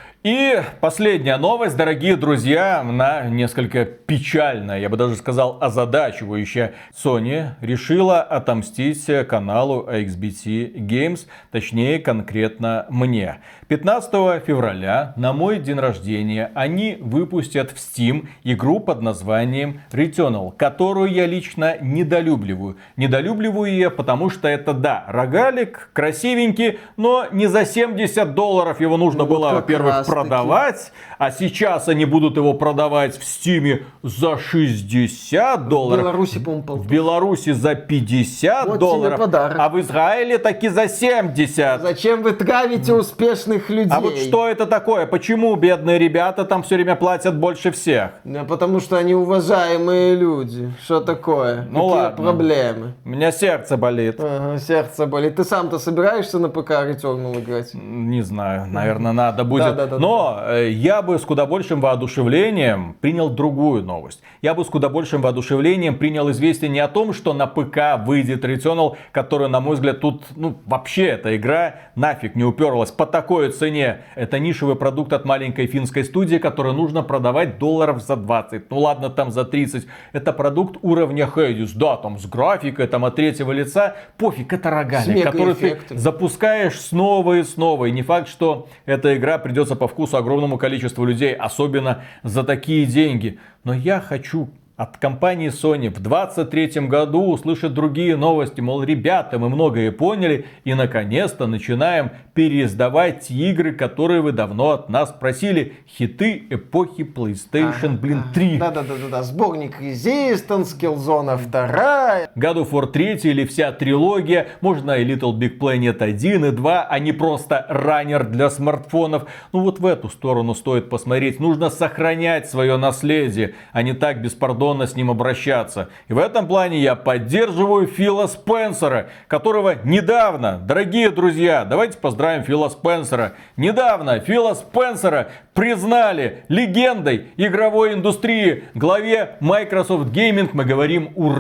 И последняя новость, дорогие друзья, она несколько печальная, я бы даже сказал озадачивающая. Sony решила отомстить каналу AXBT Games, точнее конкретно мне. 15 февраля, на мой день рождения, они выпустят в Steam игру под названием Returnal, которую я лично недолюбливаю. Недолюбливаю ее, потому что это, да, рогалик, красивенький, но не за 70 долларов его нужно было, во-первых, продавать, а сейчас они будут его продавать в Стиме за 60 долларов. В Беларуси, по-моему, в Беларуси за 50 вот долларов, подарок. А в Израиле таки за 70. Зачем вы травите успешных людей? А вот что это такое? Почему бедные ребята там все время платят больше всех? Да, потому что они уважаемые люди. Что такое? Ну какие ладно. проблемы? У меня сердце болит. Ага, сердце болит. Ты сам-то собираешься на ПК Returnal играть? Не знаю, наверное, надо будет. Да. Но я бы с куда большим воодушевлением принял другую новость. Я бы с куда большим воодушевлением принял известие не о том, что на ПК выйдет Returnal, который, на мой взгляд, тут, вообще эта игра нафиг не уперлась по такой цене. Это нишевый продукт от маленькой финской студии, который нужно продавать долларов за 20. Ну ладно, там за 30. Это продукт уровня Hades. Да, там с графикой, там от третьего лица. Пофиг, это рогалик, который ты запускаешь снова и снова. И не факт, что эта игра придется по вкусу огромному количеству людей, особенно за такие деньги. Но я хочу от компании Sony в 2023 году услышать другие новости. Мол, ребята, мы многое поняли и наконец-то начинаем переиздавать игры, которые вы давно от нас просили. Хиты эпохи PlayStation, 3. Да. Сборник Resistance, Killzone 2. God of War 3 или вся трилогия. Можно и Little Big Planet 1 и 2, а не просто раннер для смартфонов. Вот в эту сторону стоит посмотреть. Нужно сохранять свое наследие, а не так беспардонно с ним обращаться. И в этом плане я поддерживаю Фила Спенсера, которого недавно, дорогие друзья, давайте поздравим Фила Спенсера. Недавно Фила Спенсера признали легендой игровой индустрии. Главе Microsoft Gaming мы говорим ура.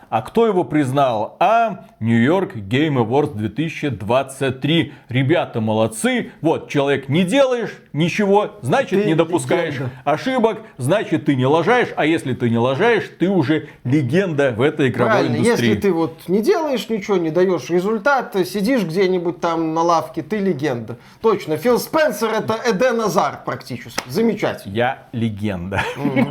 А кто его признал? А New York Game Awards 2023. Ребята молодцы. Вот, человек, не делаешь ничего, значит не допускаешь ошибок, значит ты не лажаешь. А если ты не лажаешь, ты уже легенда в этой игровой индустрии. Если ты вот не делаешь ничего, не даешь результат, сидишь где-нибудь там на лавке, ты легенда. Точно, Фил Спенсер это Эден Азар практически. Замечательно. Я легенда.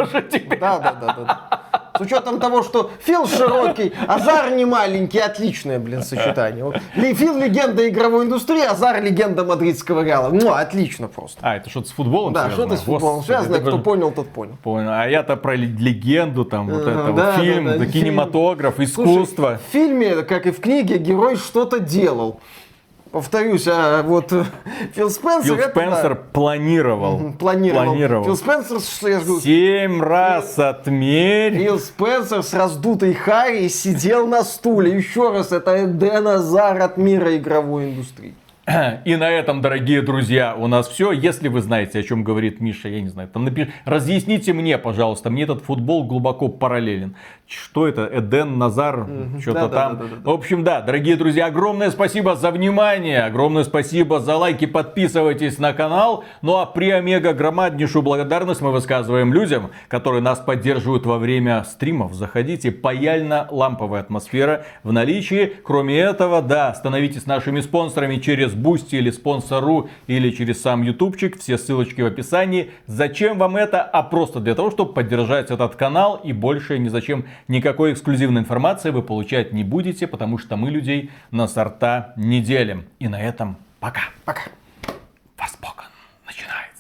Да. С учетом того, что Фил широкий, Азар не маленький, отличное, сочетание. Вот. Фил легенда игровой индустрии, Азар легенда мадридского Реала. Ну, отлично просто. А, это что-то с футболом связано? Да, что-то с футболом связано, кто понял, тот понял. Понял. А я-то про легенду, там, вот это вот фильм, кинематограф, искусство. Слушай, в фильме, как и в книге, герой что-то делал. Повторюсь, а вот Фил Спенсер планировал. Фил Спенсер, что я говорю, 7 раз отмерь. Фил Спенсер с раздутой Харри сидел на стуле. Еще раз, это Эден Азар от мира игровой индустрии. И на этом, дорогие друзья, у нас все. Если вы знаете, о чем говорит Миша, я не знаю, там разъясните мне, пожалуйста, мне этот футбол глубоко параллелен. Что это? Эден, Назар, что-то там. В общем, да, дорогие друзья, огромное спасибо за внимание, огромное спасибо за лайки, подписывайтесь на канал. Ну а при омега громаднейшую благодарность мы высказываем людям, которые нас поддерживают во время стримов. Заходите, паяльно-ламповая атмосфера в наличии. Кроме этого, да, становитесь нашими спонсорами через Бусти или Спонсор.ру или через сам ютубчик. Все ссылочки в описании. Зачем вам это? А просто для того, чтобы поддержать этот канал, и больше ни зачем. Никакой эксклюзивной информации вы получать не будете, потому что мы людей на сорта не делим. И на этом пока. Пока. Forspoken начинается.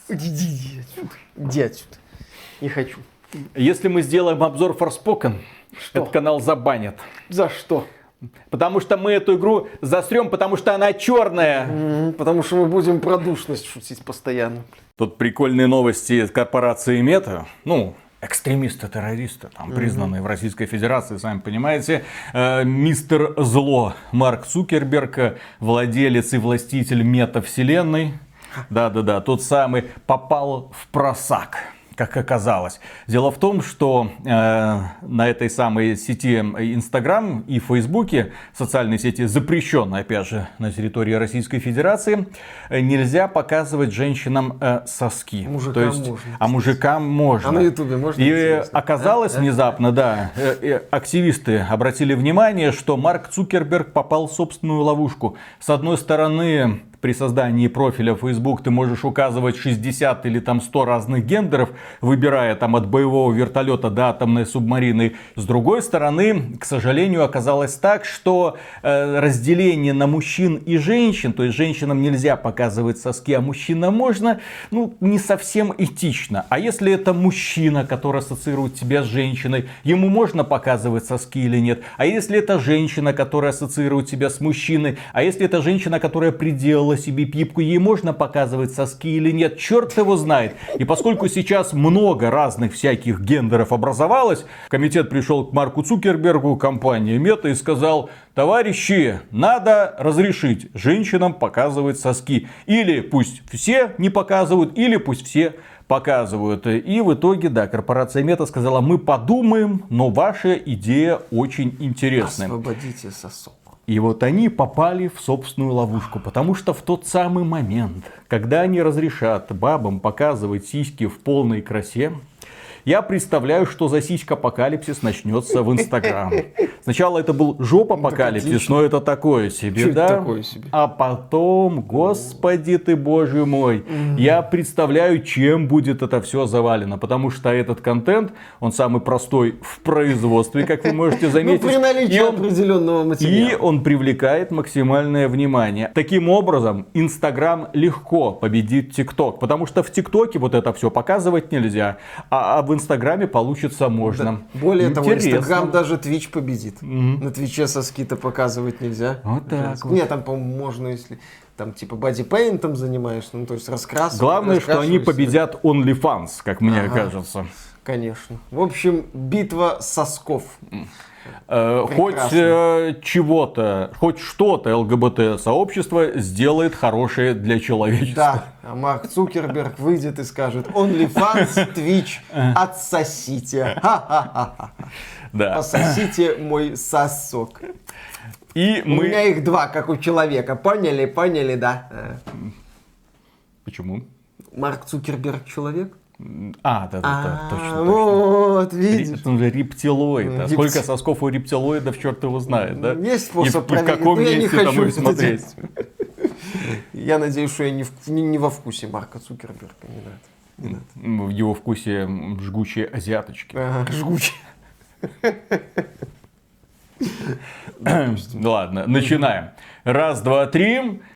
Иди отсюда. Не хочу. Если мы сделаем обзор Forspoken, этот канал забанят. За что? Потому что мы эту игру засрем, потому что она черная. Потому что мы будем про душность шутить постоянно. Тут прикольные новости из корпорации Мета. Ну, экстремисты-террористы, там, признанные в Российской Федерации, сами понимаете. Мистер Зло Марк Цукерберг, владелец и властитель метавселенной. Да-да-да, тот самый попал в просак. Как оказалось. Дело в том, что на этой самой сети Инстаграм и Фейсбуке, социальной сети, запрещенной, опять же, на территории Российской Федерации, нельзя показывать женщинам соски. Мужикам то есть, можно. А мужикам можно. А на Ютубе можно? И оказалось внезапно, да, активисты обратили внимание, что Марк Цукерберг попал в собственную ловушку. С одной стороны, при создании профиля в Facebook ты можешь указывать 60 или там 100 разных гендеров, выбирая там от боевого вертолета до атомной субмарины. С другой стороны, к сожалению, оказалось так, что разделение на мужчин и женщин, то есть женщинам нельзя показывать соски, а мужчинам можно, ну, не совсем этично. А если это мужчина, который ассоциирует себя с женщиной, ему можно показывать соски или нет? А если это женщина, которая ассоциирует себя с мужчиной? А если это женщина, которая приделала себе пипку, ей можно показывать соски или нет? Черт его знает. И поскольку сейчас много разных всяких гендеров образовалось, комитет пришел к Марку Цукербергу, компания Мета, и сказал: товарищи, надо разрешить женщинам показывать соски. Или пусть все не показывают, или пусть все показывают. И в итоге, да, корпорация Мета сказала: мы подумаем, но ваша идея очень интересная. Освободите сосок. И вот они попали в собственную ловушку, потому что в тот самый момент, когда они разрешат бабам показывать сиськи в полной красе, я представляю, что за сиська-апокалипсис начнется в Инстаграм. Сначала это был жоп-апокалипсис, но это такое себе, чуть да? такое себе. А потом, господи ты боже мой, я представляю, чем будет это все завалено. Потому что этот контент, он самый простой в производстве, как вы можете заметить. Ну, при наличии определенного материала. И он привлекает максимальное внимание. Таким образом, Инстаграм легко победит ТикТок. Потому что в ТикТоке вот это все показывать нельзя. А в Инстаграме получится можно. Да. Более того, Интересно. Инстаграм даже Твич победит. На Твиче соски-то показывать нельзя. Вот так вот. Нет, там, по-моему, можно, если там типа бодипейнтом занимаешься, ну то есть раскрас. Главное, что они победят OnlyFans, как мне кажется. Конечно. В общем, битва сосков. Хоть чего-то, хоть что-то ЛГБТ-сообщество сделает хорошее для человечества. Да, а Марк Цукерберг выйдет и скажет: OnlyFans, Twitch, отсосите. Ха-ха-ха. Да. Пососите мой сосок. И У меня их два, как у человека. Поняли, да. Почему? Марк Цукерберг человек? Да, точно. Вот, видишь. Он же рептилоид. А сколько сосков у рептилоидов, черт его знает, да? Есть способ И в проверить, каком но я не месте там хочу их это смотреть? Я надеюсь, что я не во вкусе Марка Цукерберга. Не надо. В его вкусе жгучие азиаточки. Ага, жгучий. Ладно, начинаем. Раз, два, три.